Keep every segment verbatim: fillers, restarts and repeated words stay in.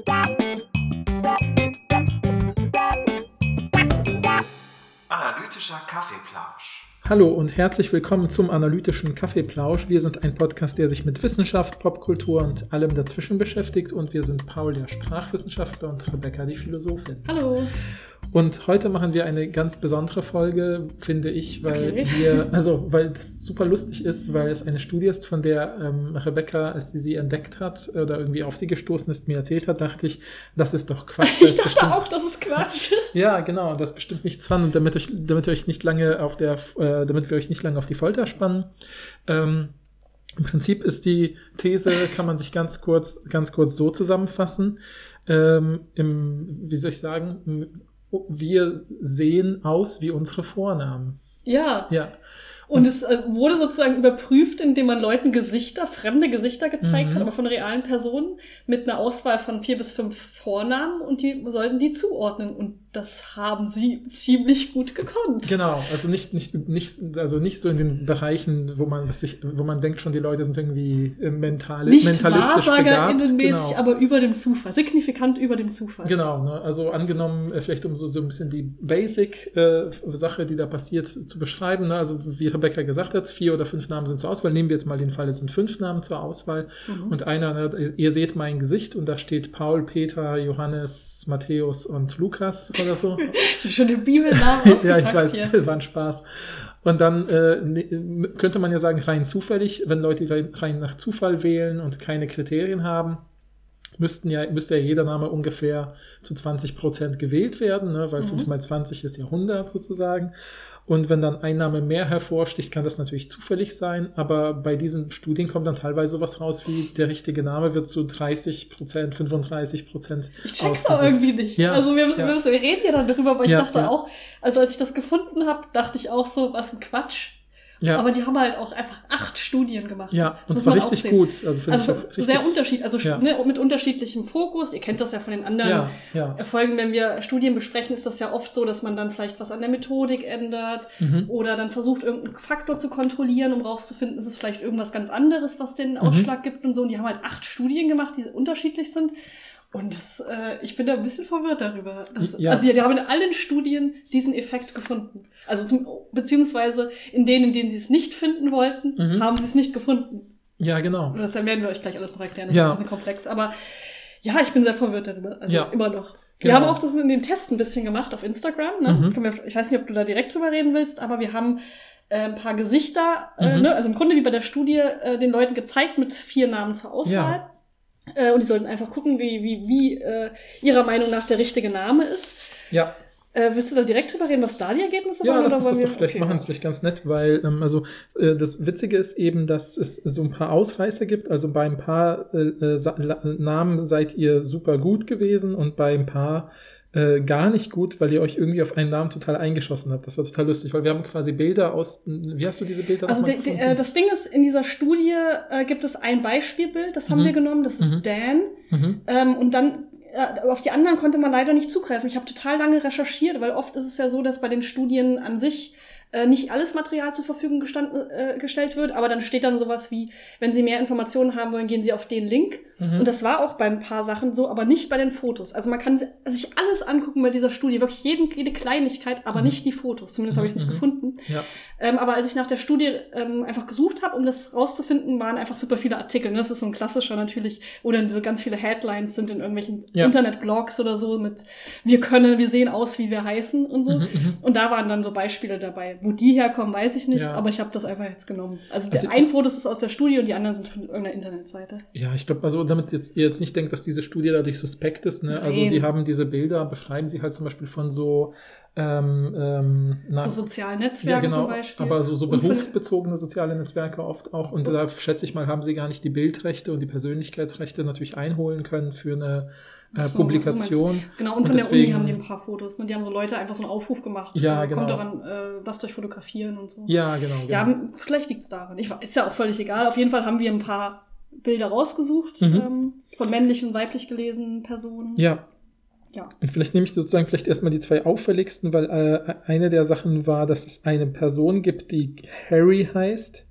Analytischer Kaffeeplausch. Hallo und herzlich willkommen zum Analytischen Kaffeeplausch. Wir sind ein Podcast, der sich mit Wissenschaft, Popkultur und allem dazwischen beschäftigt. Und wir sind Paul, der Sprachwissenschaftler, und Rebecca, die Philosophin. Hallo. Und heute machen wir eine ganz besondere Folge, finde ich, weil okay. wir, also weil das super lustig ist, weil es eine Studie ist, von der ähm, Rebecca, als sie sie entdeckt hat oder irgendwie auf sie gestoßen ist, mir erzählt hat, dachte ich, das ist doch Quatsch. Ich dachte bestimmt, auch, das ist Quatsch. Ja, genau, das ist bestimmt nichts dran. Und damit euch, damit ihr euch nicht lange auf der, äh, damit wir euch nicht lange auf die Folter spannen. Ähm, Im Prinzip ist die These, kann man sich ganz kurz, ganz kurz so zusammenfassen. Ähm, im, wie soll ich sagen? Wir sehen aus wie unsere Vornamen. Ja. Ja. Und es äh, wurde sozusagen überprüft, indem man Leuten Gesichter, fremde Gesichter gezeigt Mhm. hat, aber von realen Personen, mit einer Auswahl von vier bis fünf Vornamen, und die sollten die zuordnen. Und das haben sie ziemlich gut gekonnt. Genau, also nicht, nicht, nicht, also nicht so in den Bereichen, wo man, was sich, wo man denkt schon, die Leute sind irgendwie äh, mentali- Nicht mentalistisch begabt. WahrsagerInnen-mäßig, Genau. aber über dem Zufall. Signifikant über dem Zufall. Genau, ne? Also angenommen, äh, vielleicht um so, so ein bisschen die Basic-Sache, äh, die da passiert, zu beschreiben. Ne? Also wie Rebecca gesagt hat, vier oder fünf Namen sind zur Auswahl. Nehmen wir jetzt mal den Fall, es sind fünf Namen zur Auswahl. Mhm. Und einer, ne, ihr seht mein Gesicht und da steht Paul, Peter, Johannes, Matthäus und Lukas oder so. Schon den Bibelnamen ausgepackt. Ja, ich weiß, hier. war ein Spaß. Und dann äh, ne, könnte man ja sagen, rein zufällig, wenn Leute rein, rein nach Zufall wählen und keine Kriterien haben, müssten ja, müsste ja jeder Name ungefähr zu zwanzig Prozent gewählt werden, ne, weil mhm. fünf mal zwanzig ist ja hundert sozusagen. Und wenn dann ein Name mehr hervorsticht, kann das natürlich zufällig sein, aber bei diesen Studien kommt dann teilweise sowas raus, wie der richtige Name wird zu dreißig Prozent, fünfunddreißig Prozent Ich check's doch irgendwie nicht. Ja, also wir, müssen, ja. wir, müssen, wir reden ja dann darüber, aber ich ja, dachte ja. auch, also als ich das gefunden habe, dachte ich auch so, was ein Quatsch. Ja. Aber die haben halt auch einfach acht Studien gemacht. Ja, und muss zwar man richtig auch sehen. gut. Also, finde Also ich auch richtig, sehr unterschiedlich, also ja. ne, mit unterschiedlichem Fokus. Ihr kennt das ja von den anderen ja, ja. Erfolgen. Wenn wir Studien besprechen, ist das ja oft so, dass man dann vielleicht was an der Methodik ändert mhm. oder dann versucht, irgendeinen Faktor zu kontrollieren, um rauszufinden, ist es vielleicht irgendwas ganz anderes, was den Ausschlag mhm. gibt und so. Und die haben halt acht Studien gemacht, die unterschiedlich sind. Und das, äh, ich bin da ein bisschen verwirrt darüber. Das, ja. Also die, die haben in allen Studien diesen Effekt gefunden. Also zum, beziehungsweise in denen, in denen sie es nicht finden wollten, mhm. haben sie es nicht gefunden. Ja, genau. Und das werden wir euch gleich alles noch erklären. Das ja. ist ein bisschen komplex. Aber ja, ich bin sehr verwirrt darüber. Also ja. immer noch. Genau. Wir haben auch das in den Tests ein bisschen gemacht auf Instagram. Ne? Mhm. Ich weiß nicht, ob du da direkt drüber reden willst, aber wir haben äh, ein paar Gesichter, mhm. äh, ne? Also im Grunde wie bei der Studie, äh, den Leuten gezeigt mit vier Namen zur Auswahl. Ja. Äh, und die sollten einfach gucken, wie, wie, wie äh, ihrer Meinung nach der richtige Name ist. Ja. Äh, willst du da direkt drüber reden, was da die Ergebnisse ja, waren? Ja, lass uns oder das wir, doch vielleicht okay, machen. ja. Das ist vielleicht ganz nett, weil ähm, also äh, das Witzige ist eben, dass es so ein paar Ausreißer gibt. Also bei ein paar äh, Sa- Namen seid ihr super gut gewesen und bei ein paar äh, gar nicht gut, weil ihr euch irgendwie auf einen Namen total eingeschossen habt. Das war total lustig, weil wir haben quasi Bilder aus, wie hast du diese Bilder Also nochmal de, gefunden? de, äh, das Ding ist, in dieser Studie äh, gibt es ein Beispielbild, das haben Mhm. wir genommen, das ist Mhm. Dan. Mhm. Ähm, und dann äh, auf die anderen konnte man leider nicht zugreifen. Ich habe total lange recherchiert, weil oft ist es ja so, dass bei den Studien an sich äh, nicht alles Material zur Verfügung gestanden, äh, gestellt wird, aber dann steht dann sowas wie, wenn Sie mehr Informationen haben wollen, gehen Sie auf den Link. Mhm. Und das war auch bei ein paar Sachen so, aber nicht bei den Fotos. Also man kann sich alles angucken bei dieser Studie, wirklich jeden, jede Kleinigkeit, aber mhm. nicht die Fotos. Zumindest habe ich es nicht mhm. gefunden. Ja. Ähm, aber als ich nach der Studie ähm, einfach gesucht habe, um das rauszufinden, waren einfach super viele Artikel. Das ist so ein klassischer natürlich, wo dann so ganz viele Headlines sind in irgendwelchen ja. Internetblogs oder so mit wir können, wir sehen aus, wie wir heißen und so. Mhm, und da waren dann so Beispiele dabei. Wo die herkommen, weiß ich nicht, ja. aber ich habe das einfach jetzt genommen. Also, also der ein Foto ist aus der Studie und die anderen sind von irgendeiner Internetseite. Ja, ich glaube, also damit jetzt, ihr jetzt nicht denkt, dass diese Studie dadurch suspekt ist, ne? Also die haben diese Bilder, beschreiben sie halt zum Beispiel von so ähm, ähm, na, so sozialen Netzwerken ja, genau, zum Beispiel. aber so, so berufsbezogene soziale Netzwerke oft auch. Und da schätze ich mal, haben sie gar nicht die Bildrechte und die Persönlichkeitsrechte natürlich einholen können für eine äh, so, Publikation. So genau, und, und von deswegen, der Uni haben die ein paar Fotos. Ne? Die haben so Leute einfach so einen Aufruf gemacht. Ja, äh, genau. Kommt daran, äh, lasst euch fotografieren und so. Ja, genau. genau. Ja, vielleicht liegt es daran. Ich, ist ja auch völlig egal. Auf jeden Fall haben wir ein paar Bilder rausgesucht mhm. ähm, von männlich und weiblich gelesenen Personen. Ja. Ja. Und vielleicht nehme ich sozusagen vielleicht erstmal die zwei auffälligsten, weil äh, eine der Sachen war, dass es eine Person gibt, die Harry heißt.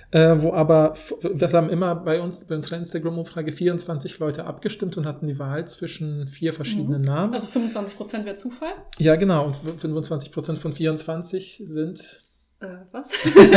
Äh, wo aber, wir haben immer bei uns, bei unserer Instagram-Umfrage vierundzwanzig Leute abgestimmt und hatten die Wahl zwischen vier verschiedenen Mhm. Namen. Also fünfundzwanzig Prozent wäre Zufall. Ja, genau. Und fünfundzwanzig Prozent von vierundzwanzig sind, Äh, was?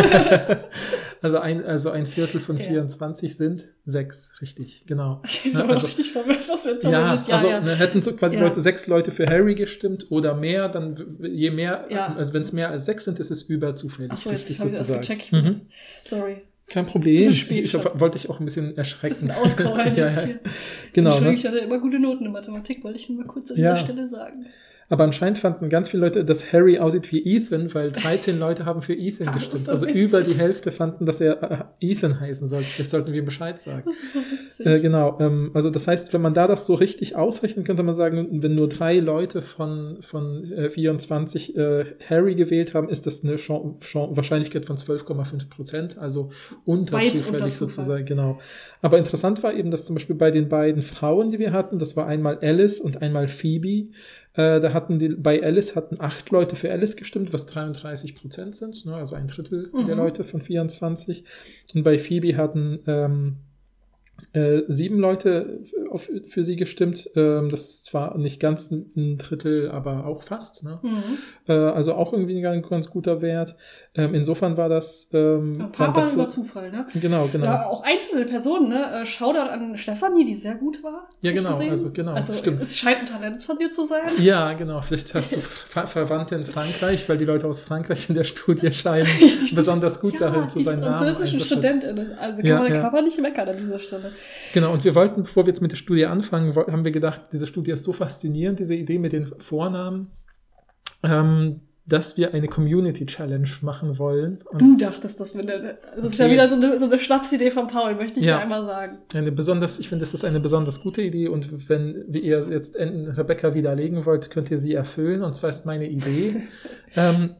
also ein, also ein Viertel von Ja. vierundzwanzig sind sechs, richtig, genau. Ich bin Ne, aber also- richtig verwirrt, was du jetzt Ja, sagen willst. Ja, also ja. ne, hätten so quasi Ja. Leute, sechs Leute für Harry gestimmt oder mehr, dann w- je mehr, Ja. also wenn es mehr als sechs sind, ist es überzufällig, Achso, jetzt richtig habe ich das sozusagen. gecheckt. Mhm. Sorry. Kein Problem. Zu Ich, spät ich schon. wollte dich auch ein bisschen erschrecken. Bisschen outcallen ja, jetzt ja. hier. Genau. Entschuldigung, Ne? ich hatte immer gute Noten in Mathematik, wollte ich nur mal kurz an Ja. dieser Stelle sagen. Aber anscheinend fanden ganz viele Leute, dass Harry aussieht wie Ethan, weil dreizehn Leute haben für Ethan Ah, das gestimmt. ist so Also witzig. über die Hälfte fanden, dass er äh, Ethan heißen sollte. Vielleicht sollten wir Bescheid sagen. Das ist so witzig. Äh, genau, ähm, also das heißt, wenn man da das so richtig ausrechnet, könnte man sagen, wenn nur drei Leute von, von äh, vierundzwanzig äh, Harry gewählt haben, ist das eine Chan- Chan- Wahrscheinlichkeit von zwölf Komma fünf Prozent, also unter Weit zufällig unter Zufall. sozusagen, genau. Aber interessant war eben, dass zum Beispiel bei den beiden Frauen, die wir hatten, das war einmal Alice und einmal Phoebe, äh, da hatten die, bei Alice hatten acht Leute für Alice gestimmt, was dreiunddreißig Prozent sind, ne, also ein Drittel Mhm. der Leute von vierundzwanzig. Und bei Phoebe hatten ähm, äh, sieben Leute auf, für sie gestimmt. Ähm, das ist zwar nicht ganz ein, ein Drittel, aber auch fast. Ne? Mhm. Äh, also auch irgendwie ein ganz, ganz guter Wert. Ähm, insofern war das, ähm, Ein war paar das waren so, über Zufall, ne? Genau, genau. Ja, auch einzelne Personen, ne? Äh, Shoutout an Stefanie, die sehr gut war. Ja, hab ich genau, gesehen. also genau, Also stimmt. es scheint ein Talent von dir zu sein. Ja, genau. Vielleicht hast du Ver Verwandte in Frankreich, weil die Leute aus Frankreich in der Studie scheinen besonders gut darin zu sein, die Namen französischen einzuschätzen. StudentInnen. Also kann, Ja, man, ja. kann man nicht meckern an dieser Stelle. Genau, und wir wollten, bevor wir jetzt mit der Studie anfangen, woll- haben wir gedacht, diese Studie ist so faszinierend, diese Idee mit den Vornamen, ähm, dass wir eine Community-Challenge machen wollen. Und Du dachtest, das wäre eine, das ist ja Okay. wieder so eine, so eine Schnapsidee von Paul, möchte ich Ja. ja einmal sagen. eine besonders, ich finde, das ist eine besonders gute Idee und wenn wie ihr jetzt en- Rebecca widerlegen wollt, könnt ihr sie erfüllen. Und zwar ist meine Idee, ähm,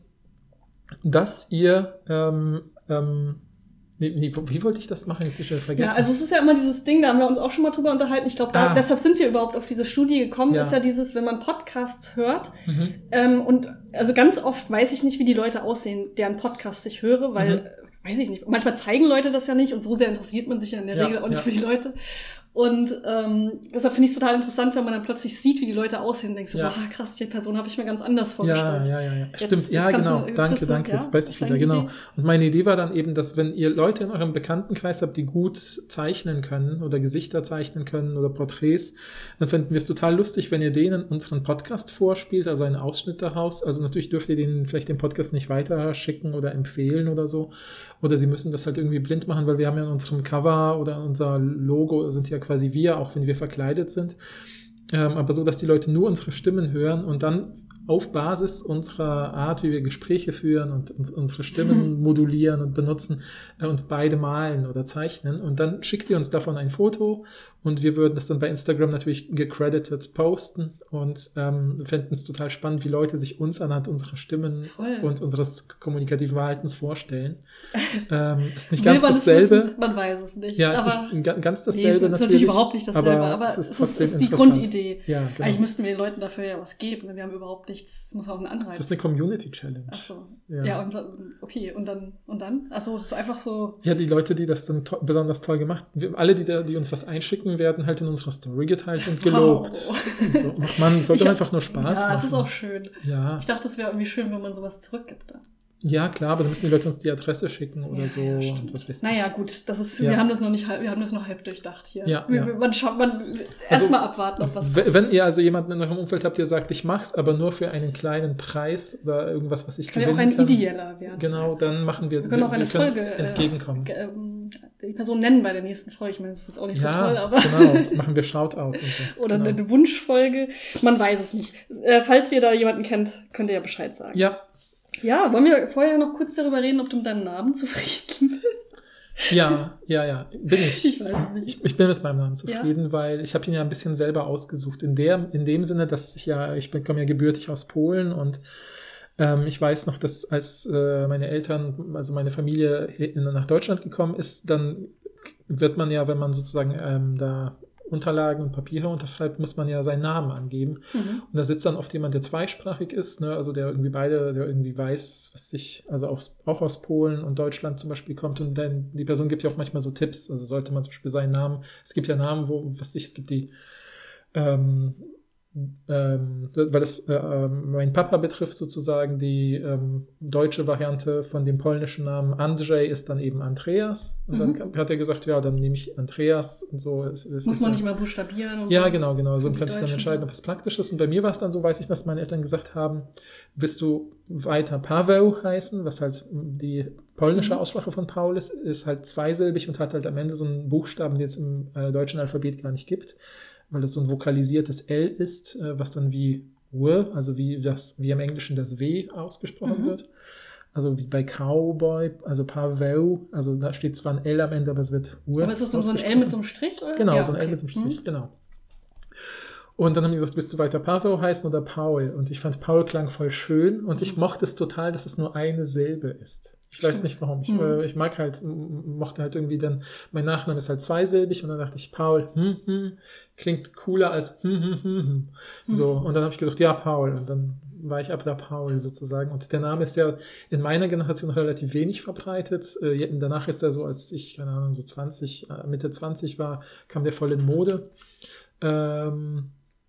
dass ihr ähm, ähm, nee, nee, wie wollte ich das machen? Jetzt habe ich schon vergessen. Ja, also es ist ja immer dieses Ding, da haben wir uns auch schon mal drüber unterhalten. Ich glaube, Ah. deshalb sind wir überhaupt auf diese Studie gekommen, Ja. ist ja dieses, wenn man Podcasts hört. mhm. Ähm, und also ganz oft weiß ich nicht, wie die Leute aussehen, deren Podcasts ich höre, weil, Mhm. äh, weiß ich nicht, manchmal zeigen Leute das ja nicht und so sehr interessiert man sich ja in der Ja, Regel auch nicht ja. für die Leute. Und ähm, deshalb finde ich es total interessant, wenn man dann plötzlich sieht, wie die Leute aussehen und denkst du Ja. so, ah krass, die Person habe ich mir ganz anders Ja, vorgestellt. ja, ja, ja. Jetzt- Stimmt, jetzt ja, kannst genau. du- jetzt danke, hast du- danke. ja, Jetzt weiß ich deine wieder, genau. Idee? Und meine Idee war dann eben, dass wenn ihr Leute in eurem Bekanntenkreis habt, die gut zeichnen können oder Gesichter zeichnen können oder Porträts, dann fänden wir es total lustig, wenn ihr denen unseren Podcast vorspielt, also einen Ausschnitt daraus. Also natürlich dürft ihr denen vielleicht den Podcast nicht weiter schicken oder empfehlen oder so. Oder sie müssen das halt irgendwie blind machen, weil wir haben ja in unserem Cover oder unser Logo sind ja quasi wir, auch wenn wir verkleidet sind. Ähm, aber so, dass die Leute nur unsere Stimmen hören und dann auf Basis unserer Art, wie wir Gespräche führen und uns, unsere Stimmen modulieren und benutzen, äh, uns beide malen oder zeichnen. Und dann schickt ihr uns davon ein Foto und wir würden das dann bei Instagram natürlich gecredited posten und ähm, fänden es total spannend, wie Leute sich uns anhand unserer Stimmen Voll. und unseres kommunikativen Verhaltens vorstellen. ähm, ist nicht Will ganz man es dasselbe. wissen? Man weiß es nicht. Ja, ist aber nicht ga- ganz nee, dasselbe es ist natürlich. überhaupt nicht dasselbe, aber, aber es ist, trotzdem ist die interessant. Grundidee. Ja, genau. Eigentlich müssten wir den Leuten dafür ja was geben. Wir haben überhaupt nichts, es muss auch einen Anreiz. Das ist eine Community-Challenge. Ach so. Ja. Ja, und dann- okay, und dann, und dann? Achso, es ist einfach so. Ja, die Leute, die das dann to besonders toll gemacht haben, alle, die, da, die uns was einschicken, werden halt in unserer Story geteilt und gelobt. Wow. Und so. Ach man, es sollte Ich hab- einfach nur Spaß ja, machen. es ist auch schön. Ja. Ich dachte, es wäre irgendwie schön, wenn man sowas zurückgibt. Dann. ja, klar, aber dann müssen die Leute uns die Adresse schicken oder Ja, so. ja, und stimmt. was weiß ich. Naja, gut, das ist, Ja. wir haben das noch nicht halb, wir haben das noch halb durchdacht hier. Ja, wir, ja. Man schaut, man Also, erstmal abwarten, ob was W- Wenn ihr also jemanden in eurem Umfeld habt, der sagt, ich mach's, aber nur für einen kleinen Preis oder irgendwas, was ich kann ja gewinnen auch ein kann. ideeller Wert Genau, dann machen wir, Wir können auch eine Folge äh, entgegenkommen. ge- ähm, die Person nennen bei der nächsten Folge. Ich meine, das ist jetzt auch nicht ja, so toll, aber. genau, machen wir Shoutouts und so. Oder genau. eine Wunschfolge. Man weiß es nicht. Äh, falls ihr da jemanden kennt, könnt ihr ja Bescheid sagen. Ja, Ja, wollen wir vorher noch kurz darüber reden, ob du mit deinem Namen zufrieden bist? ja, ja, ja, bin ich. Ich weiß es nicht. Ich, ich bin mit meinem Namen zufrieden, weil ich habe ihn ja ein bisschen selber ausgesucht. In, der, in dem Sinne, dass ich ja, ich bin, komme ja gebürtig aus Polen und ähm, ich weiß noch, dass als äh, meine Eltern, also meine Familie hier in, nach Deutschland gekommen ist, dann wird man ja, wenn man sozusagen ähm, da Unterlagen und Papiere unterschreibt, muss man ja seinen Namen angeben. Mhm. Und da sitzt dann oft jemand, der zweisprachig ist, ne? Also der irgendwie beide, der irgendwie weiß, was sich, also auch, auch aus Polen und Deutschland zum Beispiel kommt. Und dann die Person gibt ja auch manchmal so Tipps. Also sollte man zum Beispiel seinen Namen, es gibt ja Namen, wo, was ich, es gibt die, ähm, Ähm, weil das äh, äh, mein Papa betrifft sozusagen, die ähm, deutsche Variante von dem polnischen Namen Andrzej ist dann eben Andreas. Und Mhm. dann hat er gesagt, ja, dann nehme ich Andreas und so. Es, es Muss ist man ja, nicht mal buchstabieren. Und ja, so. genau, genau. So Für die kann ich dann Deutschen. entscheiden, ob es praktisch ist. Und bei mir war es dann so, weiß ich, dass meine Eltern gesagt haben, willst du weiter Paweł heißen, was halt die polnische Mhm. Aussprache von Paul ist, ist halt zweisilbig und hat halt am Ende so einen Buchstaben, den es im äh, deutschen Alphabet gar nicht gibt, weil das so ein vokalisiertes L ist, äh, was dann wie W, also wie, das, wie im Englischen das W ausgesprochen Mhm. wird. Also wie bei Cowboy, also Paweł, also da steht zwar ein L am Ende, aber es wird W. Aber ist das dann so ein L mit so einem Strich? Oder? Genau, Ja, so ein okay. L mit so einem Strich, Mhm. genau. Und dann haben die gesagt, willst du weiter Paweł heißen oder Paul? Und ich fand Paul klang voll schön und ich Mhm. mochte es total, dass es nur eine Silbe ist. Ich Stimmt. weiß nicht warum. Ich, Mhm. äh, ich mag halt, m- mochte halt irgendwie dann, mein Nachname ist halt zweisilbig und dann dachte ich, Paul, hm, hm, klingt cooler als hm, hm, hm, hm. So, und dann habe ich gesagt, ja, Paul. Und dann war ich ab da Paul sozusagen. Und der Name ist ja in meiner Generation noch relativ wenig verbreitet. Äh, danach ist er so, als ich, keine Ahnung, so zwanzig, äh, Mitte zwanzig war, kam der voll in Mode. Ähm,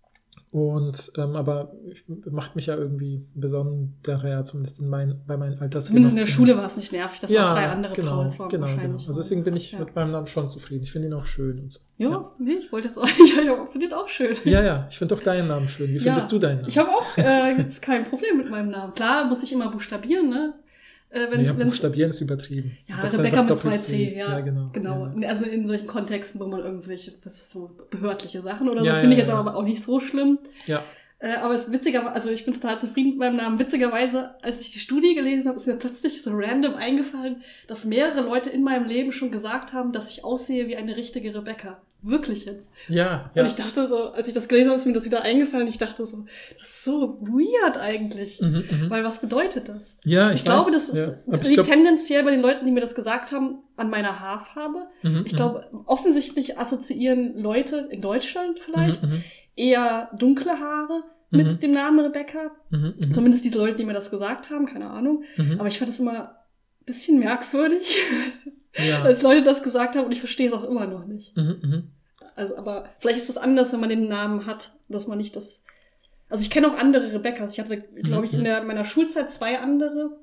Und, ähm, aber macht mich ja irgendwie besonderer, zumindest in mein, bei meinen Altersgenossen. Zumindest in der Schule war es nicht nervig, dass ja, noch drei andere genau, Pauls waren genau, wahrscheinlich. genau. Also deswegen bin ich Ja. mit meinem Namen schon zufrieden. Ich finde ihn auch schön und so. Ja, Ja, nee, ich wollte das auch. Ich finde den auch schön. ja, ja, ich finde auch deinen Namen schön. Wie Ja. findest du deinen Namen? Ich habe auch äh, jetzt kein Problem mit meinem Namen. Klar, muss ich immer buchstabieren, ne? Äh, wenn's, ja, wenn's, buchstabieren ist übertrieben. ja, Du sagst Rebecca einfach mit zwei Doppel-C. C, ja, Ja, genau. genau. Ja. Also in solchen Kontexten, wo man irgendwelche, das ist so behördliche Sachen oder so, Ja, finde ja, ich jetzt ja. aber auch nicht so schlimm. Ja. Äh, aber es ist witziger, also ich bin total zufrieden mit meinem Namen. Witzigerweise, als ich die Studie gelesen habe, ist mir plötzlich so random eingefallen, dass mehrere Leute in meinem Leben schon gesagt haben, dass ich aussehe wie eine richtige Rebecca. Wirklich jetzt. Ja, ja. Und ich dachte so, als ich das gelesen habe, ist mir das wieder eingefallen. Ich dachte so, das ist so weird eigentlich. Mhm, mhm. Weil was bedeutet das? Ja, Ich, ich, glaube, weiß. das ist, ja. Aber ich liegt glaub, tendenziell bei den Leuten, die mir das gesagt haben, an meiner Haarfarbe. mhm, Ich mhm. glaube, offensichtlich assoziieren Leute in Deutschland vielleicht Mhm, mhm. eher dunkle Haare mit Mhm. dem Namen Rebecca. Mhm, mhm. Zumindest diese Leute, die mir das gesagt haben, keine Ahnung. Mhm. Aber ich fand das immer ein bisschen merkwürdig, Ja. als Leute das gesagt haben und ich verstehe es auch immer noch nicht. Mhm, mhm. Also, aber vielleicht ist das anders, wenn man den Namen hat, dass man nicht das. Also ich kenne auch andere Rebeccas. Ich hatte, glaube ich, in der, meiner Schulzeit zwei andere.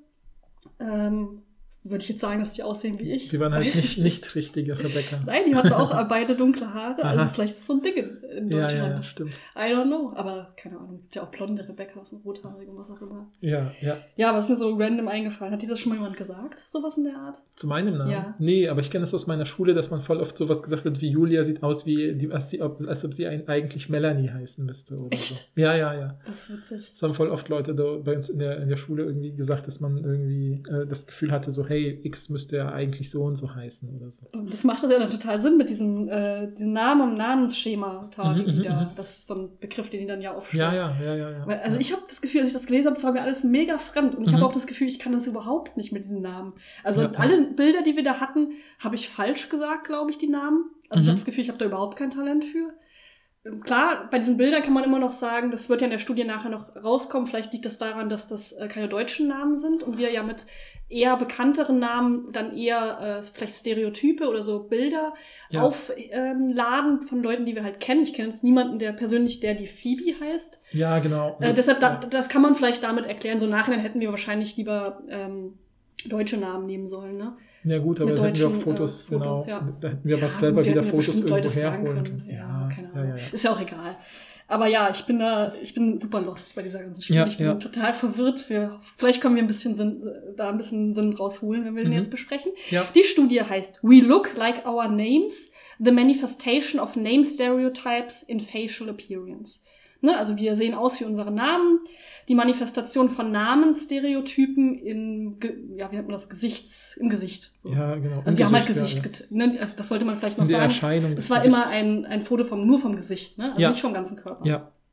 Ähm, würde ich jetzt sagen, dass die aussehen wie ich. Die waren halt Weiß nicht, ich nicht richtige Rebecca. Nein, die hatten auch beide dunkle Haare. Also Aha. vielleicht ist es so ein Ding in, in Ja, Deutschland. ja, ja, stimmt. I don't know. Aber keine Ahnung. Es gibt ja auch blonde Rebeccas und rothaarige und was auch immer. Ja, ja. Ja, aber es ist mir so random eingefallen. Hat dir das schon mal jemand gesagt? Sowas in der Art? Zu meinem Namen? Ja. Nee, aber ich kenne es aus meiner Schule, dass man voll oft sowas gesagt wird, wie Julia sieht aus, wie die, als, sie, als ob sie ein, eigentlich Melanie heißen müsste oder Echt? so. Ja, ja, ja. Das ist witzig. Das haben voll oft Leute da bei uns in der, in der Schule irgendwie gesagt, dass man irgendwie äh, das Gefühl hatte, so, hey, X müsste ja eigentlich so und so heißen oder so. Und das macht das ja dann total Sinn mit diesem, äh, diesem Namen und Namensschema, Mhm, die, die mhm, da, mhm. das ist so ein Begriff, den die dann ja aufstellen. Ja, ja, ja, ja. ja. Weil, also ja. ich habe das Gefühl, als ich das gelesen habe, das war mir alles mega fremd. Und ich Mhm. habe auch das Gefühl, ich kann das überhaupt nicht mit diesen Namen. Also Ja, ja. alle Bilder, die wir da hatten, habe ich falsch gesagt, glaube ich, die Namen. Also ich Mhm. habe das Gefühl, ich habe da überhaupt kein Talent für. Ähm, Klar, bei diesen Bildern kann man immer noch sagen, das wird ja in der Studie nachher noch rauskommen. Vielleicht liegt das daran, dass das äh, keine deutschen Namen sind und wir ja mit eher bekannteren Namen dann eher äh, vielleicht Stereotype oder so Bilder Ja. aufladen von Leuten, die wir halt kennen. Ich kenne jetzt niemanden, der persönlich, der die Phoebe heißt. Ja, genau. Äh, Das- deshalb, ja. da, das kann man vielleicht damit erklären. So im Nachhinein hätten wir wahrscheinlich lieber ähm, deutsche Namen nehmen sollen, ne? Ja gut, aber mit da hätten wir auch deutschen, Fotos, äh, Fotos, genau. ja. Da hätten wir aber auch Ja, selber gut, wir wieder hätten Fotos bestimmt irgendwo Leute fragen herholen können. können. Ja, keine Ahnung. Ja, ja, ja. Ist ja auch egal. Aber ja, ich bin da, ich bin super lost bei dieser ganzen Studie. Ja, ich bin ja. total verwirrt. Wir, vielleicht können wir ein bisschen Sinn, äh, da ein bisschen Sinn rausholen, wenn wir den Mhm. jetzt besprechen. Ja. Die Studie heißt We Look Like Our Names, The Manifestation of Name Stereotypes in Facial Appearance. Ne, also wir sehen aus wie unsere Namen, die Manifestation von Namensstereotypen in, Ge- ja, wie nennt man das, Gesichts, im Gesicht. So. Ja, genau. Also die haben halt Gesicht, Gesicht, get- ne, das sollte man vielleicht noch Die sagen. Erscheinung des Es war immer Gesichts. ein, ein Foto vom, nur vom Gesicht, ne? Also Ja. nicht vom ganzen Körper. Ja,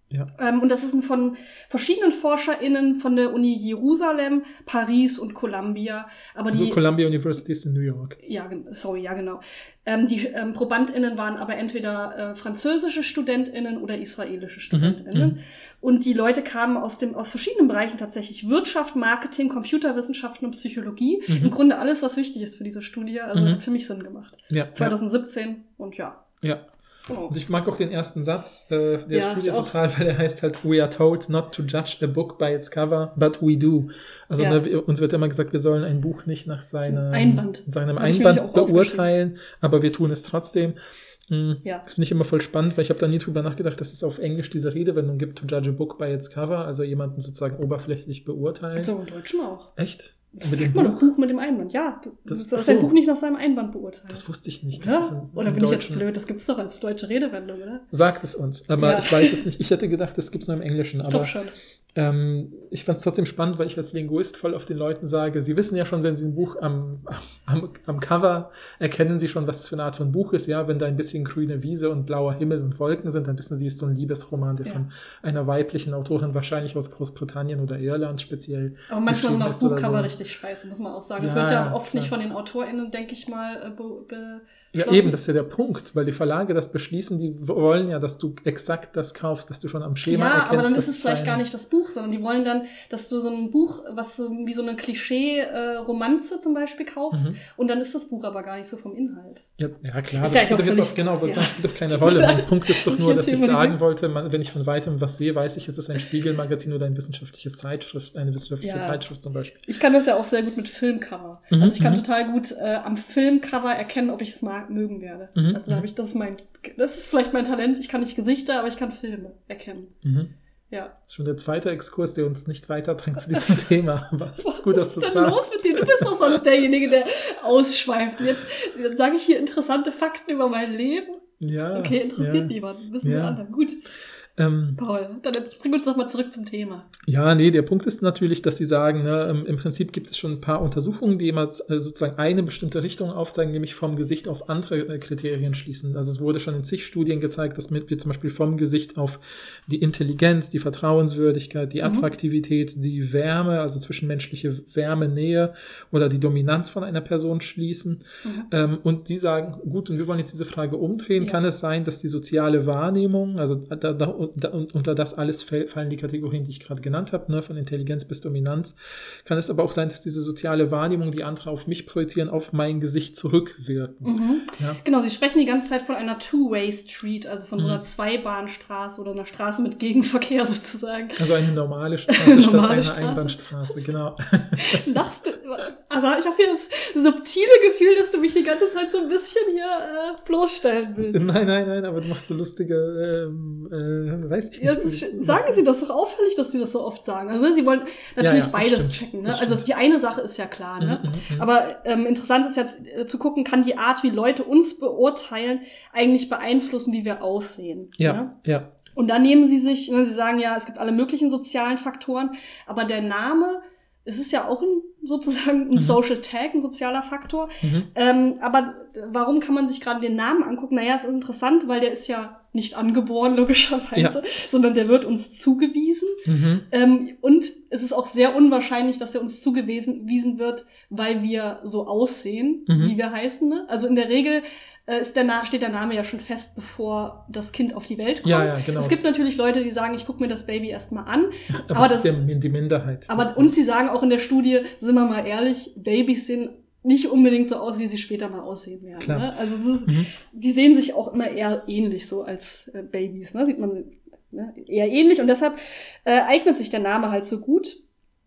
Ja. Ähm, und das ist von verschiedenen ForscherInnen von der Uni Jerusalem, Paris und Columbia. Aber die, also Columbia University ist in New York. Ja, sorry, ja genau. Ähm, die ähm, ProbandInnen waren aber entweder äh, französische StudentInnen oder israelische StudentInnen. Mhm. Und die Leute kamen aus, dem, aus verschiedenen Bereichen tatsächlich. Wirtschaft, Marketing, Computerwissenschaften und Psychologie. Mhm. Im Grunde alles, was wichtig ist für diese Studie. Also mhm. hat für mich Sinn gemacht. Ja, zwanzig siebzehn ja. Und ja. Ja. Oh. Und ich mag auch den ersten Satz äh, der ja, Studie total, weil er heißt halt, we are told not to judge a book by its cover, but we do. Also ja. ne, uns wird immer gesagt, wir sollen ein Buch nicht nach seinem Einband, seinem Einband beurteilen, aber wir tun es trotzdem. Mhm. Ja. Das finde ich immer voll spannend, weil ich habe da nie drüber nachgedacht, dass es auf Englisch diese Redewendung gibt, to judge a book by its cover, also jemanden sozusagen oberflächlich beurteilen. Also im Deutschen auch. Echt? Das sagt man doch, Buch mit dem Einband, ja. Du das, sollst ein so. Buch nicht nach seinem Einband beurteilen. Das wusste ich nicht. Oder, das ist oder bin ich jetzt blöd? Das gibt es doch als deutsche Redewendung, oder? Sagt es uns, aber ja. ich weiß es nicht. Ich hätte gedacht, das gibt es nur im Englischen. Aber, doch schon. Ähm, ich fand es trotzdem spannend, weil ich als Linguist voll auf den Leuten sage, sie wissen ja schon, wenn sie ein Buch am, am, am Cover erkennen sie schon, was das für eine Art von Buch ist. Ja, wenn da ein bisschen grüne Wiese und blauer Himmel und Wolken sind, dann wissen sie, es ist so ein Liebesroman, der ja. von einer weiblichen Autorin, wahrscheinlich aus Großbritannien oder Irland speziell. Aber manchmal sind auch Buchcover so. richtig scheiße, muss man auch sagen. Es ja, wird ja oft klar. nicht von den AutorInnen, denke ich mal, be, be Ja, eben, das ist ja der Punkt, weil die Verlage das beschließen, die wollen ja, dass du exakt das kaufst, dass du schon am Schema ja, erkennst. Ja, aber dann ist es vielleicht gar nicht das Buch, sondern die wollen dann, dass du so ein Buch, was so, wie so eine Klischee-Romanze äh, zum Beispiel kaufst mhm. und dann ist das Buch aber gar nicht so vom Inhalt. Ja, ja klar, ist das ja spielt doch jetzt auch, genau, ja. das spielt doch keine Rolle. Mein Punkt ist doch nur, dass ich sagen wollte, man, wenn ich von weitem was sehe, weiß ich, es ist ein Spiegelmagazin oder ein wissenschaftliches Zeitschrift, eine wissenschaftliche ja. Zeitschrift zum Beispiel. Ich kann das ja auch sehr gut mit Filmcover. Mhm. Also ich kann mhm. total gut äh, am Filmcover erkennen, ob ich es mag, mögen werde. Mhm. Also da habe ich, das ist mein, das ist vielleicht mein Talent. Ich kann nicht Gesichter, aber ich kann Filme erkennen. Mhm. Ja. Das ist schon der zweite Exkurs, der uns nicht weiterbringt zu diesem Thema. Aber was ist gut, dass ist du denn sagst. los mit dir? Du bist doch sonst derjenige, der ausschweift. Jetzt sage ich hier interessante Fakten über mein Leben. Ja. Okay, interessiert ja. niemanden. Wissen ja. wir alle. Gut. Ähm, Paul, dann jetzt bring uns doch mal zurück zum Thema. Ja, nee, der Punkt ist natürlich, dass sie sagen, ne, im Prinzip gibt es schon ein paar Untersuchungen, die immer sozusagen eine bestimmte Richtung aufzeigen, nämlich vom Gesicht auf andere Kriterien schließen. Also es wurde schon in zig Studien gezeigt, dass wir zum Beispiel vom Gesicht auf die Intelligenz, die Vertrauenswürdigkeit, die Attraktivität, mhm. die Wärme, also zwischenmenschliche Wärme, Nähe oder die Dominanz von einer Person schließen. Mhm. Ähm, und die sagen, gut, und wir wollen jetzt diese Frage umdrehen. Ja. Kann es sein, dass die soziale Wahrnehmung, also da, da und unter das alles fallen die Kategorien, die ich gerade genannt habe, ne, von Intelligenz bis Dominanz. Kann es aber auch sein, dass diese soziale Wahrnehmung, die andere auf mich projizieren, auf mein Gesicht zurückwirken. Mhm. Ja? Genau, sie sprechen die ganze Zeit von einer Two-Way-Street, also von mhm. so einer Zweibahnstraße oder einer Straße mit Gegenverkehr sozusagen. Also eine normale Straße statt normale einer Straße. Einbahnstraße, genau. Lachst du? Also ich habe hier das subtile Gefühl, dass du mich die ganze Zeit so ein bisschen hier äh, bloßstellen willst. Nein, nein, nein, aber du machst so lustige, ähm, äh, weiß ich nicht. Ja, ist, sagen Sie das doch auffällig, dass Sie das so oft sagen. Also sie wollen natürlich ja, ja, beides stimmt, checken. Ne? Also die eine Sache ist ja klar. Ne? Mhm, aber ähm, interessant ist jetzt äh, zu gucken, kann die Art, wie Leute uns beurteilen, eigentlich beeinflussen, wie wir aussehen. Ja, ne? ja. Und dann nehmen sie sich, ne, sie sagen ja, es gibt alle möglichen sozialen Faktoren, aber der Name, es ist ja auch ein, sozusagen ein mhm. Social Tag, ein sozialer Faktor. Mhm. Ähm, aber warum kann man sich gerade den Namen angucken? Naja, es ist interessant, weil der ist ja nicht angeboren, logischerweise, ja. sondern der wird uns zugewiesen. Mhm. Ähm, und es ist auch sehr unwahrscheinlich, dass er uns zugewiesen wird, weil wir so aussehen, mhm. wie wir heißen. Ne? Also in der Regel äh, ist der Na- steht der Name ja schon fest, bevor das Kind auf die Welt kommt. Ja, ja, genau. Es gibt natürlich Leute, die sagen, ich gucke mir das Baby erst mal an. aber, aber das ist das, der, die Minderheit. Aber, und sie sagen auch in der Studie, sind wir mal ehrlich, Babys sehen nicht unbedingt so aus, wie sie später mal aussehen werden. Klar. Ne? Also das ist, mhm. die sehen sich auch immer eher ähnlich so als äh, Babys. Ne? Sieht man ne? eher ähnlich und deshalb äh, eignet sich der Name halt so gut.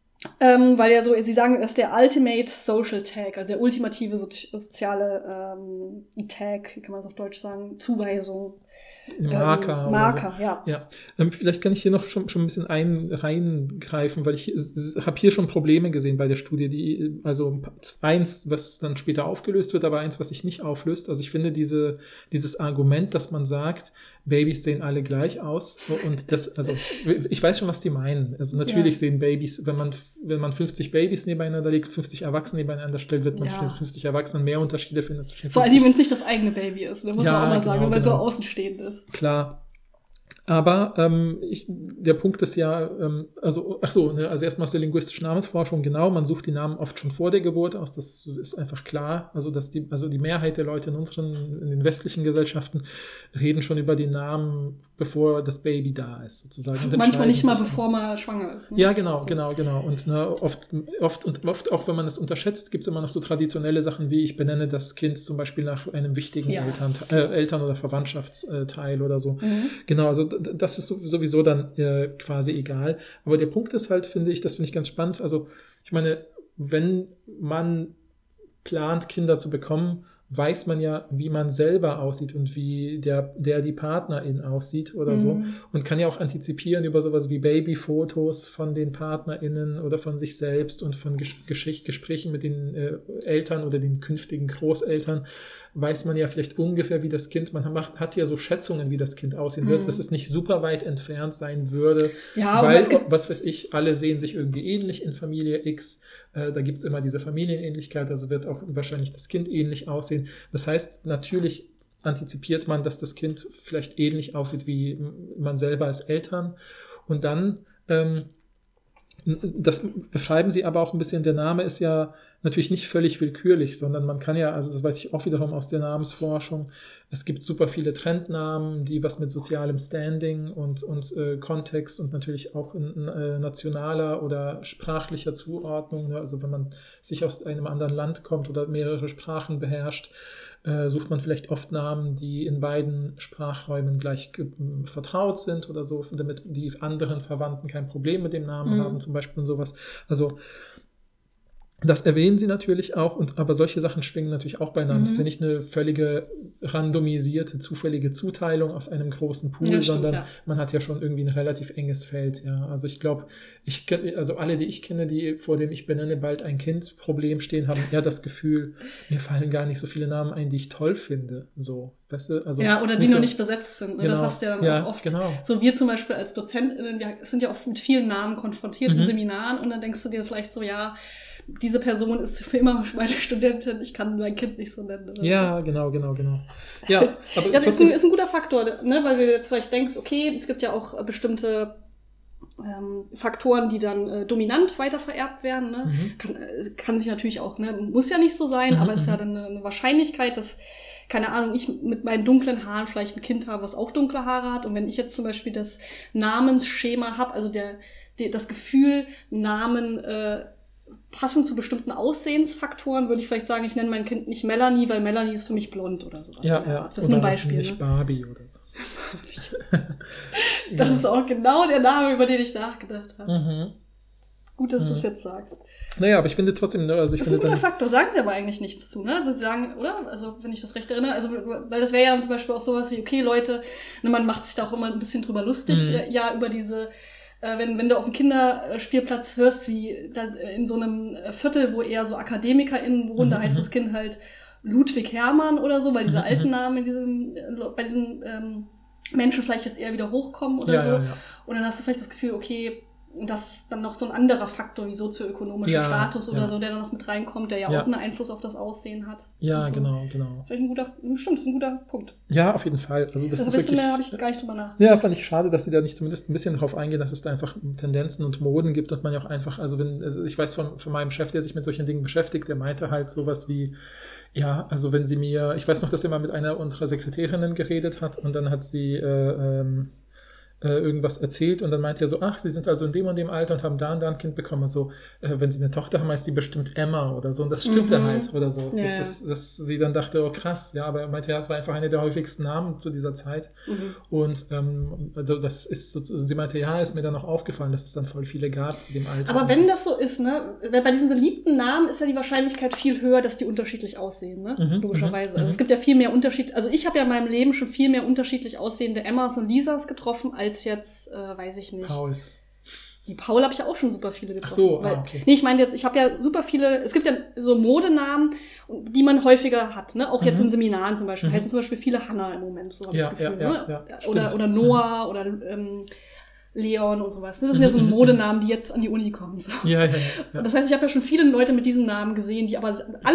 Ähm, weil ja so, sie sagen, das ist der Ultimate Social Tag, also der ultimative so- soziale ähm, Tag, wie kann man es auf Deutsch sagen, Zuweisung. Marker. Ähm, Marker, so. ja. ja. Ähm, vielleicht kann ich hier noch schon, schon ein bisschen ein, reingreifen, weil ich habe hier schon Probleme gesehen bei der Studie, die, also eins, was dann später aufgelöst wird, aber eins, was sich nicht auflöst. Also ich finde diese, dieses Argument, dass man sagt, Babys sehen alle gleich aus und das, also ich weiß schon, was die meinen. Also natürlich ja. sehen Babys, wenn man, wenn man fünfzig Babys nebeneinander legt, fünfzig Erwachsene nebeneinander stellt, wird man ja. zwischen fünfzig Erwachsenen mehr Unterschiede finden. Vor allem, wenn es nicht das eigene Baby ist, ne? muss ja, man auch mal genau, sagen, wenn man genau. so außenstehend ist. Klar. Aber ähm, ich, der Punkt ist ja, ähm, also, ach so, ne, also erstmal aus der linguistischen Namensforschung, genau, man sucht die Namen oft schon vor der Geburt aus, das ist einfach klar, also dass die, also die Mehrheit der Leute in unseren, in den westlichen Gesellschaften reden schon über den Namen, bevor das Baby da ist, sozusagen. Und manchmal nicht mal, sich, bevor man schwanger ist. Ne? Ja, genau, also. genau, genau. Und ne, oft, oft und oft, auch wenn man es unterschätzt, gibt es immer noch so traditionelle Sachen wie, ich benenne das Kind zum Beispiel nach einem wichtigen Ja. Eltern, äh, Eltern- oder Verwandtschaftsteil oder so. Mhm. Genau, also das ist sowieso dann äh, quasi egal. Aber der Punkt ist halt, finde ich, das finde ich ganz spannend. Also ich meine, wenn man plant, Kinder zu bekommen, weiß man ja, wie man selber aussieht und wie der, der die Partnerin aussieht oder Mhm. so. Und kann ja auch antizipieren über sowas wie Babyfotos von den PartnerInnen oder von sich selbst und von Ges- Gesch- Gesprächen mit den äh, Eltern oder den künftigen Großeltern. Weiß man ja vielleicht ungefähr, wie das Kind, man macht, hat ja so Schätzungen, wie das Kind aussehen wird, Mhm. dass es nicht super weit entfernt sein würde, Ja, aber weil, es gibt- was weiß ich, alle sehen sich irgendwie ähnlich in Familie X. Äh, da gibt es immer diese Familienähnlichkeit, also wird auch wahrscheinlich das Kind ähnlich aussehen. Das heißt, natürlich antizipiert man, dass das Kind vielleicht ähnlich aussieht wie man selber als Eltern. Und dann, ähm, das beschreiben sie aber auch ein bisschen, der Name ist ja natürlich nicht völlig willkürlich, sondern man kann ja, also das weiß ich auch wiederum aus der Namensforschung, es gibt super viele Trendnamen, die was mit sozialem Standing und, und äh, Kontext und natürlich auch in äh, nationaler oder sprachlicher Zuordnung, ne? Also wenn man sich aus einem anderen Land kommt oder mehrere Sprachen beherrscht, äh, sucht man vielleicht oft Namen, die in beiden Sprachräumen gleich ge- vertraut sind oder so, damit die anderen Verwandten kein Problem mit dem Namen Mhm. haben zum Beispiel und sowas. Also das erwähnen sie natürlich auch, und, aber solche Sachen schwingen natürlich auch bei Namen. Mhm. Das ist ja nicht eine völlige randomisierte, zufällige Zuteilung aus einem großen Pool, Ja, stimmt, sondern ja. man hat ja schon irgendwie ein relativ enges Feld. Ja. Also ich glaube, ich kenn- also alle, die ich kenne, die vor dem ich benenne bald ein Kind Problem stehen, haben eher das Gefühl, mir fallen gar nicht so viele Namen ein, die ich toll finde. So, weißt du? Also, Ja, oder ist die noch so- nicht besetzt sind. Ne? Genau. Das hast du ja dann Ja, auch oft. genau. So wir zum Beispiel als DozentInnen, wir sind ja oft mit vielen Namen konfrontiert Mhm. in Seminaren und dann denkst du dir vielleicht so, ja, diese Person ist für immer meine Studentin, ich kann mein Kind nicht so nennen. Oder Ja, genau, genau, genau. Ja, aber Ja, das ist trotzdem- ein, ist ein guter Faktor, ne? Weil du jetzt vielleicht denkst, okay, es gibt ja auch bestimmte ähm, Faktoren, die dann äh, dominant weitervererbt werden. Ne? Mhm. Kann, äh, kann sich natürlich auch, ne? Muss ja nicht so sein, Mhm, aber es ist ja mhm. dann eine, eine Wahrscheinlichkeit, dass, keine Ahnung, ich mit meinen dunklen Haaren vielleicht ein Kind habe, was auch dunkle Haare hat. Und wenn ich jetzt zum Beispiel das Namensschema habe, also der, der, das Gefühl, Namen äh, passend zu bestimmten Aussehensfaktoren, würde ich vielleicht sagen, ich nenne mein Kind nicht Melanie, weil Melanie ist für mich blond oder sowas. Ja, in der ja. Art. Das ist nur ein Oder Beispiel. Nicht Ne? Barbie oder so. Das Ja. ist auch genau der Name, über den ich nachgedacht habe. Mhm. Gut, dass Mhm. du es jetzt sagst. Naja, aber ich finde trotzdem, ne, also ich Das ist ein finde guter dann, Faktor, sagen sie aber eigentlich nichts zu, ne? Also sie sagen, oder? Also wenn ich das recht erinnere, also weil das wäre ja dann zum Beispiel auch sowas wie, okay, Leute, ne, man macht sich da auch immer ein bisschen drüber lustig, Mhm. äh, ja, über diese, äh, wenn, wenn du auf dem Kinderspielplatz hörst, wie da, in so einem Viertel, wo eher so AkademikerInnen wohnen, Mhm, da heißt mhm. das Kind halt Ludwig Hermann oder so, weil diese Mhm, alten mhm. Namen in diesem, äh, bei diesen ähm, Menschen vielleicht jetzt eher wieder hochkommen oder ja, so. ja, ja. Und dann hast du vielleicht das Gefühl, okay, das ist dann noch so ein anderer Faktor wie sozioökonomischer Ja, Status oder ja. so, der dann noch mit reinkommt, der ja, Ja. auch einen Einfluss auf das Aussehen hat. Ja, Und so. genau, genau. Das ist echt ein guter, stimmt, das ist ein guter Punkt. Ja, auf jeden Fall. Also das Das ist wissen wirklich. wir, habe ich gar nicht drüber nach. Ja, fand ich schade, dass sie da nicht zumindest ein bisschen darauf eingehen, dass es da einfach Tendenzen und Moden gibt und man ja auch einfach, also wenn, also ich weiß von, von meinem Chef, der sich mit solchen Dingen beschäftigt, der meinte halt sowas wie, ja, also wenn sie mir, ich weiß noch, dass er mal mit einer unserer Sekretärinnen geredet hat und dann hat sie äh, ähm, äh, irgendwas erzählt und dann meinte er so, ach, sie sind also in dem und dem Alter und haben da und da ein Kind bekommen. Also, äh, wenn sie eine Tochter haben, heißt die bestimmt Emma oder so. Und das stimmte Mhm. halt oder so. Ja, dass, dass, dass sie dann dachte, oh krass, ja, aber er meinte, ja, es war einfach einer der häufigsten Namen zu dieser Zeit. Mhm. Und ähm, also das ist so, sie meinte, ja, ist mir dann auch aufgefallen, dass es dann voll viele gab zu dem Alter. Aber und wenn so. das so ist, ne, weil bei diesen beliebten Namen ist ja die Wahrscheinlichkeit viel höher, dass die unterschiedlich aussehen, ne? Mhm, Logischerweise. mhm, Also mhm. es gibt ja viel mehr Unterschied. Also ich habe ja in meinem Leben schon viel mehr unterschiedlich aussehende Emmas und Lisas getroffen, als jetzt, äh, weiß ich nicht. Pauls. Die Paul habe ich ja auch schon super viele getroffen. Ach so, ah, weil, okay. Nee, ich meine jetzt, ich habe ja super viele, es gibt ja so Modenamen, die man häufiger hat, ne? Auch jetzt Mhm. in Seminaren zum Beispiel. Mhm. Heißen zum Beispiel viele Hannah im Moment, so habe ich Ja, das Gefühl. ja, ja, ne? ja, oder, stimmt. oder Noah oder ähm, Leon und sowas. Ne? Das sind ja so Mhm. Modenamen, die jetzt an die Uni kommen. So. Ja, ja, ja. Und das heißt, ich habe ja schon viele Leute mit diesem Namen gesehen, die aber alle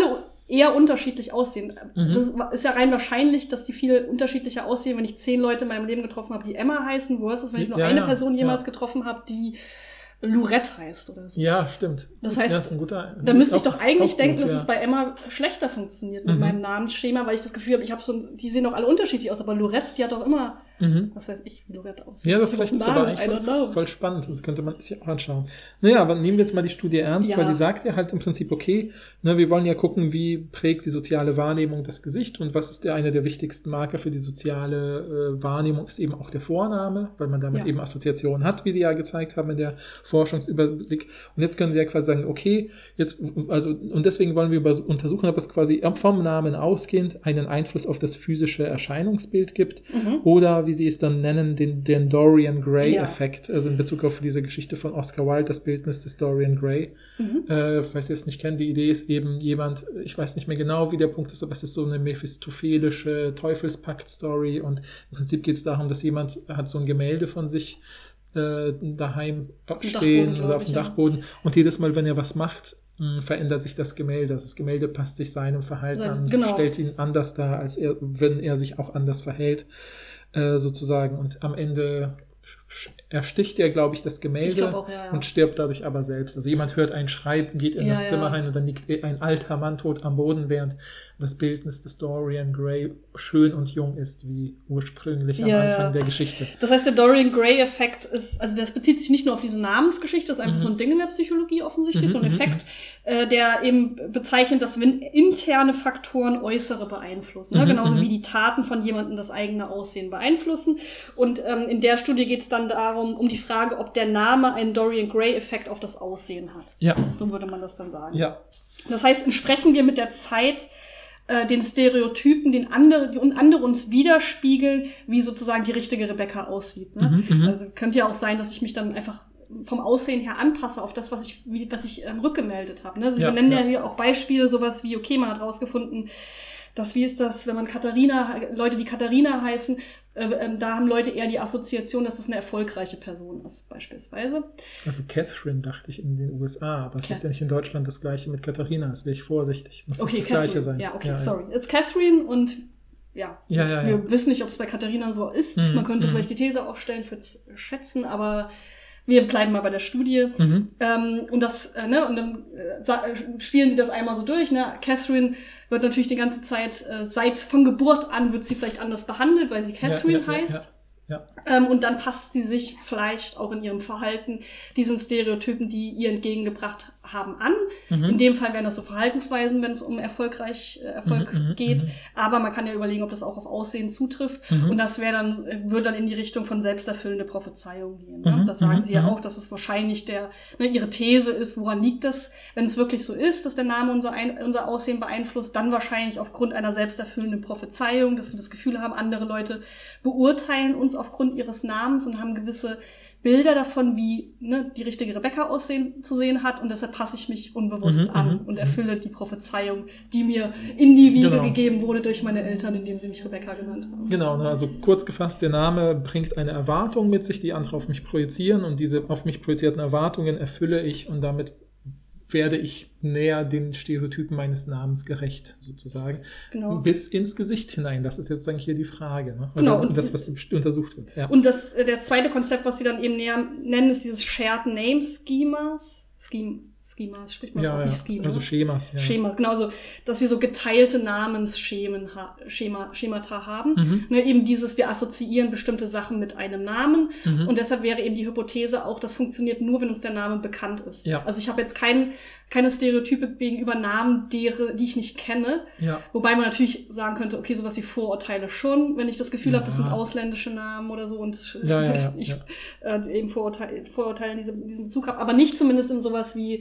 eher unterschiedlich aussehen. Mhm. Das ist ja rein wahrscheinlich, dass die viel unterschiedlicher aussehen, wenn ich zehn Leute in meinem Leben getroffen habe, die Emma heißen, versus wenn ich nur ja, eine ja, Person jemals ja. getroffen habe, die Lorette heißt oder so. Ja, stimmt. Das Gut, heißt, ja, ist ein guter, da müsste ich auch, doch eigentlich auch denken, gut, dass ja. es bei Emma schlechter funktioniert mit Mhm. meinem Namensschema, weil ich das Gefühl habe, ich habe so, ein- die sehen doch alle unterschiedlich aus, aber Lorette, die hat doch immer, Mhm. was weiß ich, wie Lorette aussieht. Ja, das ist recht doch ist ein aber Name, I eigentlich don't voll, know. voll spannend. Das könnte man sich auch anschauen. Naja, aber nehmen wir jetzt mal die Studie ernst, Ja. weil die sagt ja halt im Prinzip, okay, ne, wir wollen ja gucken, wie prägt die soziale Wahrnehmung das Gesicht und was ist der einer der wichtigsten Marker für die soziale äh, Wahrnehmung, ist eben auch der Vorname, weil man damit Ja. eben Assoziationen hat, wie die ja gezeigt haben in der Forschungsüberblick. Und jetzt können sie ja quasi sagen, okay, jetzt, also, und deswegen wollen wir über, untersuchen, ob es quasi vom Namen ausgehend einen Einfluss auf das physische Erscheinungsbild gibt Mhm. oder, wie sie es dann nennen, den, den Dorian Gray-Effekt, Ja. also in Bezug auf diese Geschichte von Oscar Wilde, das Bildnis des Dorian Gray. Mhm. Äh, falls ihr es nicht kennt, die Idee ist eben jemand, ich weiß nicht mehr genau, wie der Punkt ist, aber es ist so eine mephistophelische Teufelspakt-Story und im Prinzip geht es darum, dass jemand hat so ein Gemälde von sich äh, daheim stehen Dachboden, oder auf glaub dem ich, ja. Dachboden und jedes Mal, wenn er was macht, mh, verändert sich das Gemälde. Also das Gemälde passt sich seinem Verhalten Sein- an, genau. stellt ihn anders dar, als er, wenn er sich auch anders verhält, äh, sozusagen. Und am Ende sch- ersticht er, glaube ich, das Ich Gemälde glaube auch, ja, ja. und stirbt dadurch aber selbst. Also jemand hört ein Schreien, geht in Ja, das ja. Zimmer rein und dann liegt ein alter Mann tot am Boden, während das Bildnis des Dorian Gray schön und jung ist, wie ursprünglich am Ja, Anfang ja. der Geschichte. Das heißt, der Dorian Gray-Effekt ist, also das bezieht sich nicht nur auf diese Namensgeschichte, das ist einfach Mhm. so ein Ding in der Psychologie offensichtlich, Mhm, so ein mhm, Effekt, äh, der eben bezeichnet, dass wenn interne Faktoren äußere beeinflussen, ne? Mhm, genauso mhm. wie die Taten von jemandem das eigene Aussehen beeinflussen. Und ähm, in der Studie geht es dann darum, um die Frage, ob der Name einen Dorian Gray-Effekt auf das Aussehen hat. Ja, So würde man das dann sagen. ja. Das heißt, entsprechen wir mit der Zeit äh, den Stereotypen, den andere, und andere uns widerspiegeln, wie sozusagen die richtige Rebecca aussieht. Ne? Mhm, mhm. Also könnte ja auch sein, dass ich mich dann einfach vom Aussehen her anpasse auf das, was ich, wie, was ich ähm, rückgemeldet habe. Ne? Sie Ja, nennen ja. ja. hier auch Beispiele, sowas wie, okay, man hat rausgefunden, dass, wie ist das, wenn man Katharina, Leute, die Katharina heißen, äh, äh, da haben Leute eher die Assoziation, dass das eine erfolgreiche Person ist, beispielsweise. Also Catherine dachte ich in den U S A, aber es Ca- ist ja nicht in Deutschland das gleiche mit Katharina, das wäre ich vorsichtig. Muss Okay, nicht das gleiche Catherine. sein. Ja, okay, sorry. It's Catherine und ja, Ja, ja, wir ja. wissen nicht, ob es bei Katharina so ist. Mhm, Man könnte mhm. vielleicht die These aufstellen, ich würde es schätzen, aber wir bleiben mal bei der Studie. Mhm. Ähm, und das, äh, ne, und dann äh, sa- äh, spielen sie das einmal so durch. Ne? Catherine wird natürlich die ganze Zeit, äh, seit von Geburt an wird sie vielleicht anders behandelt, weil sie Catherine ja, ja, heißt. Ja, ja. Ähm, und dann passt sie sich vielleicht auch in ihrem Verhalten diesen Stereotypen, die ihr entgegengebracht haben, an. Mhm. In dem Fall wären das so Verhaltensweisen, wenn es um erfolgreich äh, Erfolg Mhm, mhm, geht. mhm. Aber man kann ja überlegen, ob das auch auf Aussehen zutrifft. Mhm. Und das wäre dann, äh, würde dann in die Richtung von selbsterfüllende Prophezeiung gehen. Ne? Mhm, Das sagen mhm, sie ja mhm. auch, dass es wahrscheinlich der, ne, ihre These ist, woran liegt das? Wenn es wirklich so ist, dass der Name unser, Ein unser Aussehen beeinflusst, dann wahrscheinlich aufgrund einer selbsterfüllenden Prophezeiung, dass wir das Gefühl haben, andere Leute beurteilen uns aufgrund ihres Namens und haben gewisse Bilder davon, wie ne, die richtige Rebecca aussehen zu sehen hat, und deshalb passe ich mich unbewusst Mhm, an mhm, und erfülle die Prophezeiung, die mir in die Wiege Genau. gegeben wurde durch meine Eltern, indem sie mich Rebecca genannt haben. Genau, ne, also kurz gefasst, der Name bringt eine Erwartung mit sich, die andere auf mich projizieren, und diese auf mich projizierten Erwartungen erfülle ich, und damit werde ich näher den Stereotypen meines Namens gerecht, sozusagen. Genau. Bis ins Gesicht hinein. Das ist jetzt sozusagen hier die Frage. Ne? Oder Genau, und- das, was untersucht wird. Ja. Und das, äh, das zweite Konzept, was sie dann eben näher nennen, ist dieses Shared Name Schemas. Scheme, Schemas, spricht man ja, auch ja. nicht Schema. Also Schemas. Ja. Schemas, genauso, dass wir so geteilte Namensschemen ha Schema Schemata haben. Mhm. Ne, eben dieses, wir assoziieren bestimmte Sachen mit einem Namen. Mhm. Und deshalb wäre eben die Hypothese auch, das funktioniert nur, wenn uns der Name bekannt ist. Ja. Also ich habe jetzt kein, keine Stereotype gegenüber Namen, deren, die ich nicht kenne. Ja. Wobei man natürlich sagen könnte, okay, sowas wie Vorurteile schon, wenn ich das Gefühl Ja. habe, das sind ausländische Namen oder so und Ja, ja, ja, ich ja. Äh, eben Vorurteile, Vorurteile in diesem, in diesem Bezug habe, aber nicht zumindest in sowas wie,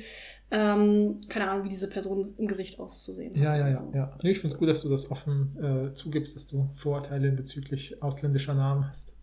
ähm, keine Ahnung, wie diese Person im Gesicht auszusehen Ja, hat ja, oder ja, so. ja. Nee, ich finde es gut, dass du das offen äh, zugibst, dass du Vorurteile bezüglich ausländischer Namen hast.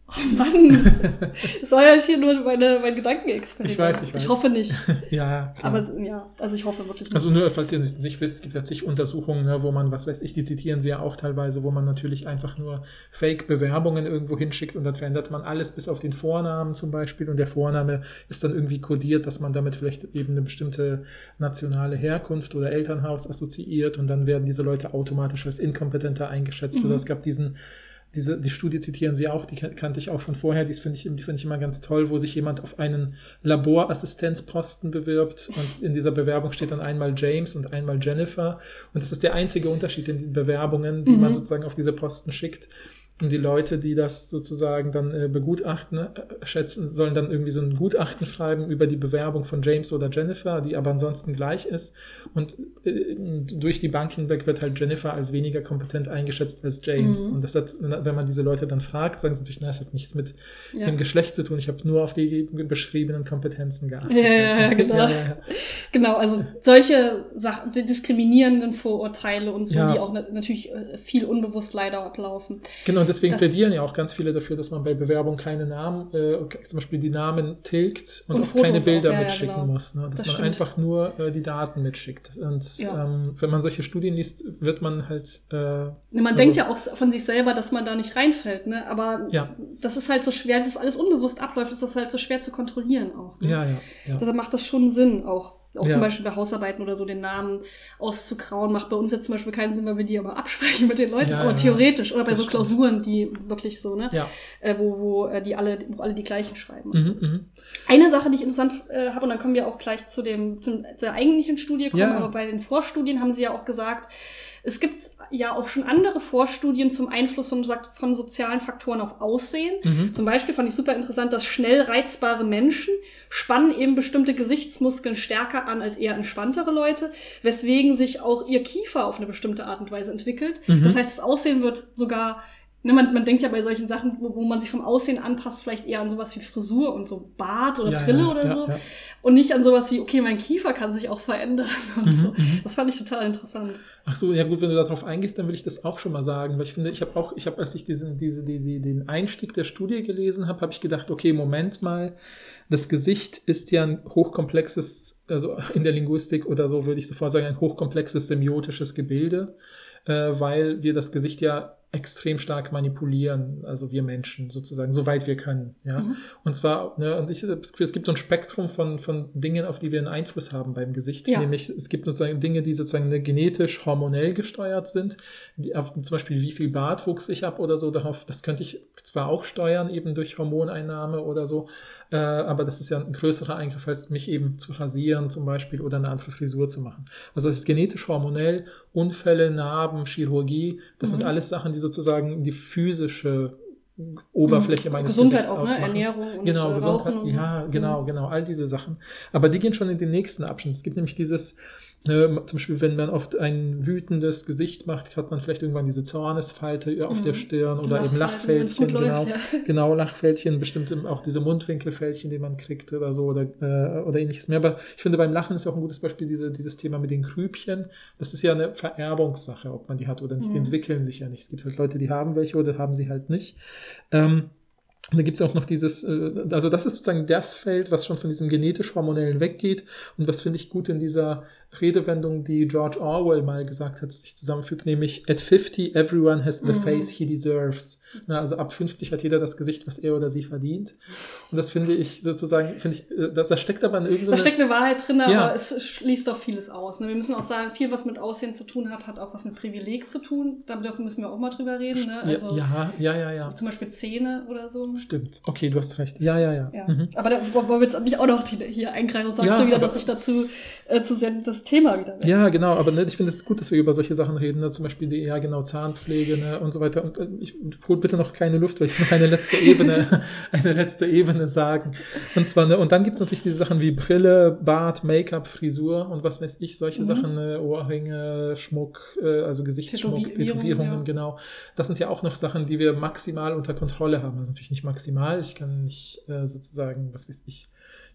Oh Mann, das war ja jetzt hier nur meine, mein Gedankenexperiment. Ich weiß, ich weiß. Ich hoffe nicht. Ja, klar. Aber ja, also ich hoffe wirklich nicht. Also nur, falls ihr es nicht wisst, es gibt ja zig Untersuchungen, ne, wo man, was weiß ich, die zitieren sie ja auch teilweise, wo man natürlich einfach nur Fake-Bewerbungen irgendwo hinschickt und dann verändert man alles bis auf den Vornamen zum Beispiel und der Vorname ist dann irgendwie kodiert, dass man damit vielleicht eben eine bestimmte nationale Herkunft oder Elternhaus assoziiert und dann werden diese Leute automatisch als inkompetenter eingeschätzt. Mhm. Oder es gab diesen Diese, die Studie zitieren sie auch, die kannte ich auch schon vorher, die finde ich, die finde ich immer ganz toll, wo sich jemand auf einen Laborassistenzposten bewirbt und in dieser Bewerbung steht dann einmal James und einmal Jennifer und das ist der einzige Unterschied in den Bewerbungen, die mhm. man sozusagen auf diese Posten schickt. Und die Leute, die das sozusagen dann äh, begutachten, äh, schätzen, sollen dann irgendwie so ein Gutachten schreiben über die Bewerbung von James oder Jennifer, die aber ansonsten gleich ist. Und äh, durch die Bank hinweg wird halt Jennifer als weniger kompetent eingeschätzt als James. Mhm. Und das hat, wenn man diese Leute dann fragt, sagen sie natürlich, na, es hat nichts mit ja. dem Geschlecht zu tun. Ich habe nur auf die beschriebenen Kompetenzen geachtet. Ja, ja, genau. Ja, ja, ja. Genau, also solche Sachen, diskriminierenden Vorurteile und so, ja. die auch na- natürlich viel unbewusst leider ablaufen. Genau. Deswegen das plädieren ja auch ganz viele dafür, dass man bei Bewerbung keine Namen, äh, zum Beispiel die Namen tilgt und, und auch keine Bilder auch, ja, mitschicken ja, genau. muss. Ne? Dass das man stimmt. einfach nur äh, die Daten mitschickt. Und ja. ähm, wenn man solche Studien liest, wird man halt... Äh, man also, denkt ja auch von sich selber, dass man da nicht reinfällt. Ne? Aber ja. das ist halt so schwer, dass das alles unbewusst abläuft, ist das halt so schwer zu kontrollieren auch. Ne? Ja, ja, ja. Deshalb macht das schon Sinn auch. Auch ja. zum Beispiel bei Hausarbeiten oder so den Namen auszukrauen, macht bei uns jetzt zum Beispiel keinen Sinn, weil wir die aber absprechen mit den Leuten, ja, aber ja, theoretisch. Oder bei so Klausuren, die wirklich so, ne, ja. äh, wo, wo äh, die alle, wo alle die gleichen schreiben. Und mhm, so. Mhm. Eine Sache, die ich interessant äh, habe, und dann können wir auch gleich zu dem, zu der eigentlichen Studie kommen, ja. aber bei den Vorstudien haben sie ja auch gesagt, es gibt ja auch schon andere Vorstudien zum Einfluss von, von sozialen Faktoren auf Aussehen. Mhm. Zum Beispiel fand ich super interessant, dass schnell reizbare Menschen spannen eben bestimmte Gesichtsmuskeln stärker an als eher entspanntere Leute, weswegen sich auch ihr Kiefer auf eine bestimmte Art und Weise entwickelt. Mhm. Das heißt, das Aussehen wird sogar... Ne, man, man denkt ja bei solchen Sachen, wo, wo man sich vom Aussehen anpasst, vielleicht eher an sowas wie Frisur und so Bart oder ja, Brille ja, oder ja, so. Ja. Und nicht an sowas wie, okay, mein Kiefer kann sich auch verändern und mhm, so. Mhm. Das fand ich total interessant. Ach so, ja gut, wenn du darauf eingehst, dann will ich das auch schon mal sagen, weil ich finde, ich habe auch, ich habe, als ich diesen, diese, die, die, den Einstieg der Studie gelesen habe, habe ich gedacht, okay, Moment mal, das Gesicht ist ja ein hochkomplexes, also in der Linguistik oder so würde ich sofort sagen, ein hochkomplexes semiotisches Gebilde, äh, weil wir das Gesicht ja extrem stark manipulieren, also wir Menschen sozusagen, soweit wir können, ja. Mhm. Und zwar, ne, und ich, es gibt so ein Spektrum von, von Dingen, auf die wir einen Einfluss haben beim Gesicht, ja. Nämlich es gibt sozusagen Dinge, die sozusagen genetisch hormonell gesteuert sind, die auf, zum Beispiel wie viel Bartwuchs ich habe oder so, darauf, das könnte ich zwar auch steuern, eben durch Hormoneinnahme oder so, äh, aber das ist ja ein größerer Eingriff, als mich eben zu rasieren zum Beispiel oder eine andere Frisur zu machen. Also es ist genetisch hormonell, Unfälle, Narben, Chirurgie, das mhm. sind alles Sachen, die sozusagen die physische Oberfläche mhm. meines Gesundheit Gesichts auch, ausmachen. Ne? Ernährung und genau, Gesundheit, Rauchen und so. Ja, genau, genau, all diese Sachen. Aber die gehen schon in den nächsten Abschnitt. Es gibt nämlich dieses, äh, zum Beispiel, wenn man oft ein wütendes Gesicht macht, hat man vielleicht irgendwann diese Zornesfalte auf mhm. der Stirn oder eben Lachfältchen, genau, läuft, ja. genau, Lachfältchen, bestimmt auch diese Mundwinkelfältchen, die man kriegt oder so oder, äh, oder ähnliches mehr. Aber ich finde, beim Lachen ist auch ein gutes Beispiel diese, dieses Thema mit den Grübchen. Das ist ja eine Vererbungssache, ob man die hat oder nicht. Mhm. Die entwickeln sich ja nicht. Es gibt halt Leute, die haben welche oder haben sie halt nicht. Ähm, Und da gibt es auch noch dieses, also das ist sozusagen das Feld, was schon von diesem genetisch-hormonellen weggeht und was finde ich gut in dieser Redewendung, die George Orwell mal gesagt hat, sich zusammenfügt, nämlich at fifty everyone has the mhm. face he deserves. Na, also ab fünfzig hat jeder das Gesicht, was er oder sie verdient. Und das finde ich sozusagen, finde ich, da, da steckt aber in irgendeiner... Da steckt eine Wahrheit drin, aber ja. es schließt doch vieles aus. Ne? Wir müssen auch sagen, viel, was mit Aussehen zu tun hat, hat auch was mit Privileg zu tun. Da müssen wir auch mal drüber reden. Ne? Also ja, ja, ja, ja. Zum Beispiel Zähne oder so. Stimmt. Okay, du hast recht. Ja, ja, ja. ja. Mhm. Aber da wollen wir jetzt nicht auch noch hier eingreifen. Sagst ja, du wieder, dass ich dazu äh, zu sehr das Thema wieder wechsle. Ja, genau. Aber ne, ich finde es gut, dass wir über solche Sachen reden. Ne? Zum Beispiel die, ja, genau, Zahnpflege, ne? Und so weiter. Und äh, ich hol bitte noch keine Luft, weil ich will noch eine letzte Ebene, eine letzte Ebene sagen. Und zwar, ne, und dann gibt es natürlich diese Sachen wie Brille, Bart, Make-up, Frisur und was weiß ich, solche mhm. Sachen, ne? Ohrringe, Schmuck, äh, also Gesichtsschmuck, Tätowierungen, Tätowierungen, ja. genau. Das sind ja auch noch Sachen, die wir maximal unter Kontrolle haben. Also natürlich nicht maximal, ich kann nicht äh, sozusagen, was weiß ich,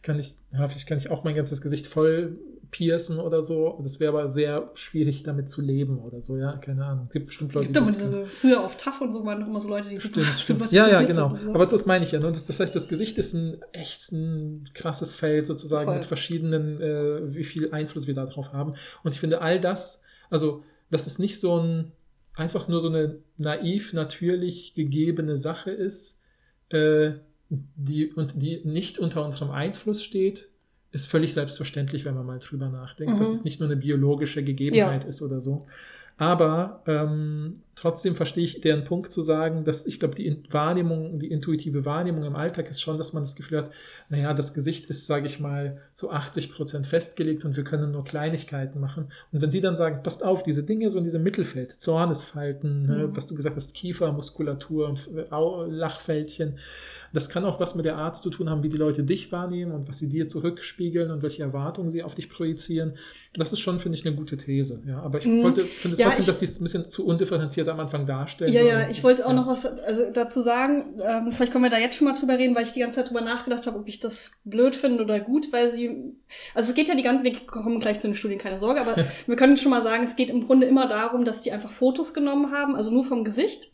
kann ich, ja, vielleicht kann ich auch mein ganzes Gesicht voll piercen oder so. Das wäre aber sehr schwierig, damit zu leben oder so, ja, keine Ahnung. Es gibt bestimmt Leute, die das diese, früher auf T A F und so waren noch immer so Leute, die stimmt, super, stimmt. super Ja, ja, genau. so. Aber das meine ich ja. Ne? Das, das heißt, das Gesicht ist ein echt ein krasses Feld sozusagen Voll. mit verschiedenen, äh, wie viel Einfluss wir darauf haben. Und ich finde all das, also dass es nicht so ein, einfach nur so eine naiv, natürlich gegebene Sache ist, äh, die, und die nicht unter unserem Einfluss steht, ist völlig selbstverständlich, wenn man mal drüber nachdenkt, Mhm. dass es nicht nur eine biologische Gegebenheit Ja. ist oder so. Aber ähm, trotzdem verstehe ich deren Punkt zu sagen, dass ich glaube, die In- Wahrnehmung, die intuitive Wahrnehmung im Alltag ist schon, dass man das Gefühl hat, naja, das Gesicht ist, sage ich mal, zu achtzig Prozent festgelegt und wir können nur Kleinigkeiten machen. Und wenn sie dann sagen, passt auf, diese Dinge so in diesem Mittelfeld, Zornesfalten, Mhm. ne, was du gesagt hast, Kiefermuskulatur und äh, Au- Lachfältchen, das kann auch was mit der Art zu tun haben, wie die Leute dich wahrnehmen und was sie dir zurückspiegeln und welche Erwartungen sie auf dich projizieren. Das ist schon, finde ich, eine gute These. Ja, aber ich Mhm. wollte, finde Ja, trotzdem, ich- dass sie es ein bisschen zu undifferenziert am Anfang darstellen. Ja, sondern- ja, ich wollte auch ja. noch was also dazu sagen. Ähm, vielleicht können wir da jetzt schon mal drüber reden, weil ich die ganze Zeit drüber nachgedacht habe, ob ich das blöd finde oder gut, weil sie, also es geht ja die ganze, wir kommen gleich zu den Studien, keine Sorge, aber wir können schon mal sagen, es geht im Grunde immer darum, dass die einfach Fotos genommen haben, also nur vom Gesicht.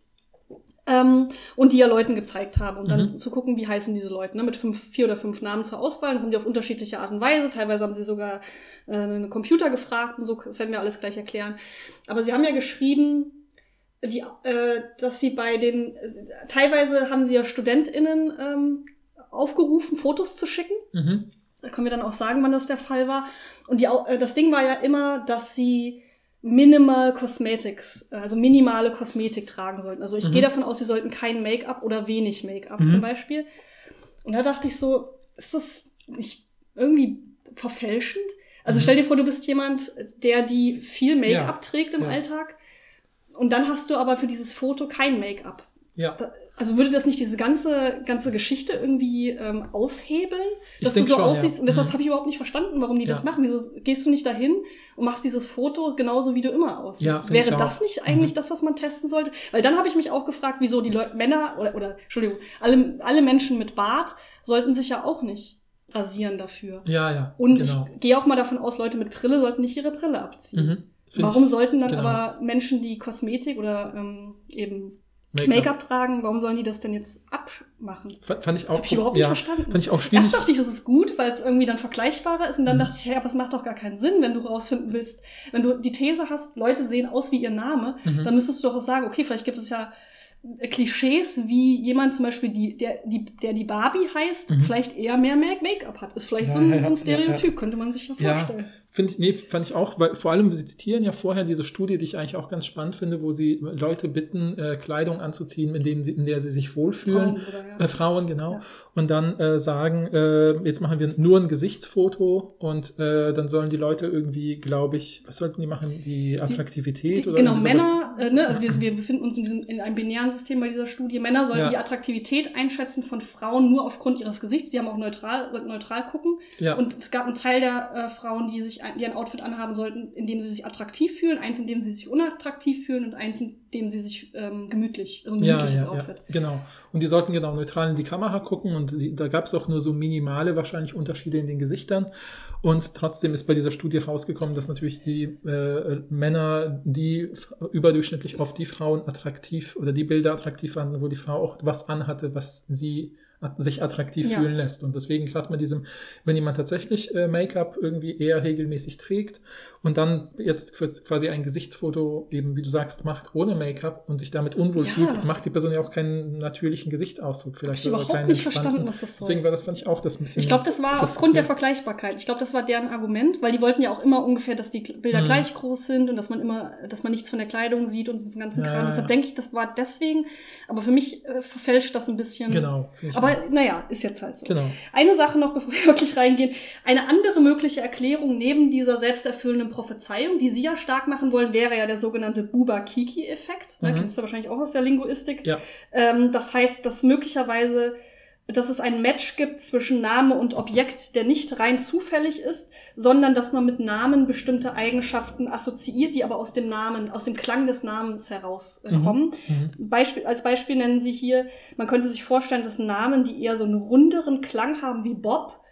Ähm, und die ja Leuten gezeigt haben, um dann Mhm. zu gucken, wie heißen diese Leute, ne? Mit fünf, vier oder fünf Namen zur Auswahl. Das haben die auf unterschiedliche Art und Weise. Teilweise haben sie sogar äh, einen Computer gefragt und so, das werden wir alles gleich erklären. Aber sie haben ja geschrieben, die, äh, dass sie bei den, äh, teilweise haben sie ja StudentInnen ähm, aufgerufen, Fotos zu schicken. Mhm. Da können wir dann auch sagen, wann das der Fall war. Und die, Au- äh, das Ding war ja immer, dass sie Minimal Cosmetics, also minimale Kosmetik tragen sollten. Also ich Mhm. gehe davon aus, sie sollten kein Make-up oder wenig Make-up Mhm. zum Beispiel. Und da dachte ich so, ist das nicht irgendwie verfälschend? Also Mhm. stell dir vor, du bist jemand, der die viel Make-up Ja. trägt im Ja. Alltag und dann hast du aber für dieses Foto kein Make-up. Ja. Also würde das nicht diese ganze, ganze Geschichte irgendwie ähm, aushebeln, Ich dass du denk so schon, aussiehst? ja. Und deshalb Mhm. habe ich überhaupt nicht verstanden, warum die das Ja. machen. Wieso gehst du nicht dahin und machst dieses Foto genauso, wie du immer aussiehst? Ja, find Wäre ich das auch. nicht eigentlich Mhm. das, was man testen sollte? Weil dann habe ich mich auch gefragt, wieso die Leute, Männer oder, oder Entschuldigung, alle, alle Menschen mit Bart sollten sich ja auch nicht rasieren dafür. Ja, ja. Und genau. ich gehe auch mal davon aus, Leute mit Brille sollten nicht ihre Brille abziehen. Mhm. Find Warum ich- sollten dann genau. aber Menschen, die Kosmetik oder ähm, eben Make-up. Make-up tragen, warum sollen die das denn jetzt abmachen? Fand, fand ich auch Hab ich überhaupt nicht ja, verstanden. Fand ich auch schwierig. Erst dachte ich, es ist gut, weil es irgendwie dann vergleichbarer ist. Und dann Mhm. dachte ich, hey, aber es macht doch gar keinen Sinn, wenn du rausfinden willst. Wenn du die These hast, Leute sehen aus wie ihr Name, Mhm. dann müsstest du doch auch sagen, okay, vielleicht gibt es ja Klischees, wie jemand zum Beispiel, die, der, die, der die Barbie heißt, Mhm. vielleicht eher mehr Make-up hat. Ist vielleicht Ja, so, ein, ja, so ein ja, Stereotyp, ja. könnte man sich ja Ja, vorstellen. finde ich, nee, fand ich auch, weil vor allem, sie zitieren ja vorher diese Studie, die ich eigentlich auch ganz spannend finde, wo sie Leute bitten, äh, Kleidung anzuziehen, in, denen sie, in der sie sich wohlfühlen. Frauen, oder, ja. Äh, Frauen, genau. Ja. Und dann äh, sagen, äh, jetzt machen wir nur ein Gesichtsfoto und äh, dann sollen die Leute irgendwie, glaube ich, was sollten die machen? Die Attraktivität Die, oder genau, irgendwie sowas? Männer, äh, ne, also wir, wir befinden uns in, diesem, in einem binären System bei dieser Studie. Männer sollten Ja. die Attraktivität einschätzen von Frauen nur aufgrund ihres Gesichts. Die haben auch neutral, sollten neutral gucken. Ja. Und es gab einen Teil der äh, Frauen, die sich ein, die ein Outfit anhaben sollten, in dem sie sich attraktiv fühlen, eins, in dem sie sich unattraktiv fühlen und eins, in dem sie sich ähm, gemütlich, also ein Ja, gemütliches ja, ja, Outfit. genau. Und die sollten genau neutral in die Kamera gucken und die, da gab es auch nur so minimale wahrscheinlich Unterschiede in den Gesichtern. Und trotzdem ist bei dieser Studie rausgekommen, dass natürlich die äh, Männer, die f- überdurchschnittlich oft die Frauen attraktiv oder die Bilder attraktiv fanden, wo die Frau auch was anhatte, was sie at- sich attraktiv Ja. fühlen lässt. Und deswegen gerade mit diesem, wenn jemand tatsächlich äh, Make-up irgendwie eher regelmäßig trägt und dann jetzt quasi ein Gesichtsfoto eben, wie du sagst, macht ohne Make-up und sich damit unwohl Ja. fühlt, macht die Person ja auch keinen natürlichen Gesichtsausdruck vielleicht. Hab ich oder überhaupt keinen nicht entspannten. verstanden, was das soll. Deswegen war das, fand ich auch das ein bisschen. Ich glaube, das war das- aufgrund der Vergleichbarkeit. Ich glaube, das war deren Argument, weil die wollten ja auch immer ungefähr, dass die Bilder Mhm. gleich groß sind und dass man immer, dass man nichts von der Kleidung sieht und diesen ganzen Ja, Kram. ja, Deshalb ja. denke ich, das war deswegen. Aber für mich äh, verfälscht das ein bisschen. Genau. finde ich Aber auch. naja, ist jetzt halt so. Genau. Eine Sache noch, bevor wir wirklich reingehen. Eine andere mögliche Erklärung neben dieser selbsterfüllenden Prophezeiung, die Sie ja stark machen wollen, wäre ja der sogenannte Bouba-Kiki-Effekt. Ne, Mhm. kennst du wahrscheinlich auch aus der Linguistik. Ja. Ähm, das heißt, dass möglicherweise, dass es ein Match gibt zwischen Name und Objekt, der nicht rein zufällig ist, sondern dass man mit Namen bestimmte Eigenschaften assoziiert, die aber aus dem Namen, aus dem Klang des Namens herauskommen. Äh, Mhm. Beispiel, als Beispiel nennen sie hier, man könnte sich vorstellen, dass Namen, die eher so einen runderen Klang haben wie Bob,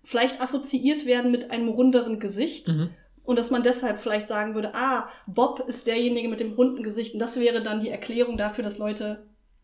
vielleicht assoziiert werden mit einem runderen Gesicht. Mhm. Und dass man deshalb vielleicht sagen würde, ah, Bob ist derjenige mit dem runden Gesicht. Und das wäre dann die Erklärung dafür, dass Leute,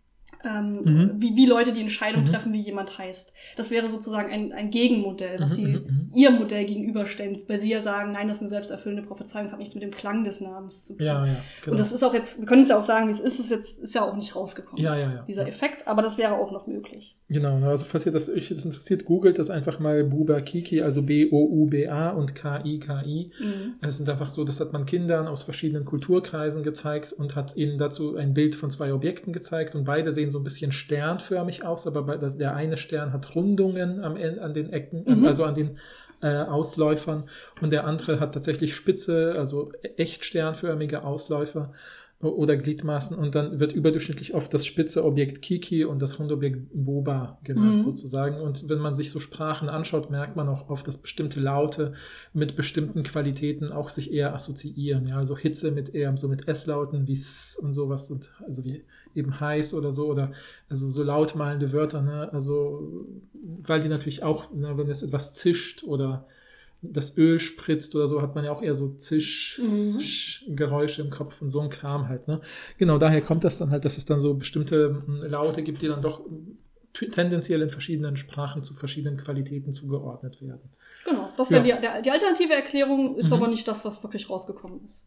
ähm, Mhm. wie, wie Leute die Entscheidung Mhm. treffen, wie jemand heißt. Das wäre sozusagen ein, ein Gegenmodell, was Mhm, sie mhm, ihrem Modell gegenüberstellen. Weil sie ja sagen, nein, das ist eine selbsterfüllende Prophezeiung, das hat nichts mit dem Klang des Namens zu tun. Ja, ja, genau. Und das ist auch jetzt, wir können es ja auch sagen, wie es ist, es jetzt, ist ja auch nicht rausgekommen. Ja, ja, ja. Dieser Ja. Effekt, aber das wäre auch noch möglich. Genau, also falls ihr das, euch das interessiert, googelt das einfach mal Buba Kiki, also B O U B A und K I K I. Mhm. Es sind einfach so, das hat man Kindern aus verschiedenen Kulturkreisen gezeigt und hat ihnen dazu ein Bild von zwei Objekten gezeigt und beide sehen so ein bisschen sternförmig aus, aber bei, das, der eine Stern hat Rundungen am Ende, an den Ecken, Mhm. also an den äh, Ausläufern und der andere hat tatsächlich spitze, also echt sternförmige Ausläufer oder Gliedmaßen und dann wird überdurchschnittlich oft das spitze Objekt Kiki und das Hundobjekt Boba genannt Mhm. sozusagen. Und wenn man sich so Sprachen anschaut, merkt man auch oft, dass bestimmte Laute mit bestimmten Qualitäten auch sich eher assoziieren. Ja, also Hitze mit eher so mit S-Lauten wie S und sowas und also wie eben heiß oder so oder also so lautmalende Wörter, ne? Also weil die natürlich auch, ne, wenn es etwas zischt oder das Öl spritzt oder so, hat man ja auch eher so Zisch-Geräusche im Kopf und so ein Kram halt, ne? Genau, daher kommt das dann halt, dass es dann so bestimmte m, Laute gibt, die dann doch t- tendenziell in verschiedenen Sprachen zu verschiedenen Qualitäten zugeordnet werden. Genau, das wäre Ja. die, der, die alternative Erklärung, ist Mhm. aber nicht das, was wirklich rausgekommen ist.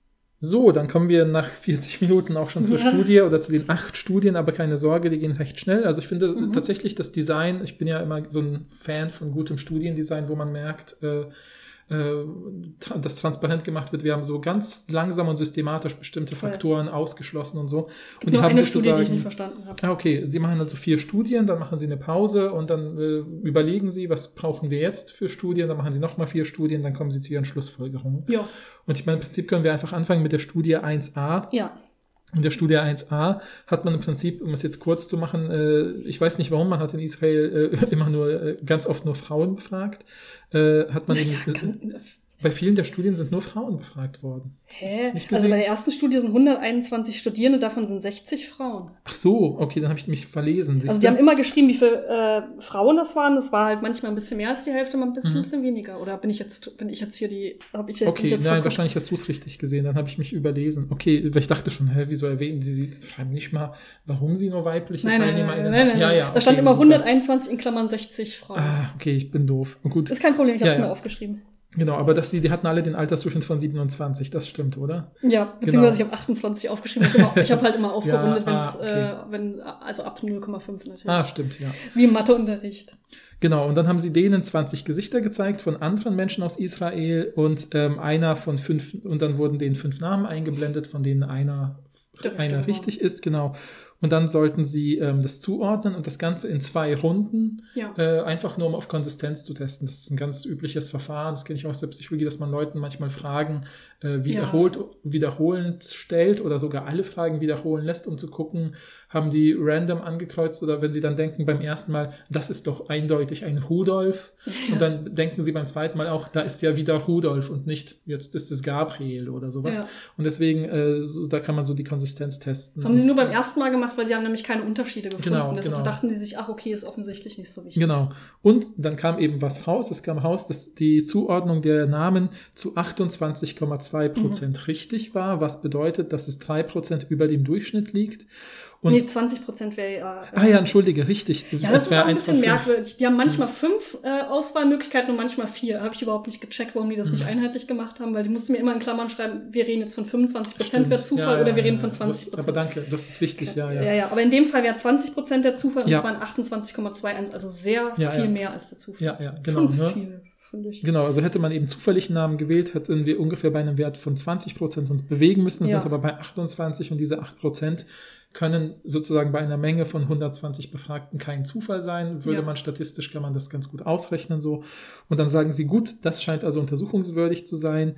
So, dann kommen wir nach vierzig Minuten auch schon zur Ja. Studie oder zu den acht Studien, aber keine Sorge, die gehen recht schnell. Also ich finde Mhm. tatsächlich das Design, ich bin ja immer so ein Fan von gutem Studiendesign, wo man merkt, äh, äh, tra- dass transparent gemacht wird. Wir haben so ganz langsam und systematisch bestimmte Voll. Faktoren ausgeschlossen und so. Es gibt Und die nur haben eine sich Studie, die ich sozusagen- nicht verstanden habe. Ah, okay. Sie machen also vier Studien, dann machen Sie eine Pause und dann äh, überlegen Sie, was brauchen wir jetzt für Studien, dann machen Sie nochmal vier Studien, dann kommen Sie zu Ihren Schlussfolgerungen. Ja, Und ich meine, im Prinzip können wir einfach anfangen mit der Studie eins a. ja. In der Studie eins a hat man im Prinzip, um es jetzt kurz zu machen, äh, ich weiß nicht warum, man hat in Israel äh, immer nur, äh, ganz oft nur Frauen befragt, äh, hat man eben, Ja, kann, bei vielen der Studien sind nur Frauen befragt worden. Hast du hä? das nicht Also gesehen? bei der ersten Studie sind hunderteinundzwanzig Studierende, davon sind sechzig Frauen. Ach so, okay, dann habe ich mich verlesen. Also siehst die du? haben immer geschrieben, wie viele äh, Frauen das waren. Das war halt manchmal ein bisschen mehr als die Hälfte, mal ein bisschen, Mhm. ein bisschen weniger. Oder bin ich jetzt, bin ich jetzt hier die, habe ich jetzt, bin ich Okay, jetzt nein, verguckt? wahrscheinlich hast du es richtig gesehen, dann habe ich mich überlesen. Okay, weil ich dachte schon, hä, wieso erwähnen Sie sie, schreiben nicht mal, warum sie nur weibliche Nein, nein, nein, TeilnehmerInnen nein, nein, haben. nein. Ja, ja, Da stand okay, immer super. hunderteinundzwanzig in Klammern sechzig Frauen. Ah, okay, ich bin doof. Gut. Ist kein Problem, ich habe es Ja, ja. mir aufgeschrieben. Genau, aber dass die, die hatten alle den Altersdurchschnitt von siebenundzwanzig, das stimmt, oder? Ja, beziehungsweise Genau. ich habe achtundzwanzig aufgeschrieben. Ich habe ich hab halt immer aufgerundet, Ja, wenn's, ah, okay. äh, wenn, also ab null Komma fünf natürlich. Ah, stimmt, ja. Wie im Matheunterricht. Genau, und dann haben sie denen zwanzig Gesichter gezeigt von anderen Menschen aus Israel und ähm, einer von fünf, und dann wurden denen fünf Namen eingeblendet, von denen einer, Der richtige einer war. richtig ist, genau. Und dann sollten sie ähm, das zuordnen und das Ganze in zwei Runden, Ja. äh, einfach nur um auf Konsistenz zu testen. Das ist ein ganz übliches Verfahren, das kenne ich auch aus der Psychologie, dass man Leuten manchmal Fragen äh, wiederholt, wiederholend stellt oder sogar alle Fragen wiederholen lässt, um zu gucken, haben die random angekreuzt oder wenn sie dann denken beim ersten Mal, das ist doch eindeutig ein Rudolf und dann denken sie beim zweiten Mal auch, da ist ja wieder Rudolf und nicht, jetzt ist es Gabriel oder sowas. Ja. Und deswegen, äh, so, da kann man so die Konsistenz testen. Haben sie nur beim ersten Mal gemacht, weil sie haben nämlich keine Unterschiede gefunden. Genau, Deshalb genau. dachten sie sich, ach okay, ist offensichtlich nicht so wichtig. Genau. Und dann kam eben was raus. Es kam raus, dass die Zuordnung der Namen zu achtundzwanzig Komma zwei Prozent Mhm. richtig war, was bedeutet, dass es drei Prozent über dem Durchschnitt liegt. Und Nee, zwanzig Prozent wäre ja... ah ja, entschuldige, richtig. Ja, das ist wär auch ein eins von bisschen fünf. merkwürdig. Die haben manchmal fünf äh, Auswahlmöglichkeiten und manchmal vier. Habe ich überhaupt nicht gecheckt, warum die das nicht Mhm. einheitlich gemacht haben, weil die mussten mir immer in Klammern schreiben, wir reden jetzt von fünfundzwanzig Prozent Stimmt. wäre Zufall Ja, ja, oder wir reden ja, von ja. zwanzig Das, Prozent. aber danke, das ist wichtig, ja, ja. Ja, ja, aber in dem Fall wäre zwanzig Prozent der Zufall und Ja. es waren achtundzwanzig Komma zweiundachtzig, also sehr Ja, viel ja. mehr als der Zufall. Ja, ja, genau. Schon Ne? viel, finde ich. Genau, also hätte man eben zufällig einen Namen gewählt, hätten wir ungefähr bei einem Wert von zwanzig Prozent uns bewegen müssen, Ja. sind aber bei achtundzwanzig und diese acht Prozent können sozusagen bei einer Menge von hundertzwanzig Befragten kein Zufall sein. Würde Ja. man statistisch, kann man das ganz gut ausrechnen so. Und dann sagen sie, gut, das scheint also untersuchungswürdig zu sein.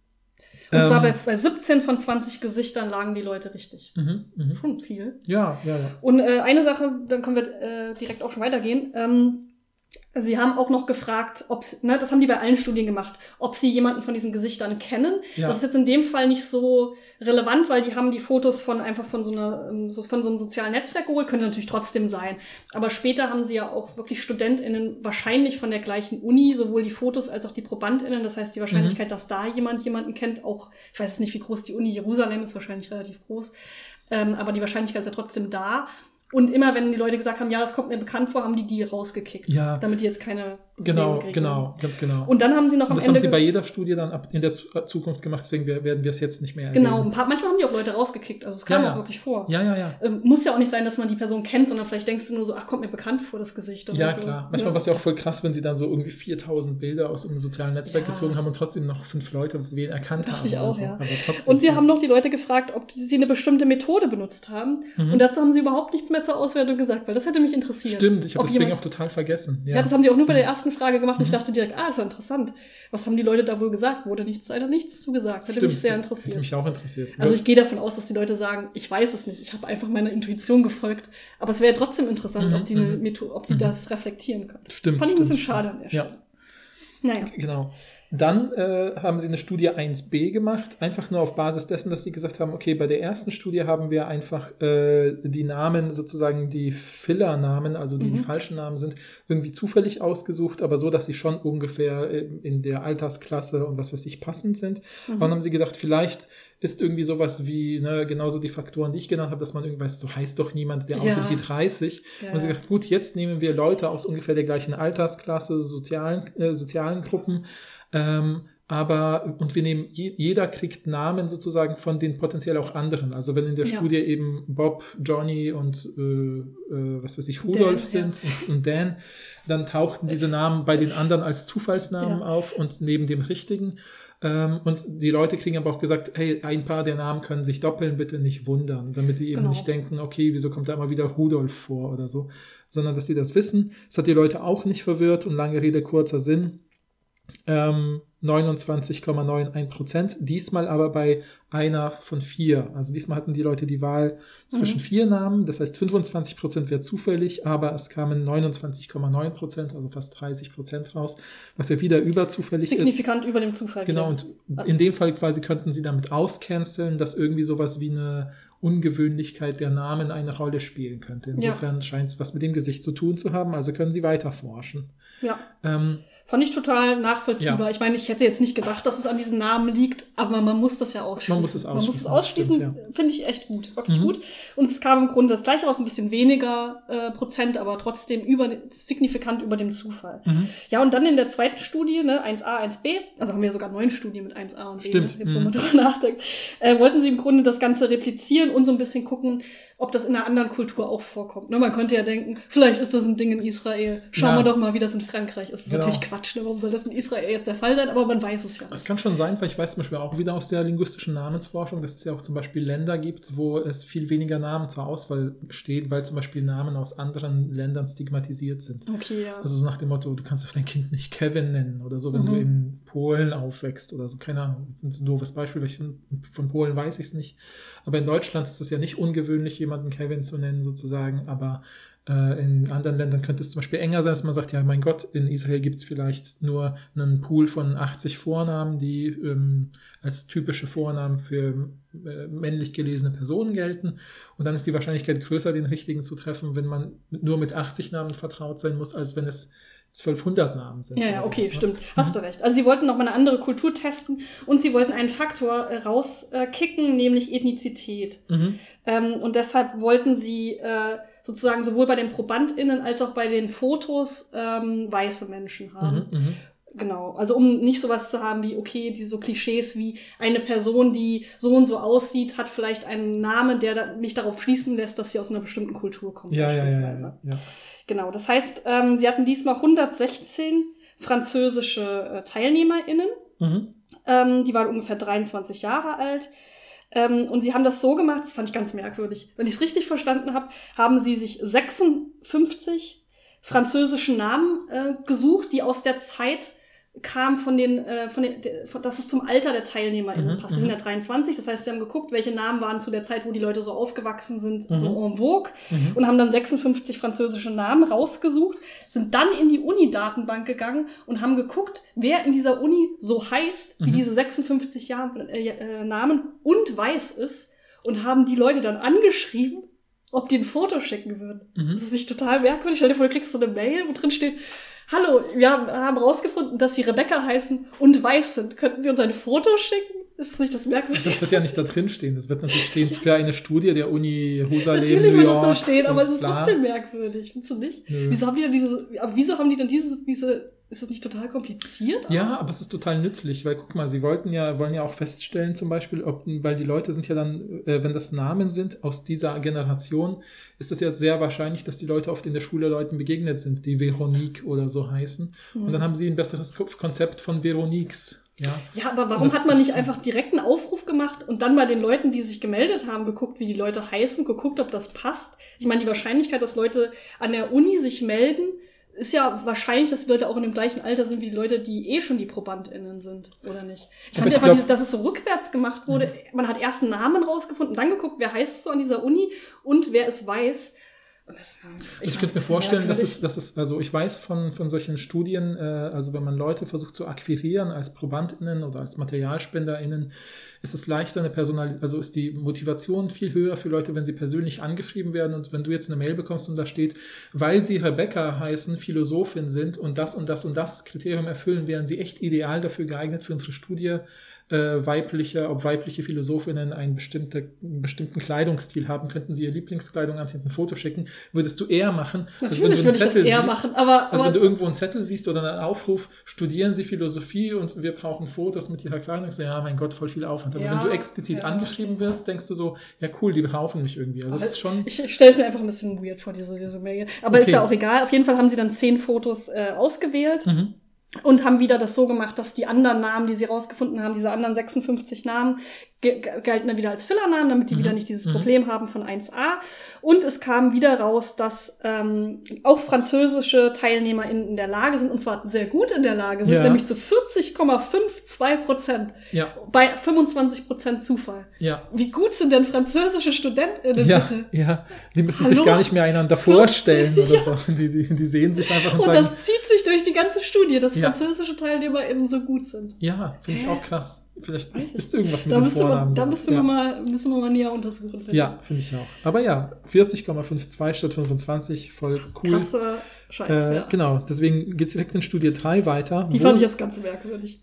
Und zwar Ähm, bei, bei siebzehn von zwanzig Gesichtern lagen die Leute richtig. Mhm, mhm. Schon viel. Ja, ja, ja. Und äh, eine Sache, dann können wir äh, direkt auch schon weitergehen. Ähm, Sie haben auch noch gefragt, ob, ne, das haben die bei allen Studien gemacht, ob sie jemanden von diesen Gesichtern kennen. Ja. Das ist jetzt in dem Fall nicht so relevant, weil die haben die Fotos von einfach von so einer, so, von so einem sozialen Netzwerk geholt, könnte natürlich trotzdem sein. Aber später haben sie ja auch wirklich StudentInnen wahrscheinlich von der gleichen Uni, sowohl die Fotos als auch die ProbandInnen. Das heißt, die Wahrscheinlichkeit, mhm. dass da jemand jemanden kennt, auch, ich weiß jetzt nicht, wie groß die Uni Jerusalem ist, wahrscheinlich relativ groß. Ähm, aber die Wahrscheinlichkeit ist ja trotzdem da. Und immer, wenn die Leute gesagt haben, ja, das kommt mir bekannt vor, haben die die rausgekickt. Ja. Damit die jetzt keine Genau, kriegen. genau, ganz genau. Und dann haben sie noch am das Ende... Das haben sie bei jeder Studie dann ab in der Zukunft gemacht, deswegen werden wir es jetzt nicht mehr erleben. Genau, ein paar, manchmal haben die auch Leute rausgekickt, also es kam ja, ja. auch wirklich vor. Ja, ja, ja. Ähm, muss ja auch nicht sein, dass man die Person kennt, sondern vielleicht denkst du nur so, ach, kommt mir bekannt vor, das Gesicht. Oder ja, so. klar. Manchmal ja. war es ja auch voll krass, wenn sie dann so irgendwie viertausend Bilder aus einem sozialen Netzwerk ja. gezogen haben und trotzdem noch fünf Leute wen erkannt Dachte haben. ich auch, so. ja. Aber trotzdem, und sie ja. haben noch die Leute gefragt, ob sie eine bestimmte Methode benutzt haben. Mhm. Und dazu haben sie überhaupt nichts mehr zur Auswertung gesagt, weil das hätte mich interessiert. Stimmt, ich habe deswegen jemand... auch total vergessen. Ja. ja, das haben die auch nur bei der ersten Frage gemacht und mhm. ich dachte direkt, ah, ist ja interessant. Was haben die Leute da wohl gesagt? Wurde nichts, leider nichts zu gesagt. Hätte Stimmt. mich sehr interessiert. Hätte mich auch interessiert. Also ich gehe davon aus, dass die Leute sagen, ich weiß es nicht, ich habe einfach meiner Intuition gefolgt. Aber es wäre trotzdem interessant, mhm. ob die, eine Methode, ob die mhm. das reflektieren können. Stimmt. Fand ich ein bisschen stimmt. schade an der Stelle. Ja. Naja. Genau. Dann äh, haben sie eine Studie eins b gemacht, einfach nur auf Basis dessen, dass sie gesagt haben, okay, bei der ersten Studie haben wir einfach äh, die Namen, sozusagen die Filler-Namen, also die, mhm. die falschen Namen sind, irgendwie zufällig ausgesucht, aber so, dass sie schon ungefähr in der Altersklasse und was weiß ich passend sind. Mhm. Und dann haben sie gedacht, vielleicht ist irgendwie sowas wie, ne, genauso die Faktoren, die ich genannt habe, dass man irgendwas, so heißt doch niemand, der aussieht ja. wie dreißig. Ja. Und sie gesagt, gut, jetzt nehmen wir Leute aus ungefähr der gleichen Altersklasse, sozialen, äh, sozialen Gruppen, ähm, aber, und wir nehmen, je, jeder kriegt Namen sozusagen von den potenziell auch anderen. Also wenn in der ja. Studie eben Bob, Johnny und äh, äh, was weiß ich, Rudolf Dan, sind ja. und, und Dan, dann tauchten diese Namen bei den anderen als Zufallsnamen ja. auf und neben dem richtigen. Ähm, und die Leute kriegen aber auch gesagt, hey, ein paar der Namen können sich doppeln, bitte nicht wundern, damit die eben genau. nicht denken, okay, wieso kommt da immer wieder Rudolf vor oder so, sondern dass die das wissen. Das hat die Leute auch nicht verwirrt und lange Rede, kurzer Sinn. Ähm, neunundzwanzig Komma einundneunzig Prozent, diesmal aber bei einer von vier. Also diesmal hatten die Leute die Wahl zwischen mhm. vier Namen, das heißt fünfundzwanzig Prozent wäre zufällig, aber es kamen neunundzwanzig Komma neun Prozent, also fast dreißig Prozent raus, was ja wieder überzufällig Signifikant ist. Signifikant über dem Zufall. Genau, wieder. Und in dem Fall quasi könnten sie damit auscanceln, dass irgendwie sowas wie eine Ungewöhnlichkeit der Namen eine Rolle spielen könnte. Insofern ja. scheint es was mit dem Gesicht zu tun zu haben, also können sie weiter forschen. Ja. Ähm, Fand ich total nachvollziehbar. Ja. Ich meine, ich hätte jetzt nicht gedacht, dass es an diesen Namen liegt, aber man muss das ja ausschließen. Man muss es ausschließen. Man muss es ausschließen, ja. Finde ich echt gut, wirklich mhm. gut. Und es kam im Grunde das gleiche raus, ein bisschen weniger äh, Prozent, aber trotzdem über, signifikant über dem Zufall. Mhm. Ja, und dann in der zweiten Studie, ne, eins a, eins b, also haben wir sogar neun Studien mit eins a und B, Stimmt. jetzt wo mhm. man drüber nachdenkt, äh, wollten sie im Grunde das Ganze replizieren und so ein bisschen gucken, ob das in einer anderen Kultur auch vorkommt. Ne, man könnte ja denken, vielleicht ist das ein Ding in Israel. Schauen ja. wir doch mal, wie das in Frankreich ist. Das ist genau. natürlich Quatsch, ne? Warum soll das in Israel jetzt der Fall sein? Aber man weiß es ja. Es kann schon sein, weil ich weiß zum Beispiel auch wieder aus der linguistischen Namensforschung, dass es ja auch zum Beispiel Länder gibt, wo es viel weniger Namen zur Auswahl stehen, weil zum Beispiel Namen aus anderen Ländern stigmatisiert sind. Okay, ja. Also so nach dem Motto, du kannst doch dein Kind nicht Kevin nennen oder so, wenn mhm. du in Polen aufwächst oder so. Keine Ahnung, das ist ein doofes Beispiel, weil ich von Polen weiß ich es nicht. Aber in Deutschland ist es ja nicht ungewöhnlich, jemanden Kevin zu nennen sozusagen, aber äh, in anderen Ländern könnte es zum Beispiel enger sein, dass man sagt, ja mein Gott, in Israel gibt es vielleicht nur einen Pool von achtzig Vornamen, die ähm, als typische Vornamen für äh, männlich gelesene Personen gelten und dann ist die Wahrscheinlichkeit größer, den richtigen zu treffen, wenn man nur mit achtzig Namen vertraut sein muss, als wenn es zwölfhundert Namen sind. Ja, ja, okay, sowas, stimmt. Ne? Hast du recht. Also sie wollten noch mal eine andere Kultur testen und sie wollten einen Faktor äh, rauskicken, nämlich Ethnizität. Mhm. Ähm, und deshalb wollten sie äh, sozusagen sowohl bei den ProbandInnen als auch bei den Fotos ähm, weiße Menschen haben. Mhm, mh. Genau, also um nicht sowas zu haben wie, okay, diese so Klischees wie eine Person, die so und so aussieht, hat vielleicht einen Namen, der da, mich darauf schließen lässt, dass sie aus einer bestimmten Kultur kommt. Ja, ja, ja, ja, ja. Genau, das heißt, ähm, sie hatten diesmal hundertsechzehn französische äh, TeilnehmerInnen. Mhm. Ähm, die waren ungefähr dreiundzwanzig Jahre alt. Ähm, und sie haben das so gemacht, das fand ich ganz merkwürdig. Wenn ich es richtig verstanden habe, haben sie sich sechsundfünfzig französische Namen äh, gesucht, die aus der Zeit kam von den, äh, von den, de, von, dass es zum Alter der TeilnehmerInnen Mhm, passt. Sie sind ja dreiundzwanzig, das heißt, sie haben geguckt, welche Namen waren zu der Zeit, wo die Leute so aufgewachsen sind, Mhm. so en vogue, Mhm. und haben dann sechsundfünfzig französische Namen rausgesucht, sind dann in die Uni-Datenbank gegangen und haben geguckt, wer in dieser Uni so heißt, wie Mhm. diese sechsundfünfzig Jahr, äh, äh, Namen und weiß ist, und haben die Leute dann angeschrieben, ob die ein Foto schicken würden. Mhm. Das ist nicht total merkwürdig. Stell dir vor, du kriegst so eine Mail, wo drin steht: Hallo, wir haben, haben rausgefunden, dass Sie Rebecca heißen und weiß sind. Könnten Sie uns ein Foto schicken? Ist das nicht das merkwürdig? Das wird ja nicht da drin stehen. Das wird natürlich stehen für eine Studie der Uni Jerusalem, Natürlich New wird York. das da stehen, aber es und ist bla. trotzdem merkwürdig. Findest du nicht? Nö. Wieso haben die dann diese, aber wieso haben die dann diese, diese, ist das nicht total kompliziert? Ja, aber es ist total nützlich, weil guck mal, sie wollten ja, wollen ja auch feststellen, zum Beispiel, ob, weil die Leute sind ja dann, äh, wenn das Namen sind aus dieser Generation, ist es ja sehr wahrscheinlich, dass die Leute oft in der Schule Leuten begegnet sind, die Veronique oder so heißen. Mhm. Und dann haben sie ein besseres Ko- Konzept von Veroniques. Ja, Ja, aber Und warum das hat ist man doch nicht so. einfach direkt einen Aufruf gemacht und dann bei den Leuten, die sich gemeldet haben, geguckt, wie die Leute heißen, geguckt, ob das passt? Ich meine, die Wahrscheinlichkeit, dass Leute an der Uni sich melden, ist ja wahrscheinlich, dass die Leute auch in dem gleichen Alter sind wie die Leute, die eh schon die ProbandInnen sind, oder nicht? Ich Aber fand ich einfach, glaub- dieses- dass es so rückwärts gemacht wurde. Man hat erst einen Namen rausgefunden, dann geguckt, wer heißt so an dieser Uni und wer es weiß. Und das, war- Ich, fand's könnte mir ein bisschen vorstellen, dass merkwürdig. es, dass es, also ich weiß von, von solchen Studien, äh, also wenn man Leute versucht zu akquirieren als ProbandInnen oder als MaterialspenderInnen, ist es leichter, eine Personal, also ist die Motivation viel höher für Leute, wenn sie persönlich angeschrieben werden und wenn du jetzt eine Mail bekommst und da steht, weil sie Rebecca heißen, Philosophin sind und das und das und das Kriterium erfüllen, wären sie echt ideal dafür geeignet für unsere Studie, äh, weibliche, ob weibliche Philosophinnen einen, bestimmte, einen bestimmten Kleidungsstil haben, könnten sie ihr Lieblingskleidung anziehen und ein Foto schicken, würdest du eher machen, als wenn du Natürlich einen würde ich das Zettel eher siehst. machen, aber, Also aber wenn du irgendwo einen Zettel siehst oder einen Aufruf, studieren Sie Philosophie und wir brauchen Fotos mit Ihrer Kleidung, so, ja, mein Gott, voll viel Aufwand. Aber Ja, wenn du explizit ja, angeschrieben okay. wirst, denkst du so, ja cool, die brauchen mich irgendwie. Also es ist schon... Ich, ich stelle es mir einfach ein bisschen weird vor, diese, diese Mail. Aber Okay. ist ja auch egal. Auf jeden Fall haben sie dann zehn Fotos äh, ausgewählt Mhm. und haben wieder das so gemacht, dass die anderen Namen, die sie rausgefunden haben, diese anderen sechsundfünfzig Namen, ge galten dann wieder als Fillernamen, damit die Mhm. wieder nicht dieses Mhm. Problem haben von eins a. Und es kam wieder raus, dass ähm, auch französische TeilnehmerInnen in der Lage sind, und zwar sehr gut in der Lage sind, Ja. nämlich zu vierzig Komma zweiundfünfzig Prozent Ja, bei fünfundzwanzig Prozent Zufall. ja. Wie gut sind denn französische StudentInnen, Ja, bitte? ja, die müssen Hallo? sich gar nicht mehr einander vorstellen oder so. Die, die, die sehen sich einfach und, Und sagen, das zieht sich durch die ganze Studie, dass Ja. französische TeilnehmerInnen so gut sind. ja, finde ich Hä? auch krass. Vielleicht Weiß ist, ich. ist irgendwas mit Da dem müsste man, Vornamen. da da. müsste ja. man mal, müssen wir mal näher untersuchen. finde Ja, finde ich auch. Aber ja, vierzig Komma zweiundfünfzig statt fünfundzwanzig, voll ich. cool. Krasser Scheiß, Äh, ja. Genau, deswegen geht es direkt in Studie drei weiter. Die wo- fand ich jetzt ganz merkwürdig.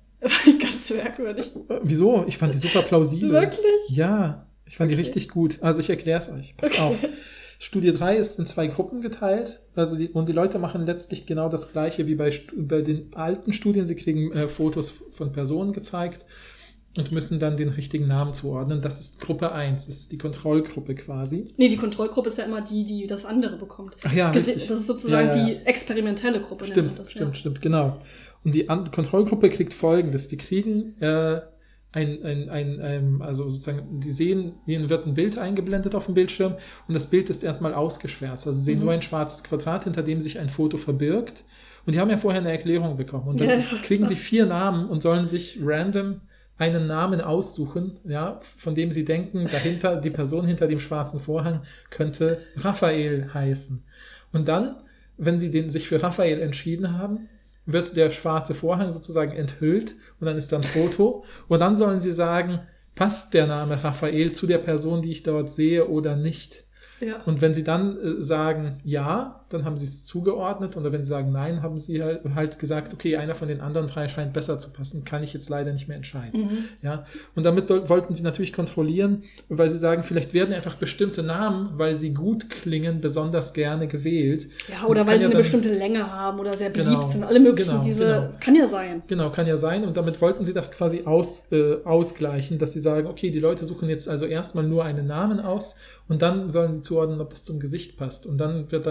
ganz merkwürdig. Äh, Wieso? Ich fand die super plausibel. Wirklich? Ja, ich fand die Okay. richtig gut. Also ich erkläre es euch. Passt auf. Studie drei ist in zwei Gruppen geteilt. Also die, und die Leute machen letztlich genau das Gleiche wie bei, Stu- bei den alten Studien. Sie kriegen äh, Fotos von Personen gezeigt und müssen dann den richtigen Namen zuordnen. Das ist Gruppe eins. Das ist die Kontrollgruppe quasi. Nee, die Kontrollgruppe ist ja immer die, die das andere bekommt. Ach ja, Gese- richtig. Das ist sozusagen Ja, ja, die ja. experimentelle Gruppe. nennt Stimmt, man das, stimmt, ja. stimmt, genau. Und die An Kontrollgruppe kriegt Folgendes. Die kriegen äh, ein, ein, ein, ein, also sozusagen, die sehen, ihnen wird ein Bild eingeblendet auf dem Bildschirm und das Bild ist erstmal ausgeschwärzt. Also sie sehen Mhm. nur ein schwarzes Quadrat, hinter dem sich ein Foto verbirgt. Und die haben ja vorher eine Erklärung bekommen. Und dann Ja, ja, kriegen klar. sie vier Namen und sollen sich random einen Namen aussuchen, ja, von dem sie denken, dahinter, die Person hinter dem schwarzen Vorhang könnte Raphael heißen. Und dann, wenn sie den, sich für Raphael entschieden haben, wird der schwarze Vorhang sozusagen enthüllt und dann ist da ein Foto und dann sollen sie sagen, passt der Name Raphael zu der Person, die ich dort sehe oder nicht? Ja. Und wenn sie dann äh, sagen ja, dann haben sie es zugeordnet oder wenn sie sagen nein, haben sie halt, halt gesagt, okay, einer von den anderen drei scheint besser zu passen, kann ich jetzt leider nicht mehr entscheiden. Mhm. Ja, und damit soll, wollten sie natürlich kontrollieren, weil sie sagen, vielleicht werden einfach bestimmte Namen, weil sie gut klingen, besonders gerne gewählt. Ja, Und oder das weil kann sie ja eine dann- bestimmte Länge haben oder sehr beliebt Genau, sind. Alle möglichen genau, diese, genau. kann ja sein. Genau, kann ja sein. Und damit wollten sie das quasi aus, äh, ausgleichen, dass sie sagen, okay, die Leute suchen jetzt also erstmal nur einen Namen aus und dann sollen sie zuordnen, ob das zum Gesicht passt. Und dann wird dann die Quote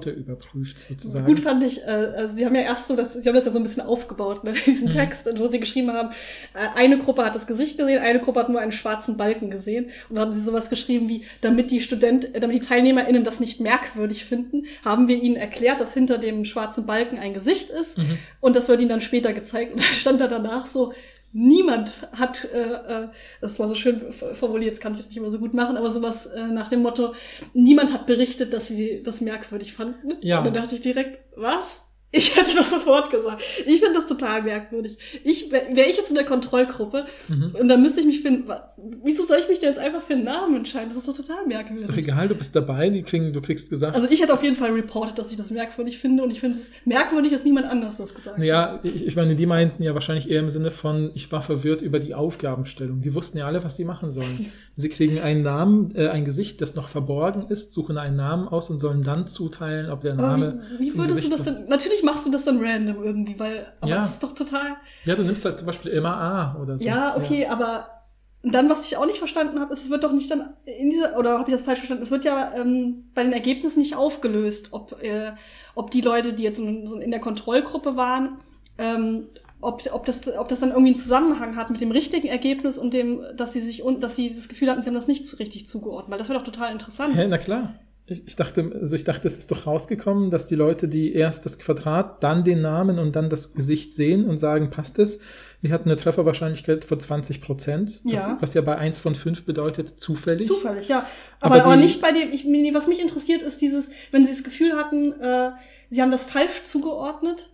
Quote überprüft, sozusagen. Gut fand ich, äh, also sie haben ja erst so, das, sie haben das ja so ein bisschen aufgebaut, ne, diesen mhm. Text, wo sie geschrieben haben, äh, eine Gruppe hat das Gesicht gesehen, eine Gruppe hat nur einen schwarzen Balken gesehen. Und dann haben sie sowas geschrieben wie, damit die Student, damit die TeilnehmerInnen das nicht merkwürdig finden, haben wir ihnen erklärt, dass hinter dem schwarzen Balken ein Gesicht ist. Mhm. Und das wird ihnen dann später gezeigt. Und dann stand da danach so, niemand hat, äh, äh, das war so schön formuliert, jetzt kann ich das nicht immer so gut machen, aber sowas äh, nach dem Motto, niemand hat berichtet, dass sie das merkwürdig fanden. Ja. Und dann dachte ich direkt, was? Ich hätte das sofort gesagt. Ich finde das total merkwürdig. Ich, wäre ich jetzt in der Kontrollgruppe mhm. und dann müsste ich mich finden, wieso soll ich mich denn jetzt einfach für einen Namen entscheiden? Das ist doch total merkwürdig. Ist doch egal, du bist dabei, die kriegen, du kriegst gesagt. Also ich hätte auf jeden Fall reportet, dass ich das merkwürdig finde und ich finde es merkwürdig, dass niemand anders das gesagt ja, hat. Ja, ich, ich meine, die meinten ja wahrscheinlich eher im Sinne von, ich war verwirrt über die Aufgabenstellung. Die wussten ja alle, was sie machen sollen. Sie kriegen einen Namen, äh, ein Gesicht, das noch verborgen ist, suchen einen Namen aus und sollen dann zuteilen, ob der Name Aber wie, wie würdest Gesicht du das denn, natürlich machst du das dann random irgendwie, weil, aber ja. das ist doch total... Ja, du nimmst halt zum Beispiel immer A oder so. Ja, okay, ja. aber dann, was ich auch nicht verstanden habe, ist, es wird doch nicht dann in dieser, oder habe ich das falsch verstanden, es wird ja ähm, bei den Ergebnissen nicht aufgelöst, ob, äh, ob die Leute, die jetzt in, so in der Kontrollgruppe waren, ähm, ob, ob, das, ob das dann irgendwie einen Zusammenhang hat mit dem richtigen Ergebnis und dem, dass sie sich und dass sie das Gefühl hatten, sie haben das nicht so richtig zugeordnet, weil das wäre doch total interessant. Ja, na klar. Ich, ich dachte, also ich dachte, es ist doch rausgekommen, dass die Leute, die erst das Quadrat, dann den Namen und dann das Gesicht sehen und sagen, passt es, die hatten eine Trefferwahrscheinlichkeit von zwanzig Prozent, ja. was, was ja bei eins von fünf bedeutet, zufällig. Zufällig, ja. Aber, aber, aber nicht bei dem, ich, was mich interessiert, ist dieses, wenn sie das Gefühl hatten, äh, sie haben das falsch zugeordnet.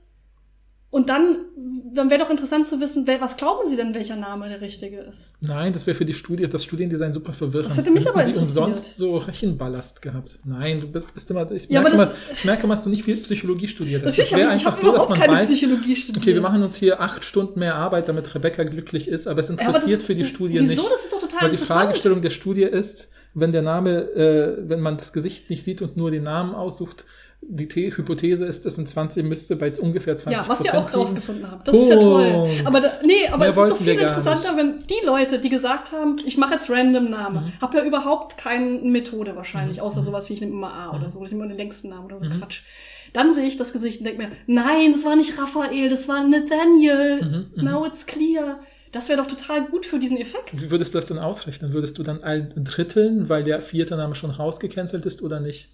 Und dann, dann wäre doch interessant zu wissen, wer, was glauben Sie denn, welcher Name der richtige ist? Nein, das wäre für die Studie, das Studiendesign super verwirrend. Das hätte mich aber Sie interessiert. umsonst so Rechenballast gehabt. Nein, du bist, bist immer, ich ja, merke, das, mal, ich merke mal, dass du nicht viel Psychologie studiert hast. Das wäre einfach so, dass man weiß, okay, wir machen uns hier acht Stunden mehr Arbeit, damit Rebecca glücklich ist, aber es interessiert ja, aber das, für die Studie wieso? nicht. Wieso? Das ist doch total weil interessant. Die Fragestellung der Studie ist, wenn der Name, äh, wenn man das Gesicht nicht sieht und nur den Namen aussucht, die The- Hypothese ist, dass in zwanzig müsste bei ungefähr zwanzig Prozent Ja, was ihr auch rausgefunden habt. Das Punkt. Ist ja toll. Aber, da, nee, aber es ist doch viel interessanter, wenn die Leute, die gesagt haben, ich mache jetzt random Namen, mhm. habe ja überhaupt keine Methode wahrscheinlich, mhm. außer sowas wie ich nehme immer A mhm. oder so, ich nehme immer den längsten Namen oder so mhm. Quatsch. Dann sehe ich das Gesicht und denke mir, nein, das war nicht Raphael, das war Nathaniel. Mhm. Now it's clear. Das wäre doch total gut für diesen Effekt. Wie würdest du das denn ausrechnen? Würdest du dann all dritteln, weil der vierte Name schon rausgecancelt ist oder nicht?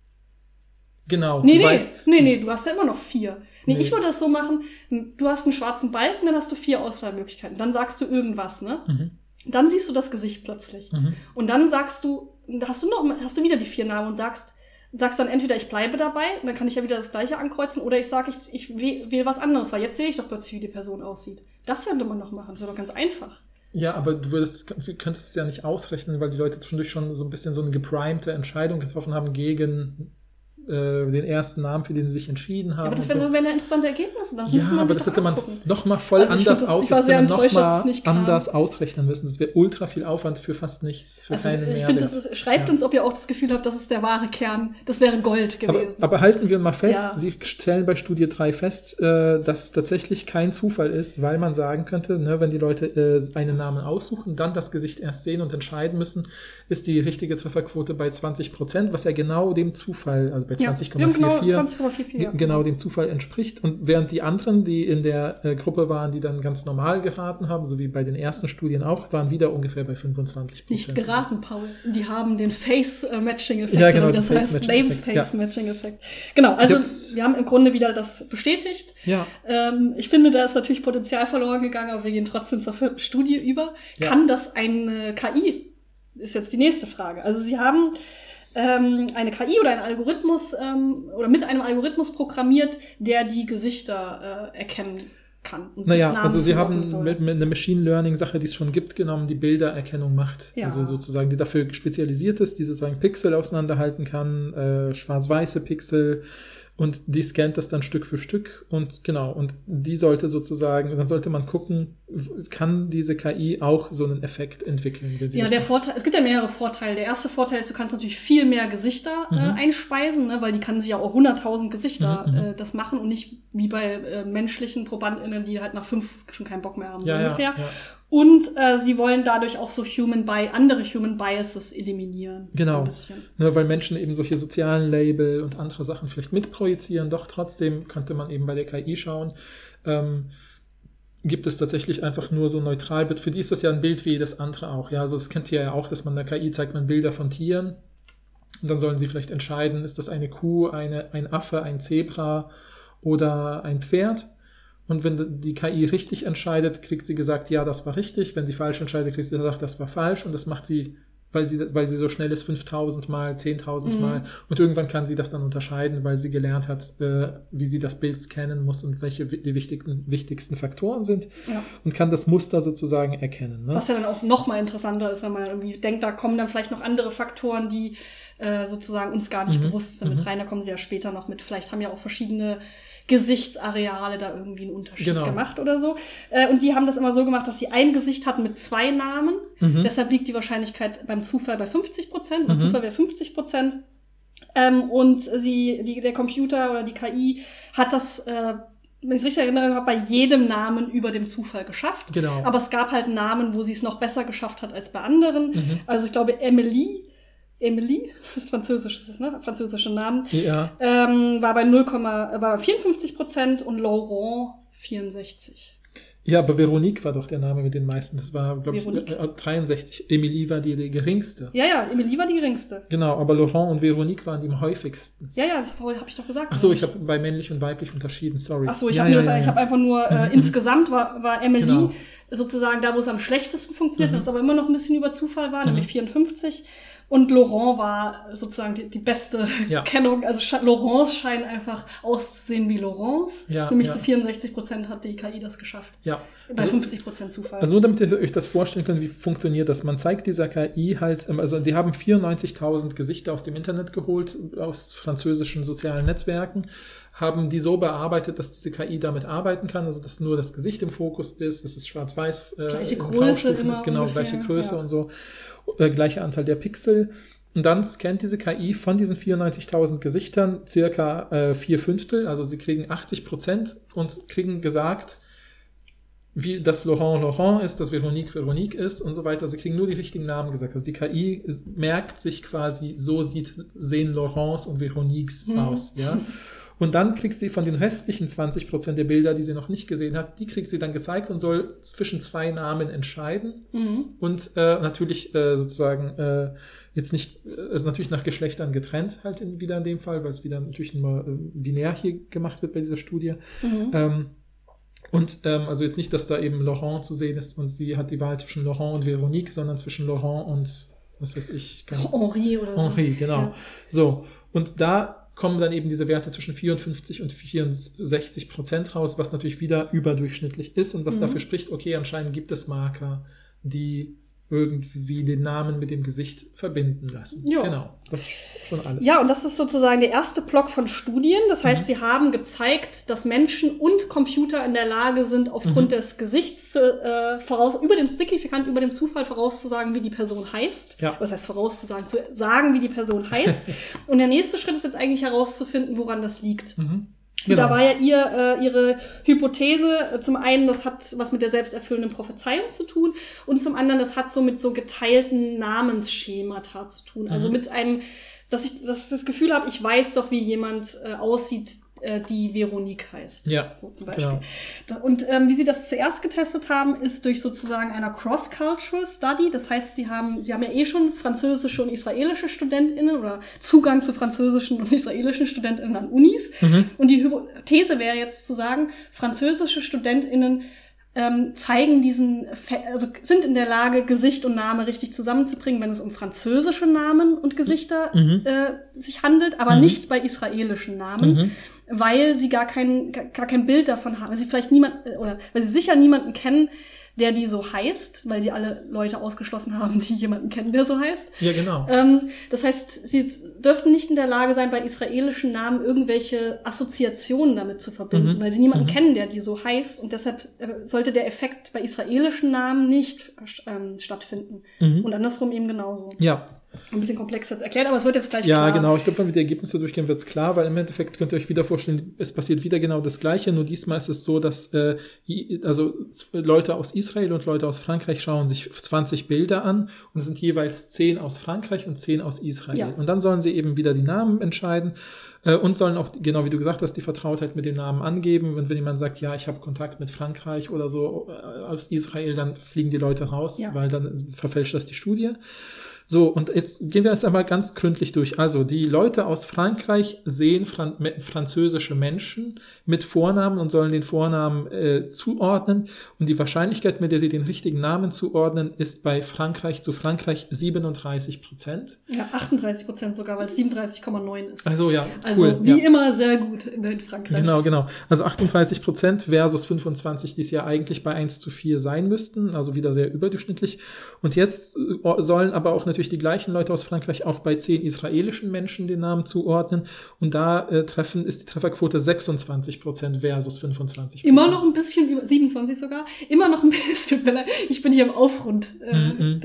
Genau. Nee, du nee, weißt, nee, nee, du hast ja immer noch vier. Nee, Nee. ich würde das so machen, du hast einen schwarzen Balken, dann hast du vier Auswahlmöglichkeiten. Dann sagst du irgendwas, ne? Mhm. Dann siehst du das Gesicht plötzlich. Mhm. Und dann sagst du, hast du noch, hast du wieder die vier Namen und sagst, sagst dann entweder ich bleibe dabei, und dann kann ich ja wieder das Gleiche ankreuzen, oder ich sage, ich, ich wähle was anderes, weil jetzt sehe ich doch plötzlich, wie die Person aussieht. Das könnte man noch machen, das wäre doch ganz einfach. Ja, aber du würdest, du könntest es ja nicht ausrechnen, weil die Leute zwischendurch schon so ein bisschen so eine geprimte Entscheidung getroffen haben gegen äh, den ersten Namen, für den sie sich entschieden haben. Ja, aber das und wären so. wär interessante Ergebnisse. Das Ja, aber das hätte man nochmal voll Also ich anders find das- aus, ich war das sehr hätte man enttäuscht, noch dass mal es nicht kam. anders ausrechnen müssen. Das wäre ultra viel Aufwand für fast nichts, für Also keinen ich Mehrwert. finde, das ist, schreibt Ja. uns, ob ihr auch das Gefühl habt, das ist der wahre Kern. Das wäre Gold Aber, gewesen. aber halten wir mal fest, Ja. Sie stellen bei Studie drei fest, äh, dass es tatsächlich kein Zufall ist, weil man sagen könnte, ne, wenn die Leute äh, einen Namen aussuchen, dann das Gesicht erst sehen und entscheiden müssen, ist die richtige Trefferquote bei zwanzig Prozent, was ja genau dem Zufall, also bei Ja, zwanzig wir haben Komma genau vierundvierzig, zwanzig Komma vierundvierzig, ja. ge- genau dem Zufall entspricht. Und während die anderen, die in der äh, Gruppe waren, die dann ganz normal geraten haben, so wie bei den ersten Studien auch, waren wieder ungefähr bei fünfundzwanzig Prozent. Nicht geraten, Paul. Die haben den Face-Matching-Effekt. Ja, genau, oder den das heißt Face-Matching-Effekt, ja. Name-Face-Matching-Effekt. Genau, also Jetzt- wir haben im Grunde wieder das bestätigt. Ja. Ähm, ich finde, da ist natürlich Potenzial verloren gegangen, aber wir gehen trotzdem zur vierten Studie über. Ja. Kann das eine K I? Ist jetzt die nächste Frage. Also Sie haben ähm, eine K I oder einen Algorithmus ähm, oder mit einem Algorithmus programmiert, der die Gesichter äh, erkennen kann. Und Naja, Namen also sie zuordnen haben soll. mit, mit einer Machine Learning Sache, die es schon gibt, genommen, die Bildererkennung macht. Ja. Also sozusagen, die dafür spezialisiert ist, die sozusagen Pixel auseinanderhalten kann, äh, schwarz-weiße Pixel, und die scannt das dann Stück für Stück, und genau, und die sollte sozusagen, dann sollte man gucken, w- kann diese K I auch so einen Effekt entwickeln, wenn sie Ja, das der macht. Vorteil, es gibt ja mehrere Vorteile. Der erste Vorteil ist, du kannst natürlich viel mehr Gesichter äh, Mhm. einspeisen, ne, weil die kann sich ja auch hunderttausend Gesichter Mhm, mhm. äh, das machen und nicht wie bei äh, menschlichen ProbandInnen, die halt nach fünf schon keinen Bock mehr haben, so Ja, ja, ungefähr. ja. Und äh, sie wollen dadurch auch so Human Bi- andere Human Biases eliminieren. Genau, so ein bisschen. Ne, weil Menschen eben solche sozialen Label und andere Sachen vielleicht mitprojizieren. Doch trotzdem könnte man eben bei der K I schauen, ähm, gibt es tatsächlich einfach nur so ein Neutralbild. Für die ist das ja ein Bild wie jedes andere auch. Ja, also das kennt ihr ja auch, dass man der K I zeigt man Bilder von Tieren und dann sollen sie vielleicht entscheiden, ist das eine Kuh, eine, ein Affe, ein Zebra oder ein Pferd. Und wenn die K I richtig entscheidet, kriegt sie gesagt, ja, das war richtig. Wenn sie falsch entscheidet, kriegt sie gesagt, das war falsch. Und das macht sie, weil sie, weil sie so schnell ist, fünftausend Mal, zehntausend Mhm. Mal. Und irgendwann kann sie das dann unterscheiden, weil sie gelernt hat, äh, wie sie das Bild scannen muss und welche die wichtigsten, wichtigsten Faktoren sind. Ja. Und kann das Muster sozusagen erkennen. Ne? Was ja dann auch noch mal interessanter ist, wenn man irgendwie denkt, da kommen dann vielleicht noch andere Faktoren, die äh, sozusagen uns gar nicht Mhm. bewusst sind, mit Mhm. rein. Da kommen sie ja später noch mit. Vielleicht haben ja auch verschiedene Gesichtsareale da irgendwie einen Unterschied Genau. gemacht oder so. Äh, und die haben das immer so gemacht, dass sie ein Gesicht hatten mit zwei Namen. Mhm. Deshalb liegt die Wahrscheinlichkeit beim Zufall bei fünfzig Prozent. Beim Mhm. Zufall wäre fünfzig Prozent. Ähm, und sie, die, der Computer oder die K I hat das, äh, wenn ich es richtig erinnere, hat bei jedem Namen über dem Zufall geschafft. Genau. Aber es gab halt Namen, wo sie es noch besser geschafft hat als bei anderen. Mhm. Also ich glaube, Emily, Emily, das ist französisch, das ist, ne? Französische Namen, Ja. ähm, war bei null, war vierundfünfzig Prozent und Laurent vierundsechzig. Ja, aber Veronique war doch der Name mit den meisten. Das war, glaube ich, Veronique? äh, dreiundsechzig. Emilie war die, die geringste. Ja, ja, Emily war die geringste. Genau, aber Laurent und Veronique waren die am häufigsten. Ja, ja, das habe ich doch gesagt. Ach so, ich habe bei männlich und weiblich unterschieden, sorry. Ach so, ich ja, habe ja, ja, ja, ich ja. hab einfach nur, äh, Mhm. insgesamt war, war Emily Genau. sozusagen da, wo es am schlechtesten funktioniert, Mhm. was aber immer noch ein bisschen über Zufall war, Mhm. nämlich vierundfünfzig. Und Laurent war sozusagen die, die beste Ja. Kennung. Also Sch- Laurents scheinen einfach auszusehen wie Laurents. Ja, nämlich ja. zu vierundsechzig Prozent hat die K I das geschafft. Ja. Bei Also- fünfzig Prozent Zufall. Also nur damit ihr euch das vorstellen könnt, wie funktioniert das. Man zeigt dieser K I halt, ähm, also die haben vierundneunzigtausend Gesichter aus dem Internet geholt, aus französischen sozialen Netzwerken, haben die so bearbeitet, dass diese K I damit arbeiten kann, also dass nur das Gesicht im Fokus ist, dass es schwarz-weiß äh, Gleiche in Größe Graustufen immer ist, genau, ungefähr, gleiche Größe ja. und so, äh, gleiche Anzahl der Pixel. Und dann scannt diese K I von diesen vierundneunzigtausend Gesichtern circa äh, vier Fünftel, also sie kriegen achtzig Prozent und kriegen gesagt, wie das Laurent Laurent ist, dass Veronique Veronique ist und so weiter. Sie kriegen nur die richtigen Namen gesagt. Also die K I ist, merkt sich quasi, so sieht, sehen Laurents und Veroniques Mhm. aus. Ja? Und dann kriegt sie von den restlichen zwanzig Prozent der Bilder, die sie noch nicht gesehen hat, die kriegt sie dann gezeigt und soll zwischen zwei Namen entscheiden. Mhm. Und äh, natürlich äh, sozusagen äh, jetzt nicht, äh, ist natürlich nach Geschlechtern getrennt halt in, wieder in dem Fall, weil es wieder natürlich nur äh, binär hier gemacht wird bei dieser Studie. Mhm. Ähm, und ähm, also jetzt nicht, dass da eben Laurent zu sehen ist und sie hat die Wahl zwischen Laurent und Veronique, sondern zwischen Laurent und was weiß ich. keine- Henri oder so. Henri, genau. Ja. So, und da kommen dann eben diese Werte zwischen vierundfünfzig und vierundsechzig Prozent raus, was natürlich wieder überdurchschnittlich ist und was Mhm. dafür spricht, okay, anscheinend gibt es Marker, die irgendwie den Namen mit dem Gesicht verbinden lassen. Ja. Genau, das ist schon alles. Ja, und das ist sozusagen der erste Block von Studien. Das heißt, Mhm. sie haben gezeigt, dass Menschen und Computer in der Lage sind, aufgrund Mhm. des Gesichts zu, äh, voraus, über dem signifikant über dem Zufall vorauszusagen, wie die Person heißt. Ja. Was heißt vorauszusagen? Zu sagen, wie die Person heißt. Und der nächste Schritt ist jetzt eigentlich herauszufinden, woran das liegt. Mhm. Und da Genau. war ja ihr, äh, ihre Hypothese, äh, zum einen, das hat was mit der selbsterfüllenden Prophezeiung zu tun und zum anderen, das hat so mit so geteilten Namensschemata zu tun. Also Mhm. mit einem, dass ich, dass ich das Gefühl habe, ich weiß doch, wie jemand äh, aussieht, äh, die Veronique heißt. Ja, So zum Beispiel. genau. Da- Und ähm, wie sie das zuerst getestet haben, ist durch sozusagen einer Cross-Cultural Study. Das heißt, sie haben, sie haben ja eh schon französische und israelische StudentInnen oder Zugang zu französischen und israelischen StudentInnen an Unis. Mhm. Und die Hypothese wäre jetzt zu sagen, französische StudentInnen ähm, zeigen diesen, Fe- also sind in der Lage, Gesicht und Name richtig zusammenzubringen, wenn es um französische Namen und Gesichter Mhm. äh, sich handelt, aber Mhm. nicht bei israelischen Namen, Mhm. weil sie gar kein, gar, gar kein Bild davon haben, weil sie vielleicht niemand, oder weil sie sicher niemanden kennen, der die so heißt, weil sie alle Leute ausgeschlossen haben, die jemanden kennen, der so heißt. Ja, genau. Ähm, das heißt, sie dürften nicht in der Lage sein, bei israelischen Namen irgendwelche Assoziationen damit zu verbinden, Mhm. weil sie niemanden Mhm. kennen, der die so heißt. Und deshalb äh, sollte der Effekt bei israelischen Namen nicht ähm, stattfinden. Mhm. Und andersrum eben genauso. Ja, ein bisschen komplex jetzt erklärt, aber es wird jetzt gleich ja, klar. Ja, genau. Ich glaube, wenn wir die Ergebnisse durchgehen, wird es klar, weil im Endeffekt könnt ihr euch wieder vorstellen, es passiert wieder genau das Gleiche, nur diesmal ist es so, dass äh, also Leute aus Israel und Leute aus Frankreich schauen sich zwanzig Bilder an und es sind jeweils zehn aus Frankreich und zehn aus Israel. Ja. Und dann sollen sie eben wieder die Namen entscheiden äh, und sollen auch, genau wie du gesagt hast, die Vertrautheit mit den Namen angeben. Und wenn jemand sagt, ja, ich habe Kontakt mit Frankreich oder so äh, aus Israel, dann fliegen die Leute raus, ja. weil dann verfälscht das die Studie. So, und jetzt gehen wir das einmal ganz gründlich durch. Also, die Leute aus Frankreich sehen Fran- französische Menschen mit Vornamen und sollen den Vornamen äh, zuordnen. Und die Wahrscheinlichkeit, mit der sie den richtigen Namen zuordnen, ist bei Frankreich zu Frankreich siebenunddreißig Prozent. Ja, achtunddreißig Prozent sogar, weil es siebenunddreißig Komma neun ist. Also, ja, Also, cool, wie ja. immer sehr gut in, in Frankreich. Genau, genau. Also achtunddreißig Prozent versus fünfundzwanzig, die es ja eigentlich bei eins zu vier sein müssten. Also wieder sehr überdurchschnittlich. Und jetzt äh, sollen aber auch natürlich die gleichen Leute aus Frankreich auch bei zehn israelischen Menschen den Namen zuordnen. Und da äh, treffen ist die Trefferquote sechsundzwanzig Prozent versus fünfundzwanzig Prozent. Immer noch ein bisschen über, siebenundzwanzig sogar, immer noch ein bisschen, ich bin hier im Aufrund-Game,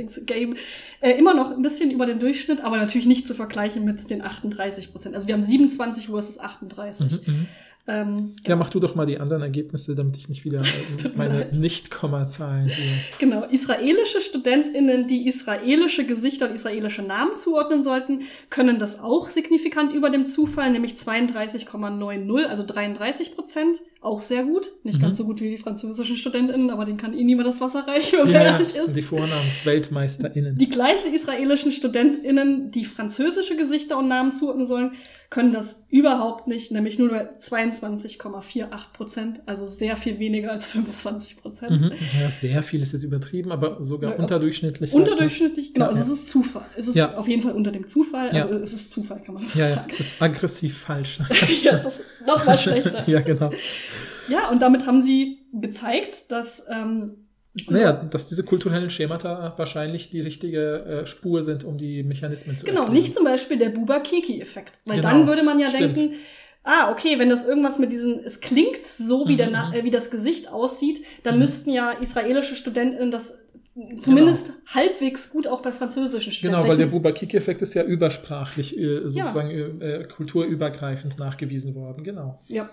äh, äh, immer noch ein bisschen über dem Durchschnitt, aber natürlich nicht zu vergleichen mit den achtunddreißig Prozent. Also wir haben siebenundzwanzig versus achtunddreißig. Mhm, Ähm, ja, ja, mach du doch mal die anderen Ergebnisse, damit ich nicht wieder meine Nicht-Komma-Zahlen hier. Genau, israelische StudentInnen, die israelische Gesichter und israelische Namen zuordnen sollten, können das auch signifikant über dem Zufall, nämlich zweiunddreißig Komma neunzig, also dreiunddreißig Prozent. Auch sehr gut. Nicht mhm. ganz so gut wie die französischen StudentInnen, aber denen kann ihnen niemand das Wasser reichen, wenn ja, man ehrlich das ist. sind die VornamensweltmeisterInnen. Die gleichen israelischen StudentInnen, die französische Gesichter und Namen zuordnen sollen, können das überhaupt nicht, nämlich nur bei zweiundzwanzig Komma achtundvierzig Prozent, also sehr viel weniger als fünfundzwanzig Prozent. Mhm. Ja, sehr viel ist jetzt übertrieben, aber sogar ja, unterdurchschnittlich. Unterdurchschnittlich, genau. Ja, also ja. es ist Zufall. Es ist ja. auf jeden Fall unter dem Zufall. Also ja. es ist Zufall, kann man so ja, sagen. Ja, es ist aggressiv falsch. Ja, es ist noch mal schlechter. Ja, genau. Ja, und damit haben sie gezeigt, dass ähm, Naja, dass diese kulturellen Schemata wahrscheinlich die richtige äh, Spur sind, um die Mechanismen zu Genau, erklären. nicht zum Beispiel der Bubakiki-Effekt. Weil genau. dann würde man ja Stimmt. denken, ah, okay, wenn das irgendwas mit diesen, es klingt so, wie, mhm. der, Na- äh, wie das Gesicht aussieht, dann mhm. müssten ja israelische StudentInnen das zumindest genau. halbwegs gut auch bei französischen Studenten. Genau, weil der Bubakiki-Effekt ist ja übersprachlich, äh, sozusagen ja. äh, kulturübergreifend nachgewiesen worden. Genau. Ja.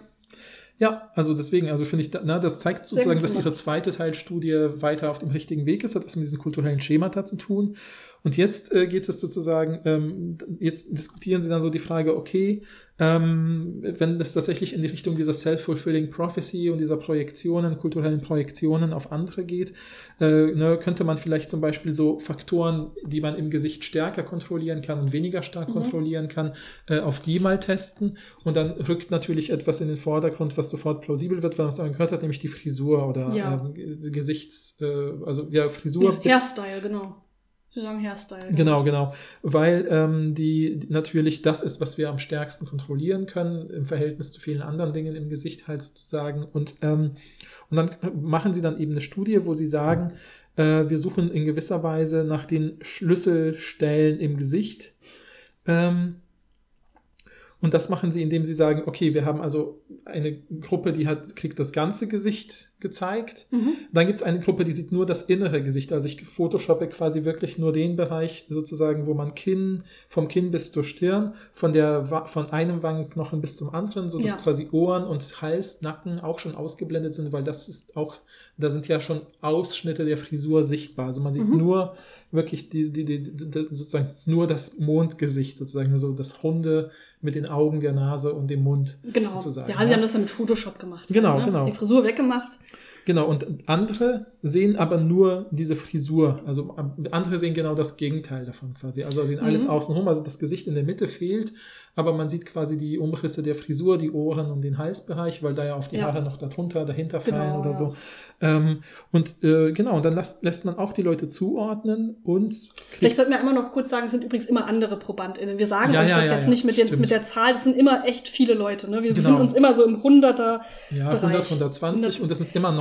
Ja, also deswegen, also finde ich, na, das zeigt sozusagen, dass ihre zweite Teilstudie weiter auf dem richtigen Weg ist, hat was mit diesen kulturellen Schemata zu tun. Und jetzt äh, geht es sozusagen, ähm, jetzt diskutieren sie dann so die Frage, okay, ähm, wenn das tatsächlich in die Richtung dieser Self-Fulfilling Prophecy und dieser Projektionen, kulturellen Projektionen auf andere geht, äh, ne, könnte man vielleicht zum Beispiel so Faktoren, die man im Gesicht stärker kontrollieren kann und weniger stark mhm. kontrollieren kann, äh, auf die mal testen. Und dann rückt natürlich etwas in den Vordergrund, was sofort plausibel wird, weil man es auch gehört hat, nämlich die Frisur oder ja. äh, Gesichts, äh, also ja, Frisur. Ja, Hairstyle, genau. Sie sagen Hairstyle. Genau, genau. Weil ähm, die, die natürlich das ist, was wir am stärksten kontrollieren können, im Verhältnis zu vielen anderen Dingen im Gesicht halt sozusagen. Und, ähm, und dann machen sie dann eben eine Studie, wo sie sagen, äh, wir suchen in gewisser Weise nach den Schlüsselstellen im Gesicht. Ähm, Und das machen sie, indem sie sagen, okay, wir haben also eine Gruppe, die hat, kriegt das ganze Gesicht gezeigt. Mhm. Dann gibt es eine Gruppe, die sieht nur das innere Gesicht. Also ich photoshoppe quasi wirklich nur den Bereich sozusagen, wo man Kinn, vom Kinn bis zur Stirn, von der von einem Wangenknochen bis zum anderen, sodass ja. quasi Ohren und Hals, Nacken auch schon ausgeblendet sind, weil das ist auch, da sind ja schon Ausschnitte der Frisur sichtbar. Also man sieht mhm. nur wirklich die, die, die, die, sozusagen nur das Mondgesicht, sozusagen, so das Runde mit den Augen, der Nase und dem Mund. Genau. Sozusagen. Ja, sie haben das dann mit Photoshop gemacht. Genau, ne? genau. Die Frisur weggemacht. Genau, und andere sehen aber nur diese Frisur. Also andere sehen genau das Gegenteil davon quasi. Also sehen alles mhm. außenrum, also das Gesicht in der Mitte fehlt, aber man sieht quasi die Umrisse der Frisur, die Ohren und den Halsbereich, weil da ja auf die ja. Haare noch darunter, dahinter fallen genau, oder ja. so. Ähm, und äh, genau, und dann lässt, lässt man auch die Leute zuordnen und vielleicht sollten wir immer noch kurz sagen, es sind übrigens immer andere ProbandInnen. Wir sagen ja, euch ja, das ja, jetzt ja, nicht mit, den, mit der Zahl, das sind immer echt viele Leute. Ne? Wir genau. befinden uns immer so im Hunderter Ja, hundert, hundertzwanzig und das sind immer neue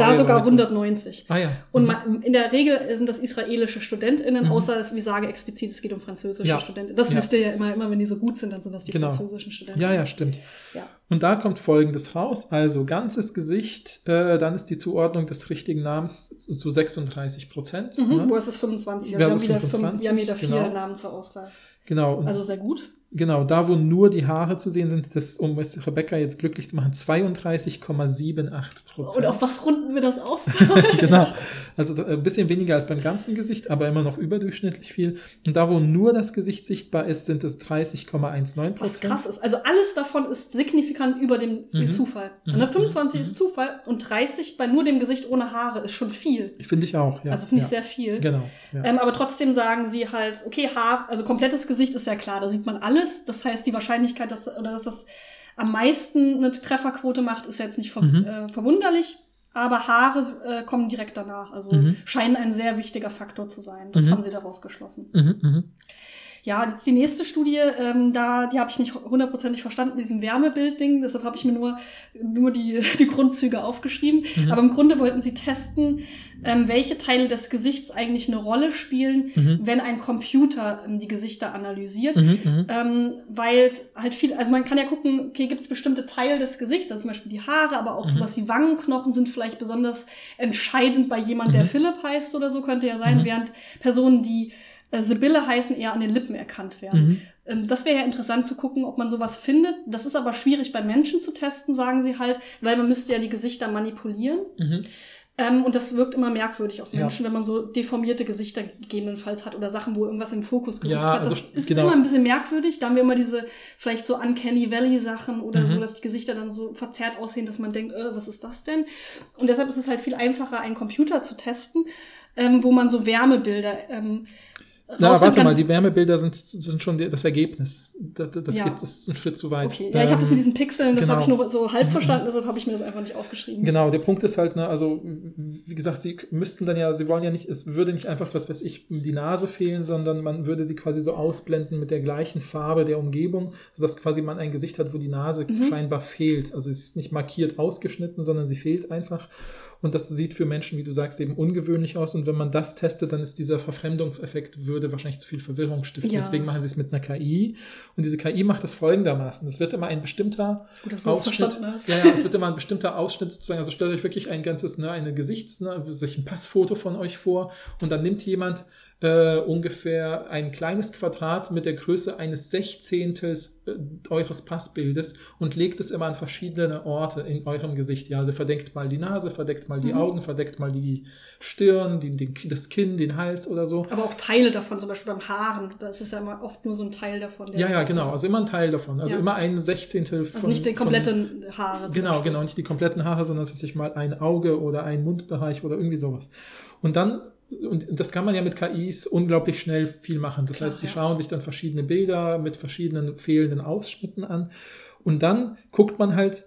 da sogar hundertneunzig. Ah ja. Und Mhm. man, in der Regel sind das israelische StudentInnen, Mhm. außer dass wir sagen explizit, es geht um französische Ja. Studenten. Das Ja. wisst ihr ja immer, immer wenn die so gut sind, dann sind das die Genau. französischen Studenten. Ja, ja, stimmt. Ja. Und da kommt Folgendes raus. Also ganzes Gesicht, äh, dann ist die Zuordnung des richtigen Namens zu sechsunddreißig Prozent. Mhm. Ne? Wo ist es fünfundzwanzig? Also wir haben, Versus wieder fünfundzwanzig, fünf, wir haben wieder vier genau. Namen zur Auswahl. Genau. Und Also sehr gut. genau, da wo nur die Haare zu sehen sind, das, um es Rebecca jetzt glücklich zu machen, zweiunddreißig Komma achtzig Prozent. Und auf was runden wir das auf? Genau, also ein bisschen weniger als beim ganzen Gesicht, aber immer noch überdurchschnittlich viel. Und da, wo nur das Gesicht sichtbar ist, sind es dreißig Komma neunzehn Prozent. Was krass ist. Also alles davon ist signifikant über dem Mhm. Zufall. Mhm. Und fünfundzwanzig Mhm. ist Zufall und dreißig bei nur dem Gesicht ohne Haare ist schon viel. Finde ich auch, ja. Also finde ja. ich sehr viel. Genau. Ja. Ähm, aber trotzdem sagen sie halt, okay, Haar, also komplettes Gesicht ist ja klar, da sieht man alles. Das heißt, die Wahrscheinlichkeit, dass, oder dass das am meisten eine Trefferquote macht, ist ja jetzt nicht ver Mhm. äh, verwunderlich. Aber Haare äh, kommen direkt danach. Also Mhm. scheinen ein sehr wichtiger Faktor zu sein. Das Mhm. haben sie daraus geschlossen. Mhm, mhm. Ja, jetzt die nächste Studie, ähm, da, die habe ich nicht hundertprozentig verstanden mit diesem Wärmebild-Ding. Deshalb habe ich mir nur, nur die, die Grundzüge aufgeschrieben. Mhm. Aber im Grunde wollten sie testen, ähm, welche Teile des Gesichts eigentlich eine Rolle spielen, Mhm. wenn ein Computer ähm, die Gesichter analysiert. Mhm, mhm. Ähm, weil es halt viel, also man kann ja gucken, okay, gibt es bestimmte Teile des Gesichts, also zum Beispiel die Haare, aber auch Mhm. sowas wie Wangenknochen sind vielleicht besonders entscheidend bei jemand, Mhm. der Philipp heißt oder so, könnte ja sein, Mhm. während Personen, die äh, Sibylle heißen, eher an den Lippen erkannt werden. Mhm. Ähm, das wäre ja interessant zu gucken, ob man sowas findet. Das ist aber schwierig bei Menschen zu testen, sagen sie halt, weil man müsste ja die Gesichter manipulieren. Mhm. Ähm, und das wirkt immer merkwürdig auf Ja. Menschen, wenn man so deformierte Gesichter gegebenenfalls hat oder Sachen, wo irgendwas im Fokus gerückt Ja, hat. Das also ist genau. immer ein bisschen merkwürdig. Da haben wir immer diese vielleicht so Uncanny Valley Sachen oder Mhm. so, dass die Gesichter dann so verzerrt aussehen, dass man denkt, äh, was ist das denn? Und deshalb ist es halt viel einfacher, einen Computer zu testen, ähm, wo man so Wärmebilder ähm, Na, rausfinden warte kann. mal, die Wärmebilder sind, sind schon die, das Ergebnis. Das, das, Ja. geht, das ist ein Schritt zu weit. Okay, ja, ich habe das mit diesen Pixeln, das genau. habe ich nur so halb verstanden, deshalb habe ich mir das einfach nicht aufgeschrieben. Genau, der Punkt ist halt, ne, also wie gesagt, sie müssten dann ja, sie wollen ja nicht, es würde nicht einfach, was weiß ich, die Nase fehlen, sondern man würde sie quasi so ausblenden mit der gleichen Farbe der Umgebung, sodass quasi man ein Gesicht hat, wo die Nase Mhm. scheinbar fehlt. Also es ist nicht markiert ausgeschnitten, sondern sie fehlt einfach. Und das sieht für Menschen, wie du sagst, eben ungewöhnlich aus. Und wenn man das testet, dann ist dieser Verfremdungseffekt, würde wahrscheinlich zu viel Verwirrung stiften. Ja. Deswegen machen sie es mit einer K I. Und diese K I macht das folgendermaßen. Es wird immer ein bestimmter Gut, dass du das Ausschnitt. verstanden hast. Ja, ja, es wird immer ein bestimmter Ausschnitt sozusagen. Also stellt euch wirklich ein ganzes, ne, eine Gesichts-, ne, sich ein Passfoto von euch vor. Und dann nimmt jemand äh, ungefähr ein kleines Quadrat mit der Größe eines Sechzehntels äh, eures Passbildes und legt es immer an verschiedene Orte in eurem Gesicht. Ja, also verdeckt mal die Nase, verdeckt mal die Mhm. Augen, verdeckt mal die Stirn, die, den, das Kinn, den Hals oder so. Aber auch Teile davon, zum Beispiel beim Haaren, da ist es ja immer oft nur so ein Teil davon. Der Ja, ja, genau. Also immer ein Teil davon. Also Ja. immer ein Sechzehntel von... Also nicht die von- kompletten Haare. zum Genau, Beispiel. genau, nicht die kompletten Haare, sondern sich mal ein Auge oder ein Mundbereich oder irgendwie sowas. Und dann, und das kann man ja mit K Is unglaublich schnell viel machen. Das Klar, heißt, die ja. schauen sich dann verschiedene Bilder mit verschiedenen fehlenden Ausschnitten an. Und dann guckt man halt,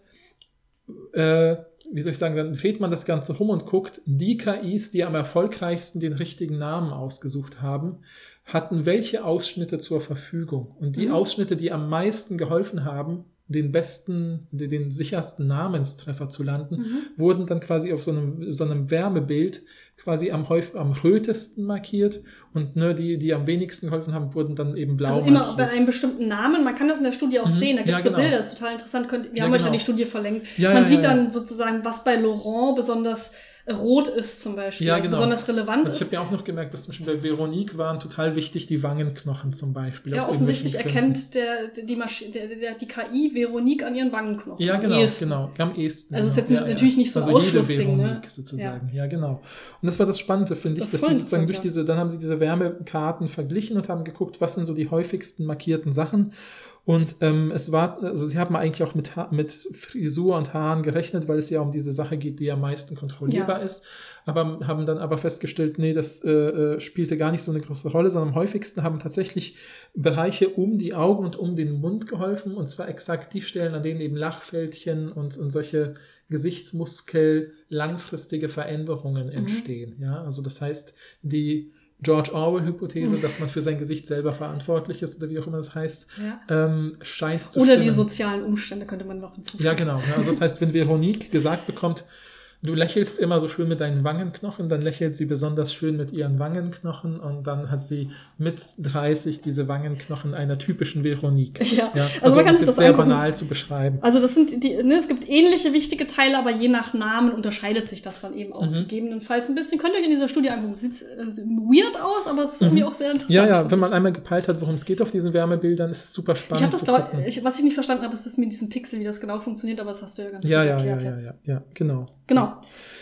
äh, wie soll ich sagen, dann dreht man das Ganze rum und guckt, die K Is, die am erfolgreichsten den richtigen Namen ausgesucht haben, hatten welche Ausschnitte zur Verfügung. Und die Mhm. Ausschnitte, die am meisten geholfen haben, den besten, den, den sichersten Namenstreffer zu landen, Mhm. wurden dann quasi auf so einem, so einem Wärmebild quasi am, häuf, am rötesten markiert und ne, die, die am wenigsten geholfen haben, wurden dann eben blau Also immer bei markiert. einem bestimmten Namen, man kann das in der Studie auch Mhm. sehen, da gibt Ja, es so genau. Bilder, das ist total interessant. Könnt, wir Ja, haben euch ja genau. die Studie verlinkt. Ja, man ja, sieht ja, ja. dann sozusagen, was bei Laurent besonders rot ist zum Beispiel, Ja, also genau. besonders relevant Also ich ist. habe ja auch noch gemerkt, dass zum Beispiel bei Veronique waren total wichtig die Wangenknochen zum Beispiel. Ja, aus offensichtlich irgendwelchen Gründen. erkennt der, die, Masch der, der, die K I Veronique an ihren Wangenknochen. Ja, am genau, ehesten. genau, am ehesten. Also es ist genau. jetzt natürlich nicht so ein also jede Ausschlussding, ne? Veronique sozusagen, ja. genau. Und das war das Spannende, finde ich, Das ist dass voll sie sozusagen durch interessant, diese, dann haben sie diese Wärmekarten verglichen und haben geguckt, was sind so die häufigsten markierten Sachen. Und ähm, es war, also sie haben eigentlich auch mit, ha- mit Frisur und Haaren gerechnet, weil es ja um diese Sache geht, die am meisten kontrollierbar Ja. ist. Aber haben dann aber festgestellt, nee, das äh, äh, spielte gar nicht so eine große Rolle, sondern am häufigsten haben tatsächlich Bereiche um die Augen und um den Mund geholfen. Und zwar exakt die Stellen, an denen eben Lachfältchen und, und solche Gesichtsmuskel langfristige Veränderungen entstehen. Ja, also das heißt, die George Orwell-Hypothese, dass man für sein Gesicht selber verantwortlich ist oder wie auch immer das heißt, Ja. ähm, scheint zu Oder stimmen. die sozialen Umstände könnte man noch hinzufügen. Ja, genau. Ja, also das heißt, wenn Veronique gesagt bekommt, du lächelst immer so schön mit deinen Wangenknochen, dann lächelt sie besonders schön mit ihren Wangenknochen und dann hat sie mit dreißig diese Wangenknochen einer typischen Veronique. Ja, ja also, also man kann um sich es das sehr angucken. banal zu beschreiben. Also das sind die, ne, es gibt ähnliche wichtige Teile, aber je nach Namen unterscheidet sich das dann eben auch Mhm. gegebenenfalls ein bisschen. Könnt ihr euch in dieser Studie angucken. Sieht äh, weird aus, aber es ist irgendwie Mhm. auch sehr interessant. Ja, ja, wenn man einmal gepeilt hat, worum es geht auf diesen Wärmebildern, ist es super spannend Ich habe das, zu glaub, gucken. ich, was ich nicht verstanden habe, ist das mit diesem Pixel, wie das genau funktioniert, aber das hast du ja ganz Ja, gut ja, ja, erklärt ja, jetzt. ja, ja, genau. Genau.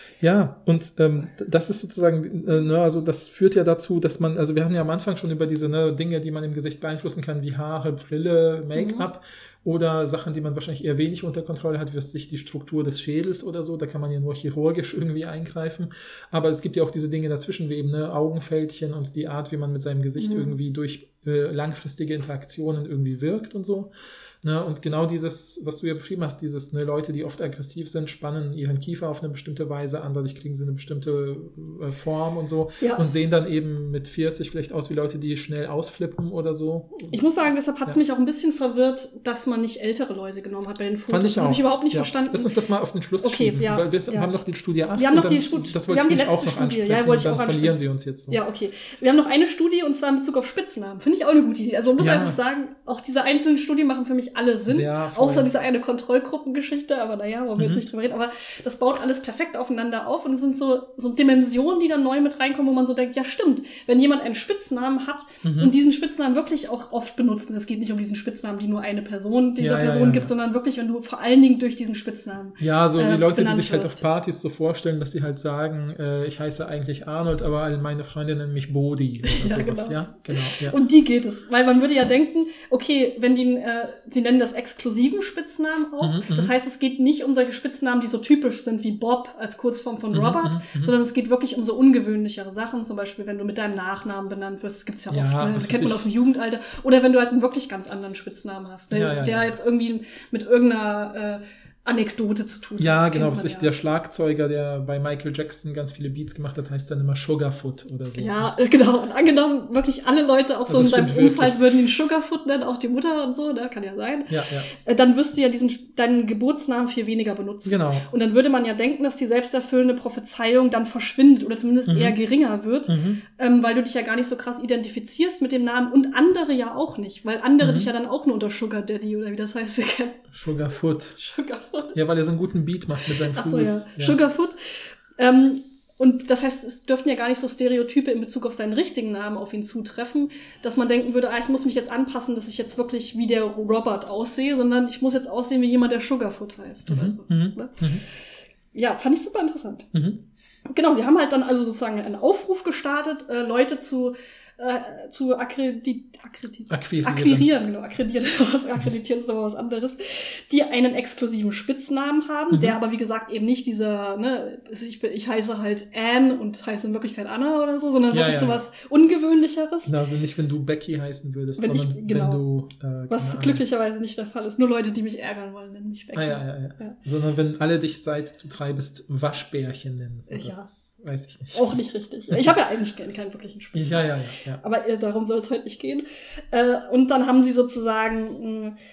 Ja, und ähm, das ist sozusagen, äh, ne, also das führt ja dazu, dass man, also wir haben ja am Anfang schon über diese ne, Dinge, die man im Gesicht beeinflussen kann, wie Haare, Brille, Make-up mhm. oder Sachen, die man wahrscheinlich eher wenig unter Kontrolle hat, wie sich die Struktur des Schädels oder so, da kann man ja nur chirurgisch irgendwie eingreifen, aber es gibt ja auch diese Dinge dazwischen, wie eben ne, Augenfältchen und die Art, wie man mit seinem Gesicht mhm. irgendwie durch äh, langfristige Interaktionen irgendwie wirkt und so. Ne, und genau dieses, was du ja beschrieben hast, dieses, ne, Leute, die oft aggressiv sind, spannen ihren Kiefer auf eine bestimmte Weise an, dadurch kriegen sie eine bestimmte äh, Form und so ja. und sehen dann eben mit vierzig vielleicht aus wie Leute, die schnell ausflippen oder so. Ich muss sagen, deshalb hat es ja. mich auch ein bisschen verwirrt, dass man nicht ältere Leute genommen hat bei den Fotos. Fand ich das habe ich überhaupt nicht ja. verstanden. Lass uns das mal auf den Schluss okay, schieben, ja, weil wir ja. haben noch die Studie acht wir haben noch und dann, die Studie, das wir wollte haben ich die auch letzte noch Studie. ansprechen, Ja, wollte ich dann auch verlieren wir uns jetzt so. Ja, okay. Wir haben noch eine Studie und zwar in Bezug auf Spitznamen. Finde ich auch eine gute Idee. Also man muss ja. einfach sagen, auch diese einzelnen Studien machen für mich alle Sinn. Sehr voll. Außer diese eine Kontrollgruppengeschichte, aber naja, wollen wir Mhm. jetzt nicht drüber reden. Aber das baut alles perfekt aufeinander auf und es sind so, so Dimensionen, die dann neu mit reinkommen, wo man so denkt, ja stimmt, wenn jemand einen Spitznamen hat Mhm. und diesen Spitznamen wirklich auch oft benutzt, und es geht nicht um diesen Spitznamen, die nur eine Person dieser Ja, ja, Person ja, gibt, ja. sondern wirklich, wenn du vor allen Dingen durch diesen Spitznamen Ja, so äh, die Leute, die benannt sich halt wirst. auf Partys so vorstellen, dass sie halt sagen, äh, ich heiße eigentlich Arnold, aber all meine Freunde nennen mich Bodhi oder Ja, sowas. genau. Ja, genau. Ja. Und die geht es. Weil man würde ja denken, okay, wenn die, äh, sie nennen das exklusiven Spitznamen auch. Mhm, das heißt, es geht nicht um solche Spitznamen, die so typisch sind wie Bob als Kurzform von Mhm, Robert, mhm, sondern es geht wirklich um so ungewöhnlichere Sachen. Zum Beispiel, wenn du mit deinem Nachnamen benannt wirst. Das gibt's ja, Ja, oft. Ne? was Das kennt weiß man ich. aus dem Jugendalter. Oder wenn du halt einen wirklich ganz anderen Spitznamen hast, ne? Ja, ja, der ja. jetzt irgendwie mit irgendeiner äh, Anekdote zu tun hat. Ja, Das genau. kennt Was man ich, ja. der Schlagzeuger, der bei Michael Jackson ganz viele Beats gemacht hat, heißt dann immer Sugarfoot oder so. Ja, äh, genau. Und angenommen, wirklich alle Leute, auch so Also in es seinem stimmt Umfeld, wirklich. würden ihn Sugarfoot nennen, auch die Mutter und so, ne? Kann ja sein. Ja, ja. Äh, Dann wirst du ja diesen, deinen Geburtsnamen viel weniger benutzen. Genau. Und dann würde man ja denken, dass die selbsterfüllende Prophezeiung dann verschwindet oder zumindest Mhm. eher geringer wird, Mhm. ähm, weil du dich ja gar nicht so krass identifizierst mit dem Namen und andere ja auch nicht, weil andere Mhm. dich ja dann auch nur unter Sugar Daddy oder wie das heißt, kennen. Sugarfoot. Sugarfoot. Ja, weil er so einen guten Beat macht mit seinem Achso, Fuß. ja. Sugarfoot. Ähm, und das heißt, es dürften ja gar nicht so Stereotype in Bezug auf seinen richtigen Namen auf ihn zutreffen, dass man denken würde, ah, ich muss mich jetzt anpassen, dass ich jetzt wirklich wie der Robert aussehe, sondern ich muss jetzt aussehen wie jemand, der Sugarfoot heißt oder Mhm. so. Mhm. Ne? Mhm. Ja, fand ich super interessant. Mhm. Genau, sie haben halt dann also sozusagen einen Aufruf gestartet, äh, Leute zu äh, zu akkredit akkredit Akquirieren. akquirieren, genau, akkreditieren, akkreditieren ist aber was anderes, die einen exklusiven Spitznamen haben, Mhm. der aber wie gesagt eben nicht dieser, ne, ich, bin- ich heiße halt Anne und heiße in Wirklichkeit Anna oder so, sondern Ja, wirklich ja, so was Ungewöhnlicheres, Na, also nicht, wenn du Becky heißen würdest, Wenn ich- sondern genau. wenn du äh, was keine Ahnung. glücklicherweise nicht der Fall ist. Nur Leute, die mich ärgern wollen, nennen mich Becky. Ah, ja, ja, ja, Ja. Sondern wenn alle dich seit du drei bist Waschbärchen nennen. Äh, Das ja. weiß ich nicht. Auch nicht richtig. Ich habe ja eigentlich keinen, keinen wirklichen Spitznamen. Ja, ja, ja. ja. Aber äh, darum soll es heute nicht gehen. Äh, und dann haben sie sozusagen mh,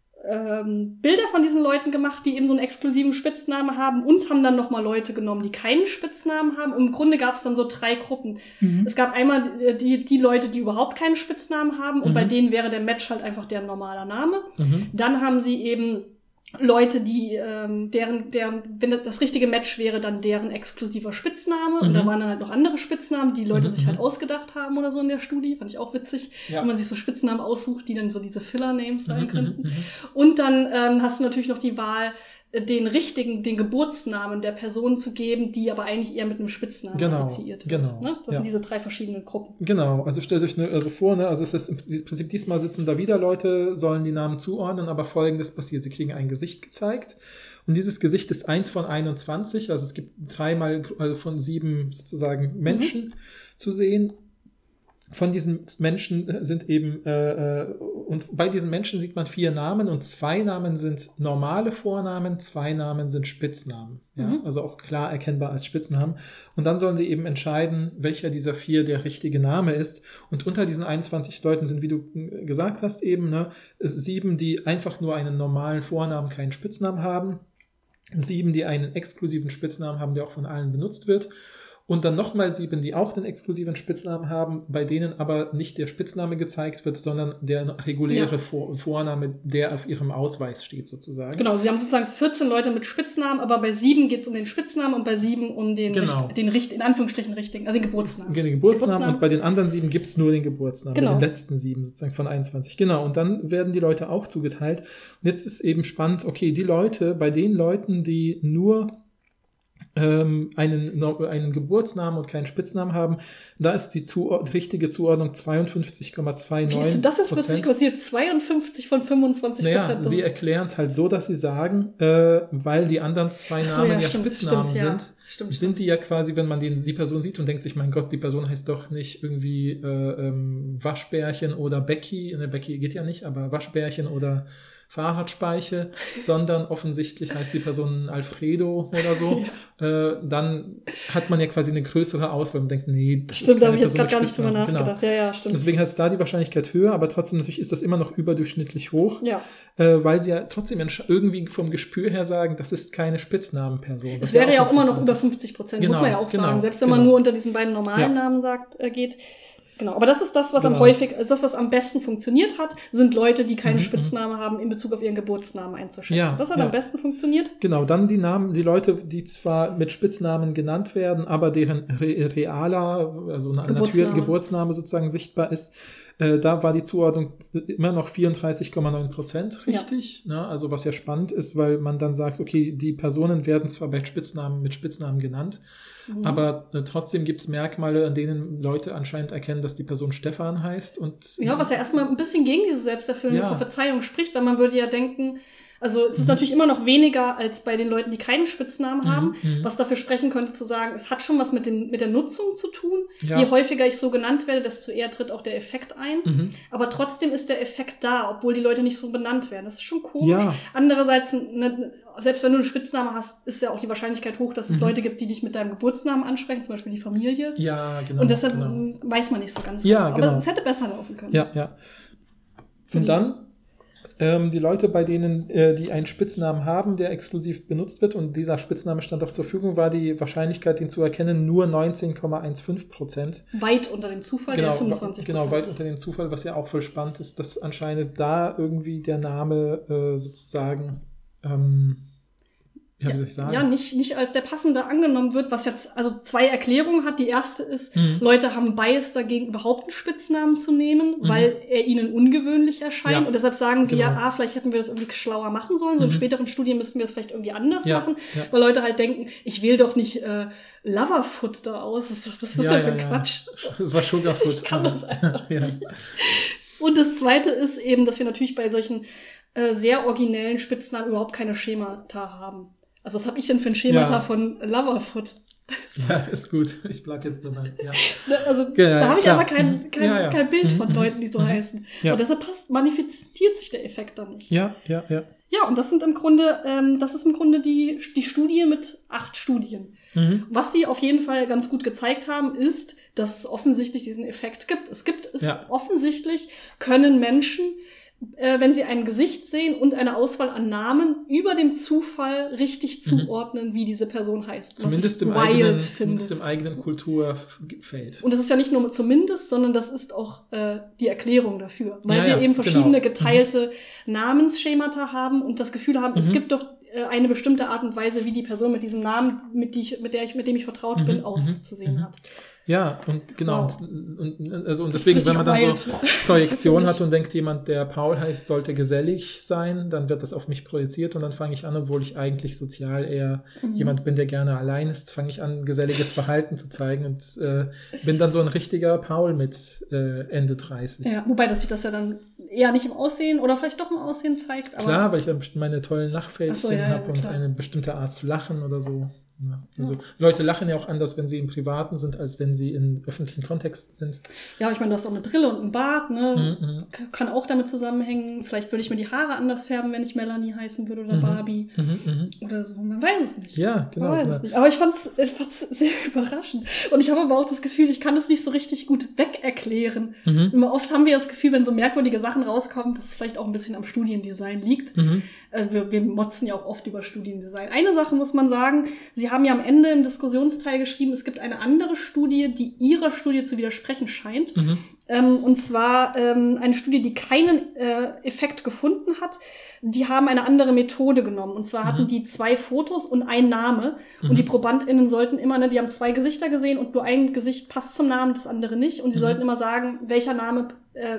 ähm, Bilder von diesen Leuten gemacht, die eben so einen exklusiven Spitznamen haben und haben dann nochmal Leute genommen, die keinen Spitznamen haben. Im Grunde gab es dann so drei Gruppen. Mhm. Es gab einmal äh, die, die Leute, die überhaupt keinen Spitznamen haben und Mhm. bei denen wäre der Match halt einfach deren normaler Name. Mhm. Dann haben sie eben Leute, die, ähm, deren, deren, wenn das, das richtige Match wäre, dann deren exklusiver Spitzname. Und Mhm. da waren dann halt noch andere Spitznamen, die Leute Mhm, sich halt mhm. ausgedacht haben oder so in der Studie. Fand ich auch witzig, Ja. wenn man sich so Spitznamen aussucht, die dann so diese Filler-Names sein Mhm, könnten. mhm, mhm. Und dann ähm, hast du natürlich noch die Wahl, äh, den richtigen, den Geburtsnamen der Person zu geben, die aber eigentlich eher mit einem Spitznamen Genau, assoziiert wird. genau, Ne? Das ja. sind diese drei verschiedenen Gruppen. Genau, also stellt euch ne, also vor, ne, also es ist im Prinzip diesmal sitzen da wieder Leute, sollen die Namen zuordnen, aber Folgendes passiert, sie kriegen ein Gesicht gezeigt und dieses Gesicht ist eins von einundzwanzig, also es gibt dreimal also von sieben sozusagen Menschen zu sehen. Von diesen Menschen sind eben, äh, und bei diesen Menschen sieht man vier Namen und zwei Namen sind normale Vornamen, zwei Namen sind Spitznamen. Ja? Mhm. Also auch klar erkennbar als Spitznamen. Und dann sollen sie eben entscheiden, welcher dieser vier der richtige Name ist. Und unter diesen einundzwanzig Leuten sind, wie du gesagt hast, eben ne, sieben, die einfach nur einen normalen Vornamen, keinen Spitznamen haben. sieben, die einen exklusiven Spitznamen haben, der auch von allen benutzt wird. Und dann nochmal sieben, die auch den exklusiven Spitznamen haben, bei denen aber nicht der Spitzname gezeigt wird, sondern der reguläre ja. Vor- Vorname, der auf ihrem Ausweis steht sozusagen. Genau, sie haben sozusagen vierzehn Leute mit Spitznamen, aber bei sieben geht es um den Spitznamen und bei sieben um den, genau. richt- den richt- in Anführungsstrichen richtigen, also den Geburtsnamen. Den Geburtsnamen, Geburtsnamen. Und bei den anderen sieben gibt es nur den Geburtsnamen, genau. bei den letzten sieben sozusagen von einundzwanzig. Genau, und dann werden die Leute auch zugeteilt. Und jetzt ist eben spannend, okay, die Leute, bei den Leuten, die nur Ähm, einen, einen Geburtsnamen und keinen Spitznamen haben, da ist die Zuord- richtige Zuordnung zweiundfünfzig Komma neunundzwanzig Prozent. Wie ist das jetzt plötzlich passiert? zweiundfünfzig von fünfundzwanzig Prozent? Naja, sie erklären es halt so, dass sie sagen, äh, weil die anderen zwei so, Namen ja, ja stimmt, Spitznamen stimmt, ja. sind, Stimmt, sind die ja quasi, wenn man den, die Person sieht und denkt sich, mein Gott, die Person heißt doch nicht irgendwie äh, ähm, Waschbärchen oder Becky, ne, Becky geht ja nicht, aber Waschbärchen oder Fahrradspeiche, sondern offensichtlich heißt die Person Alfredo oder so, ja. äh, dann hat man ja quasi eine größere Auswahl. Man denkt, nee, das stimmt, ist keine da habe ich jetzt Person gerade gar nicht drüber Spitznamen. nachgedacht. Genau. Ja, ja, stimmt. Deswegen heißt da die Wahrscheinlichkeit höher, aber trotzdem natürlich ist das immer noch überdurchschnittlich hoch, ja. äh, weil sie ja trotzdem irgendwie vom Gespür her sagen, das ist keine Spitznamenperson. Es wäre ja auch immer noch über fünfzig Prozent, genau, muss man ja auch genau, sagen, selbst wenn genau. man nur unter diesen beiden normalen ja. Namen sagt, äh, geht. Genau, aber das ist das, was genau. am häufig, also das, was am besten funktioniert hat, sind Leute, die keinen mhm, Spitznamen haben, in Bezug auf ihren Geburtsnamen einzuschätzen. Ja, das hat ja. am besten funktioniert. Genau, dann die Namen, die Leute, die zwar mit Spitznamen genannt werden, aber deren re- realer, also ein natürlicher Geburtsname sozusagen sichtbar ist, äh, da war die Zuordnung immer noch vierunddreißig Komma neun Prozent richtig. Ja. Ne? Also was ja spannend ist, weil man dann sagt, okay, die Personen werden zwar bei Spitznamen mit Spitznamen genannt, Mhm. aber äh, trotzdem gibt es Merkmale, an denen Leute anscheinend erkennen, dass die Person Stefan heißt. Und, ja, was ja erstmal ein bisschen gegen diese selbsterfüllende ja. Prophezeiung spricht, weil man würde ja denken, also es ist mhm. natürlich immer noch weniger als bei den Leuten, die keinen Spitznamen mhm. haben, mhm. was dafür sprechen könnte zu sagen, es hat schon was mit, dem, mit der Nutzung zu tun. Ja. Je häufiger ich so genannt werde, desto eher tritt auch der Effekt ein. Mhm. Aber trotzdem ist der Effekt da, obwohl die Leute nicht so benannt werden. Das ist schon komisch. Ja. Andererseits, ne, selbst wenn du einen Spitznamen hast, ist ja auch die Wahrscheinlichkeit hoch, dass es mhm. Leute gibt, die dich mit deinem Geburtsnamen ansprechen, zum Beispiel die Familie. Ja, genau. Und deshalb genau. weiß man nicht so ganz ja, genau. genau. Aber es hätte besser laufen können. Ja, ja. Und dann ähm, die Leute, bei denen, äh, die einen Spitznamen haben, der exklusiv benutzt wird, und dieser Spitzname stand auch zur Verfügung, war die Wahrscheinlichkeit, ihn zu erkennen, nur neunzehn Komma fünfzehn Prozent. Weit unter dem Zufall, genau, der fünfundzwanzig Prozent Genau, weit ist. unter dem Zufall, was ja auch voll spannend ist, dass anscheinend da irgendwie der Name äh, sozusagen ähm, ja, wie soll ich sagen? Ja, nicht, nicht als der passende angenommen wird, was jetzt also zwei Erklärungen hat. Die erste ist, mhm. Leute haben Bias dagegen, überhaupt einen Spitznamen zu nehmen, mhm. weil er ihnen ungewöhnlich erscheint. Ja. Und deshalb sagen sie, genau. ja, ah, vielleicht hätten wir das irgendwie schlauer machen sollen. So in mhm. späteren Studien müssten wir es vielleicht irgendwie anders ja. machen. Ja. Weil Leute halt denken, ich wähle doch nicht äh, Loverfoot da aus. Das ist doch, das ist ja, ja für ja, Quatsch. Ja. Das war Sugarfoot. Ich kann das einfach ja. nicht. Und das Zweite ist eben, dass wir natürlich bei solchen äh, sehr originellen Spitznamen überhaupt keine Schemata haben. Also was habe ich denn für ein Schemata ja. von Loverfoot? Ja, ist gut. Ich bleib jetzt dabei. Ja. Also ja, da habe ich klar. aber kein, kein, ja, ja. kein Bild von mhm. Leuten, die so mhm. heißen. Ja. Und deshalb passt, manifestiert sich der Effekt dann nicht. Ja, ja, ja. Ja, und das sind im Grunde, ähm, das ist im Grunde die, die Studie mit acht Studien. Mhm. Was sie auf jeden Fall ganz gut gezeigt haben, ist, dass es offensichtlich diesen Effekt gibt. Es gibt, es Ja. offensichtlich können Menschen, äh, wenn sie ein Gesicht sehen und eine Auswahl an Namen, über dem Zufall richtig zuordnen, mhm. wie diese Person heißt. Zumindest im, eigenen, zumindest im eigenen Kulturfeld. Und das ist ja nicht nur zumindest, sondern das ist auch äh, die Erklärung dafür. Weil ja, wir ja, eben verschiedene genau. geteilte mhm. Namensschemata haben und das Gefühl haben, mhm. es gibt doch äh, eine bestimmte Art und Weise, wie die Person mit diesem Namen, mit, die ich, mit, der ich, mit dem ich vertraut mhm. bin, auszusehen mhm. hat. Ja, und genau. Wow. Und, und, also, und deswegen, wenn man dann wild. so Projektion hat und denkt, jemand, der Paul heißt, sollte gesellig sein, dann wird das auf mich projiziert und dann fange ich an, obwohl ich eigentlich sozial eher mhm. jemand bin, der gerne allein ist, fange ich an, geselliges Verhalten zu zeigen und äh, bin dann so ein richtiger Paul mit äh, Ende dreißig. Ja, wobei, dass sich das ja dann eher nicht im Aussehen oder vielleicht doch im Aussehen zeigt. Aber klar, weil ich ja meine tollen Lachfältchen so, ja, ja, habe und klar. eine bestimmte Art zu lachen oder so. Ja, also ja. Leute lachen ja auch anders, wenn sie im Privaten sind, als wenn sie in öffentlichen Kontexten sind. Ja, ich meine, du hast auch eine Brille und einen Bart, ne? Mhm. Kann auch damit zusammenhängen. Vielleicht würde ich mir die Haare anders färben, wenn ich Melanie heißen würde oder mhm. Barbie. Mhm. Oder so. Man weiß es nicht. Ja, genau. Man weiß genau. es nicht. Aber ich fand es ich fand's sehr überraschend. Und ich habe aber auch das Gefühl, ich kann es nicht so richtig gut wegerklären. Mhm. Immer oft haben wir das Gefühl, wenn so merkwürdige Sachen rauskommen, dass es vielleicht auch ein bisschen am Studiendesign liegt. Mhm. Äh, wir, wir motzen ja auch oft über Studiendesign. Eine Sache muss man sagen, sie haben ja am Ende im Diskussionsteil geschrieben, es gibt eine andere Studie, die ihrer Studie zu widersprechen scheint. Mhm. Ähm, und zwar ähm, eine Studie, die keinen äh, Effekt gefunden hat. Die haben eine andere Methode genommen. Und zwar mhm. hatten die zwei Fotos und ein Name. Mhm. Und die ProbandInnen sollten immer, ne, die haben zwei Gesichter gesehen und nur ein Gesicht passt zum Namen, das andere nicht. Und sie mhm. sollten immer sagen, welcher Name, äh,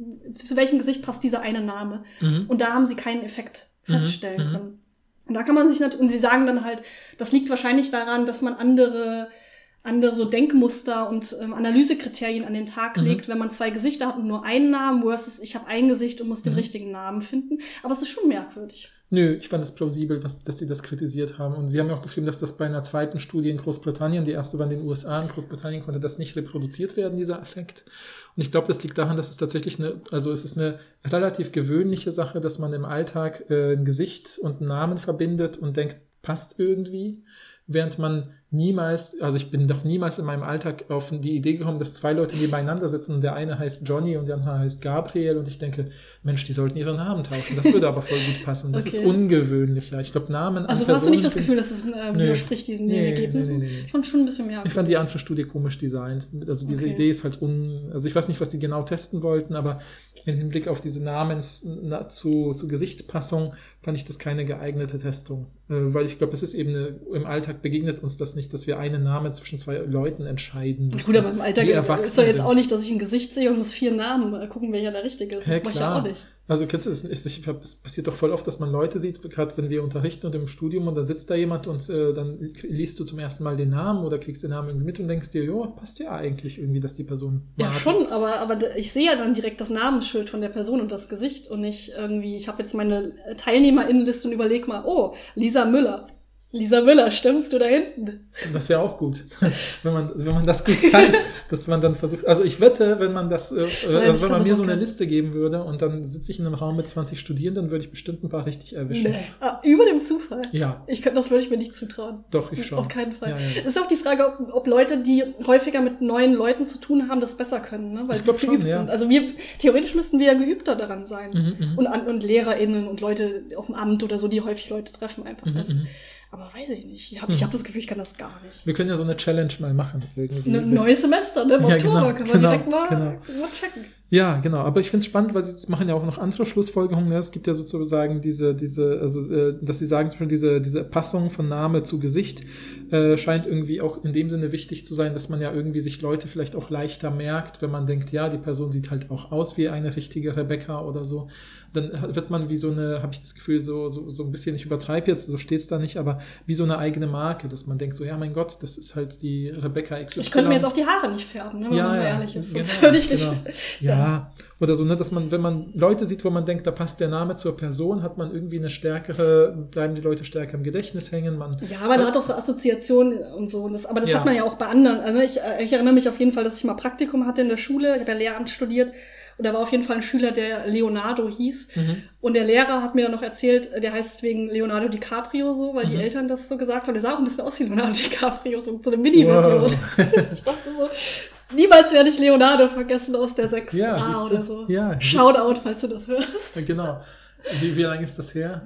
zu welchem Gesicht passt dieser eine Name. Mhm. Und da haben sie keinen Effekt feststellen mhm. können. Und da kann man sich natürlich, und sie sagen dann halt, das liegt wahrscheinlich daran, dass man andere, andere so Denkmuster und ähm, Analysekriterien an den Tag mhm. legt, wenn man zwei Gesichter hat und nur einen Namen, versus ich habe ein Gesicht und muss mhm. den richtigen Namen finden. Aber es ist schon merkwürdig. Nö, ich fand es plausibel, was, dass sie das kritisiert haben. Und sie haben ja auch geschrieben, dass das bei einer zweiten Studie in Großbritannien, die erste war in den U S A, in Großbritannien konnte das nicht reproduziert werden, dieser Effekt. Und ich glaube, das liegt daran, dass es tatsächlich eine, also es ist eine relativ gewöhnliche Sache, dass man im Alltag äh, ein Gesicht und einen Namen verbindet und denkt, passt irgendwie, während man niemals, also ich bin doch niemals in meinem Alltag auf die Idee gekommen, dass zwei Leute nebeneinander sitzen und der eine heißt Johnny und der andere heißt Gabriel und ich denke, Mensch, die sollten ihre Namen tauschen. Das würde aber voll gut passen. Das okay. ist ungewöhnlicher. Ich glaube, Namen Also hast du nicht das Gefühl, dass es äh, widerspricht diesen nee, Ergebnissen? Nee, nee, nee. Ich fand schon ein bisschen mehr. Ich fand die andere Studie komisch designt. Also diese okay. Idee ist halt un... Also ich weiß nicht, was die genau testen wollten, aber im Hinblick auf diese Namens na, zu, zu Gesichtspassung fand ich das keine geeignete Testung. Äh, weil ich glaube, es ist eben eine, im Alltag begegnet uns das nicht, dass wir einen Namen zwischen zwei Leuten entscheiden müssen. Gut, aber im Alltag ist doch jetzt sind. auch nicht, dass ich ein Gesicht sehe und muss vier Namen gucken, welcher der richtige ist. Das ja, mache ich ja auch nicht. Also kennst du es, es passiert doch voll oft, dass man Leute sieht, gerade wenn wir unterrichten und im Studium und dann sitzt da jemand und äh, dann liest du zum ersten Mal den Namen oder kriegst den Namen irgendwie mit und denkst dir, jo, passt ja eigentlich irgendwie, dass die Person Ja, wartet. schon, aber, aber ich sehe ja dann direkt das Namensschild von der Person und das Gesicht und nicht irgendwie, ich habe jetzt meine TeilnehmerInnenliste und überleg mal, oh, Lisa Müller. Lisa Müller, stimmst du da hinten? Das wäre auch gut, wenn man, wenn man das gut kann, dass man dann versucht, also ich wette, wenn man das, äh, Nein, also wenn man mir so eine kann. Liste geben würde und dann sitze ich in einem Raum mit zwanzig Studierenden, dann würde ich bestimmt ein paar richtig erwischen. Nee. Ah, über dem Zufall? Ja. Ich, das würde ich mir nicht zutrauen. Doch, ich schon. Auf keinen Fall. Ja, ja. Es ist auch die Frage, ob, ob Leute, die häufiger mit neuen Leuten zu tun haben, das besser können, ne? Weil sie geübt schon, ja. sind. Also wir, theoretisch müssten wir ja geübter daran sein. Mhm, und, und LehrerInnen und Leute auf dem Amt oder so, die häufig Leute treffen, einfach mhm, das. Aber weiß ich nicht. Ich habe ich hab das Gefühl, ich kann das gar nicht. Wir können ja so eine Challenge mal machen. Irgendwie. Ein neues Semester, ne? Im ja, Oktober genau, können wir genau, direkt mal, genau. mal checken. Ja, genau. Aber ich finde es spannend, weil sie machen ja auch noch andere Schlussfolgerungen. Es gibt ja sozusagen diese, diese, also, äh, dass sie sagen, zum Beispiel diese, diese Passung von Name zu Gesicht äh, scheint irgendwie auch in dem Sinne wichtig zu sein, dass man ja irgendwie sich Leute vielleicht auch leichter merkt, wenn man denkt, ja, die Person sieht halt auch aus wie eine richtige Rebecca oder so. Dann wird man wie so eine, habe ich das Gefühl, so, so, so ein bisschen, ich übertreibe jetzt, so steht es da nicht, aber wie so eine eigene Marke, dass man denkt so, ja, mein Gott, das ist halt die Rebecca X Y. Ich könnte mir jetzt auch die Haare nicht färben, ne, wenn ja, man ja, ehrlich ist. Genau, würde ich genau. nicht. Ja. ja, oder so, ne, dass man, wenn man Leute sieht, wo man denkt, da passt der Name zur Person, hat man irgendwie eine stärkere, bleiben die Leute stärker im Gedächtnis hängen. Man, ja, aber da hat auch so Assoziationen und so. Und das, aber das ja. hat man ja auch bei anderen. Also ich, ich erinnere mich auf jeden Fall, dass ich mal Praktikum hatte in der Schule. Ich habe ja Lehramt studiert. Und da war auf jeden Fall ein Schüler, der Leonardo hieß. Mhm. Und der Lehrer hat mir dann noch erzählt, der heißt wegen Leonardo DiCaprio so, weil mhm. die Eltern das so gesagt haben. Der sah auch ein bisschen aus wie Leonardo DiCaprio, so, so eine Mini-Version. Wow. Ich dachte so, niemals werde ich Leonardo vergessen aus der sechs a ja, oder so. Ja, Shoutout, falls du das hörst. Ja, genau. Wie, wie lange ist das her?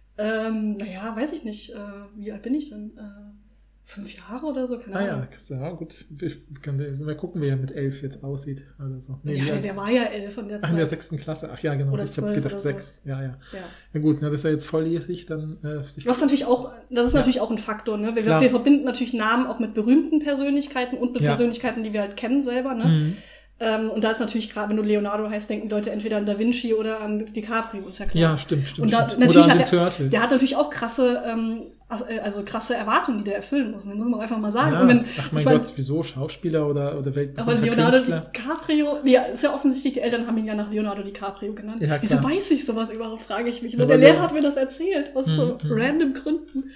Ähm, naja, weiß ich nicht. Äh, wie alt bin ich denn? Äh, Fünf Jahre oder so, keine Ahnung. Ah ja, ja gut. Ich kann mal gucken, wie er mit elf jetzt aussieht. Oder so. Nee, ja, der war ja elf von der Zeit. Ach, in der sechsten Klasse. Ach ja, genau. Oder ich habe gedacht sechs. So. Ja, ja, ja. Ja gut, na, das ist ja jetzt volljährig. Dann, äh, Was natürlich auch, das ist ja. natürlich auch ein Faktor. Ne? Wir, wir verbinden natürlich Namen auch mit berühmten Persönlichkeiten und mit ja. Persönlichkeiten, die wir halt kennen selber. Ne? Mhm. Ähm, und da ist natürlich gerade, wenn du Leonardo heißt, denken die Leute entweder an Da Vinci oder an DiCaprio, ist ja klar. Ja, stimmt, stimmt. Und da, stimmt. Natürlich oder an hat den der, Turtle. der hat natürlich auch krasse, ähm, also krasse Erwartungen, die der erfüllen muss. Das muss man einfach mal sagen. Ja. Und wenn, Ach mein Gott, mein, wieso? Schauspieler oder, oder weltberühmter Aber Leonardo Künstler? DiCaprio, ja, ist ja offensichtlich, die Eltern haben ihn ja nach Leonardo DiCaprio genannt. Ja, wieso weiß ich sowas überhaupt, frage ich mich. Und der Lehrer hat mir das erzählt, aus so hm, random Gründen.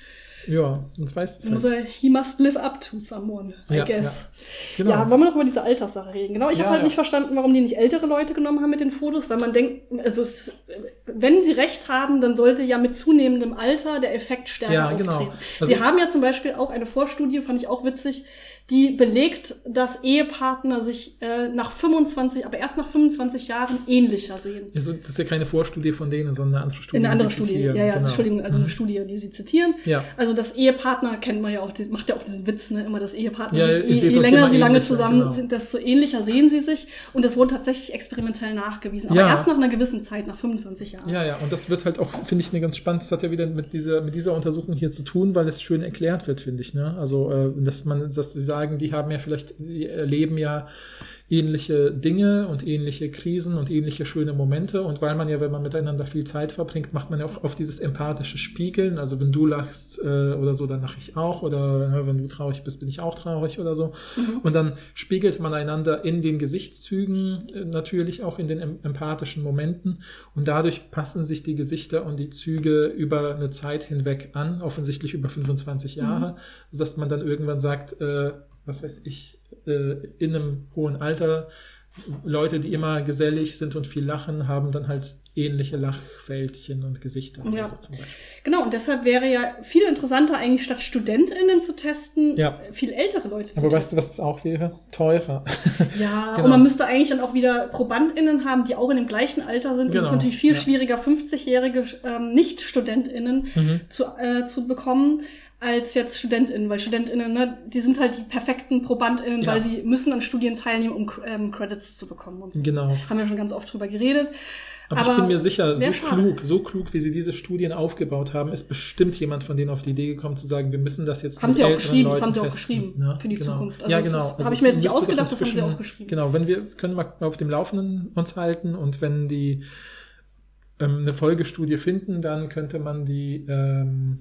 Ja, sonst weiß es Muss halt. er, he must live up to someone, I Ja, guess. ja. Genau. Ja, wollen wir noch über diese Alterssache reden? Genau, ich Ja, habe halt ja. nicht verstanden, warum die nicht ältere Leute genommen haben mit den Fotos, weil man denkt, also es, wenn sie recht haben, dann sollte ja mit zunehmendem Alter der Effekt stärker Ja, genau. auftreten. Also- sie haben ja zum Beispiel auch eine Vorstudie, fand ich auch witzig, die belegt, dass Ehepartner sich äh, nach fünfundzwanzig, aber erst nach fünfundzwanzig Jahren ähnlicher sehen. Also, das ist ja keine Vorstudie von denen, sondern eine andere Studie. In eine andere die sie Studie, zitieren. ja, ja, Genau. Entschuldigung, also Mhm. eine Studie, die sie zitieren. Ja. Also das Ehepartner, kennt man ja auch, die, macht ja auch diesen Witz, ne, immer das Ehepartner, Ja, sich, ihr je, seht je euch länger immer sie lange ähnlicher, zusammen genau. sind, desto ähnlicher sehen sie sich. Und das wurde tatsächlich experimentell nachgewiesen. Aber Ja. erst nach einer gewissen Zeit, nach fünfundzwanzig Jahren. Ja, ja, und das wird halt auch, finde ich, eine ganz spannend. Das hat ja wieder mit dieser, mit dieser Untersuchung hier zu tun, weil es schön erklärt wird, finde ich. Ne? Also, äh, dass man, dass sie sagen, die haben ja vielleicht, die erleben ja ähnliche Dinge und ähnliche Krisen und ähnliche schöne Momente. Und weil man ja, wenn man miteinander viel Zeit verbringt, macht man ja auch auf dieses empathische Spiegeln. Also wenn du lachst äh, oder so, dann lache ich auch. Oder äh, wenn du traurig bist, bin ich auch traurig oder so. Mhm. Und dann spiegelt man einander in den Gesichtszügen, äh, natürlich auch in den em- empathischen Momenten. Und dadurch passen sich die Gesichter und die Züge über eine Zeit hinweg an, offensichtlich über fünfundzwanzig Jahre, sodass man dann irgendwann sagt, äh, was weiß ich, äh, in einem hohen Alter, Leute, die immer gesellig sind und viel lachen, haben dann halt ähnliche Lachfältchen und Gesichter. Ja. Also zum Beispiel. Genau, und deshalb wäre ja viel interessanter eigentlich, statt StudentInnen zu testen, Ja. viel ältere Leute zu Aber weißt testen. du, was das auch wäre? Teurer. Ja, Genau. und man müsste eigentlich dann auch wieder ProbandInnen haben, die auch in dem gleichen Alter sind. Und es Genau, ist natürlich viel ja. schwieriger, fünfzigjährige ähm, Nicht-StudentInnen Mhm. zu, äh, zu bekommen, als jetzt StudentInnen. Weil StudentInnen, ne, die sind halt die perfekten ProbandInnen, Ja. weil sie müssen an Studien teilnehmen, um ähm, Credits zu bekommen und so. Genau. Haben wir schon ganz oft drüber geredet. Aber, ich bin mir sicher, so wär schade. klug, so klug, wie sie diese Studien aufgebaut haben, ist bestimmt jemand von denen auf die Idee gekommen, zu sagen, wir müssen das jetzt Haben mit sie auch älteren geschrieben, das Leuten haben sie auch testen, geschrieben ne? für die Genau. Zukunft. Also ja, das genau. ist- Also habe ich mir jetzt es nicht müsste doch ausgedacht, das haben sie inzwischen- auch geschrieben. Genau, wenn wir können mal auf dem Laufenden uns halten und wenn die ähm, eine Folgestudie finden, dann könnte man die ähm,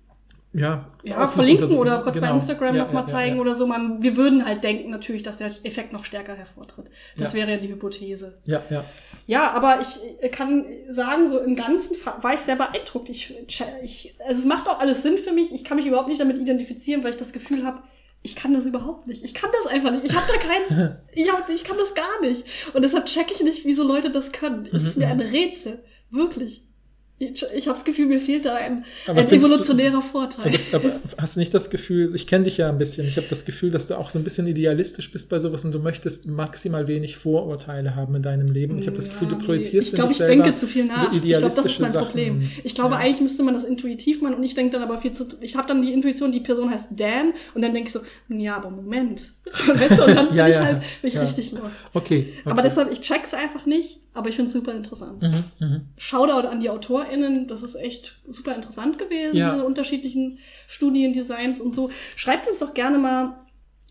ja, Ja, auch verlinken untersuchen. oder kurz bei Genau. Instagram Ja, nochmal ja, zeigen ja, oder so. Man, wir würden halt denken natürlich, dass der Effekt noch stärker hervortritt. Das Ja. wäre ja die Hypothese. Ja, ja. Ja, aber ich kann sagen, so im Ganzen war ich sehr beeindruckt. Ich, ich, also es macht auch alles Sinn für mich. Ich kann mich überhaupt nicht damit identifizieren, weil ich das Gefühl habe, ich kann das überhaupt nicht. Ich kann das einfach nicht. Ich habe da keinen, ich, hab, ich kann das gar nicht. Und deshalb checke ich nicht, wieso Leute das können. Es ist mir ein Rätsel. Wirklich. Ich, ich habe das Gefühl, mir fehlt da ein, Aber ein findest du- evolutionärer Vorteil. Aber, aber hast du nicht das Gefühl, ich kenne dich ja ein bisschen, ich habe das Gefühl, dass du auch so ein bisschen idealistisch bist bei sowas und du möchtest maximal wenig Vorurteile haben in deinem Leben. Und ich habe das Gefühl, du Ja, projizierst Ich glaube, in ich dich selber denke zu viel nach. so ich glaube, das ist idealistische mein Sachen. Problem. Ich glaube, Ja. eigentlich müsste man das intuitiv machen und ich denke dann aber viel zu. Ich habe dann die Intuition, die Person heißt Dan und dann denke ich so, ja, aber Moment. Weißt du, und dann Ja, bin ich ja, halt bin ich ja. richtig los. Okay, okay. Aber deshalb, ich check's einfach nicht, aber ich finde es super interessant. Mhm, mhm. Shoutout an die AutorInnen, das ist echt super interessant gewesen, Ja. diese unterschiedlichen Studiendesigns und so. Schreibt uns doch gerne mal,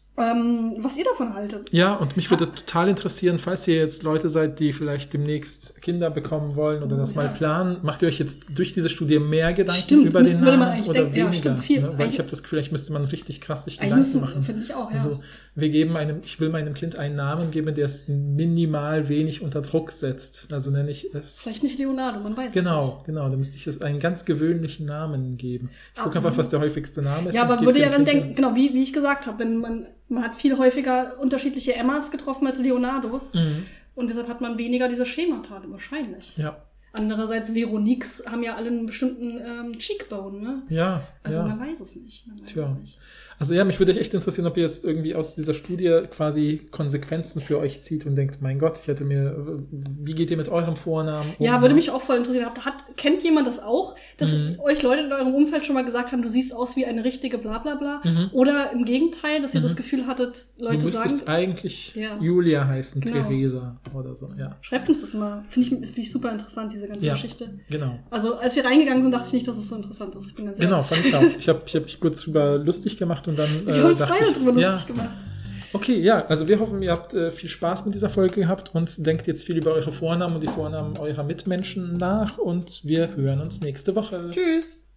ähm, was ihr davon haltet. Ja, und mich würde total interessieren, falls ihr jetzt Leute seid, die vielleicht demnächst Kinder bekommen wollen oder Oh, das ja. mal planen, macht ihr euch jetzt durch diese Studie mehr Gedanken Stimmt, über müsste- den würde Namen man eigentlich oder denken. Ja, weniger? stimmt, viel. Ne? Weil Eigentlich- ich habe das Gefühl, vielleicht müsste man richtig krass sich Eigentlich Gedanken müssen, machen. finde ich auch, ja. Also wir geben einem, ich will meinem Kind einen Namen geben, der es minimal wenig unter Druck setzt. Also nenne ich es. Vielleicht nicht Leonardo, man weiß es nicht. Genau, genau. Da müsste ich es einen ganz gewöhnlichen Namen geben. Ich gucke Ah, einfach, was der häufigste Name ist. Ja, und aber gebe würde ja dem dann Kind denken, genau, wie, wie ich gesagt habe, wenn man, man hat viel häufiger unterschiedliche Emmas getroffen als Leonardos den- Mhm. und deshalb hat man weniger diese Schemata, wahrscheinlich. Ja, Andererseits, Veroniques haben ja alle einen bestimmten ähm, Cheekbone, ne? ja. Also ja. man weiß es nicht. Man weiß Tja. es nicht. Also ja, mich würde echt interessieren, ob ihr jetzt irgendwie aus dieser Studie quasi Konsequenzen für euch zieht und denkt, mein Gott, ich hätte mir, wie geht ihr mit eurem Vornamen um? Ja, würde mich auch voll interessieren. Hat, hat, kennt jemand das auch, dass Mhm. euch Leute in eurem Umfeld schon mal gesagt haben, du siehst aus wie eine richtige Blablabla? Mhm. Oder im Gegenteil, dass ihr Mhm. das Gefühl hattet, Du Leute müsstest sagen, eigentlich Ja. Julia heißen, Genau. Theresa oder so, ja. schreibt uns das mal. Finde ich, finde ich super interessant, diese ganze Ja. Geschichte. Genau. Also als wir reingegangen sind, dachte ich nicht, dass es so interessant ist. Ich bin ganz Genau, ehrlich. fand ich auch. Ich habe ich hab mich kurz drüber lustig gemacht und dann Ich habe uns dachte beide drüber lustig ja, gemacht. okay, ja, also wir hoffen, ihr habt äh, viel Spaß mit dieser Folge gehabt und denkt jetzt viel über eure Vornamen und die Vornamen eurer Mitmenschen nach und wir hören uns nächste Woche. Tschüss.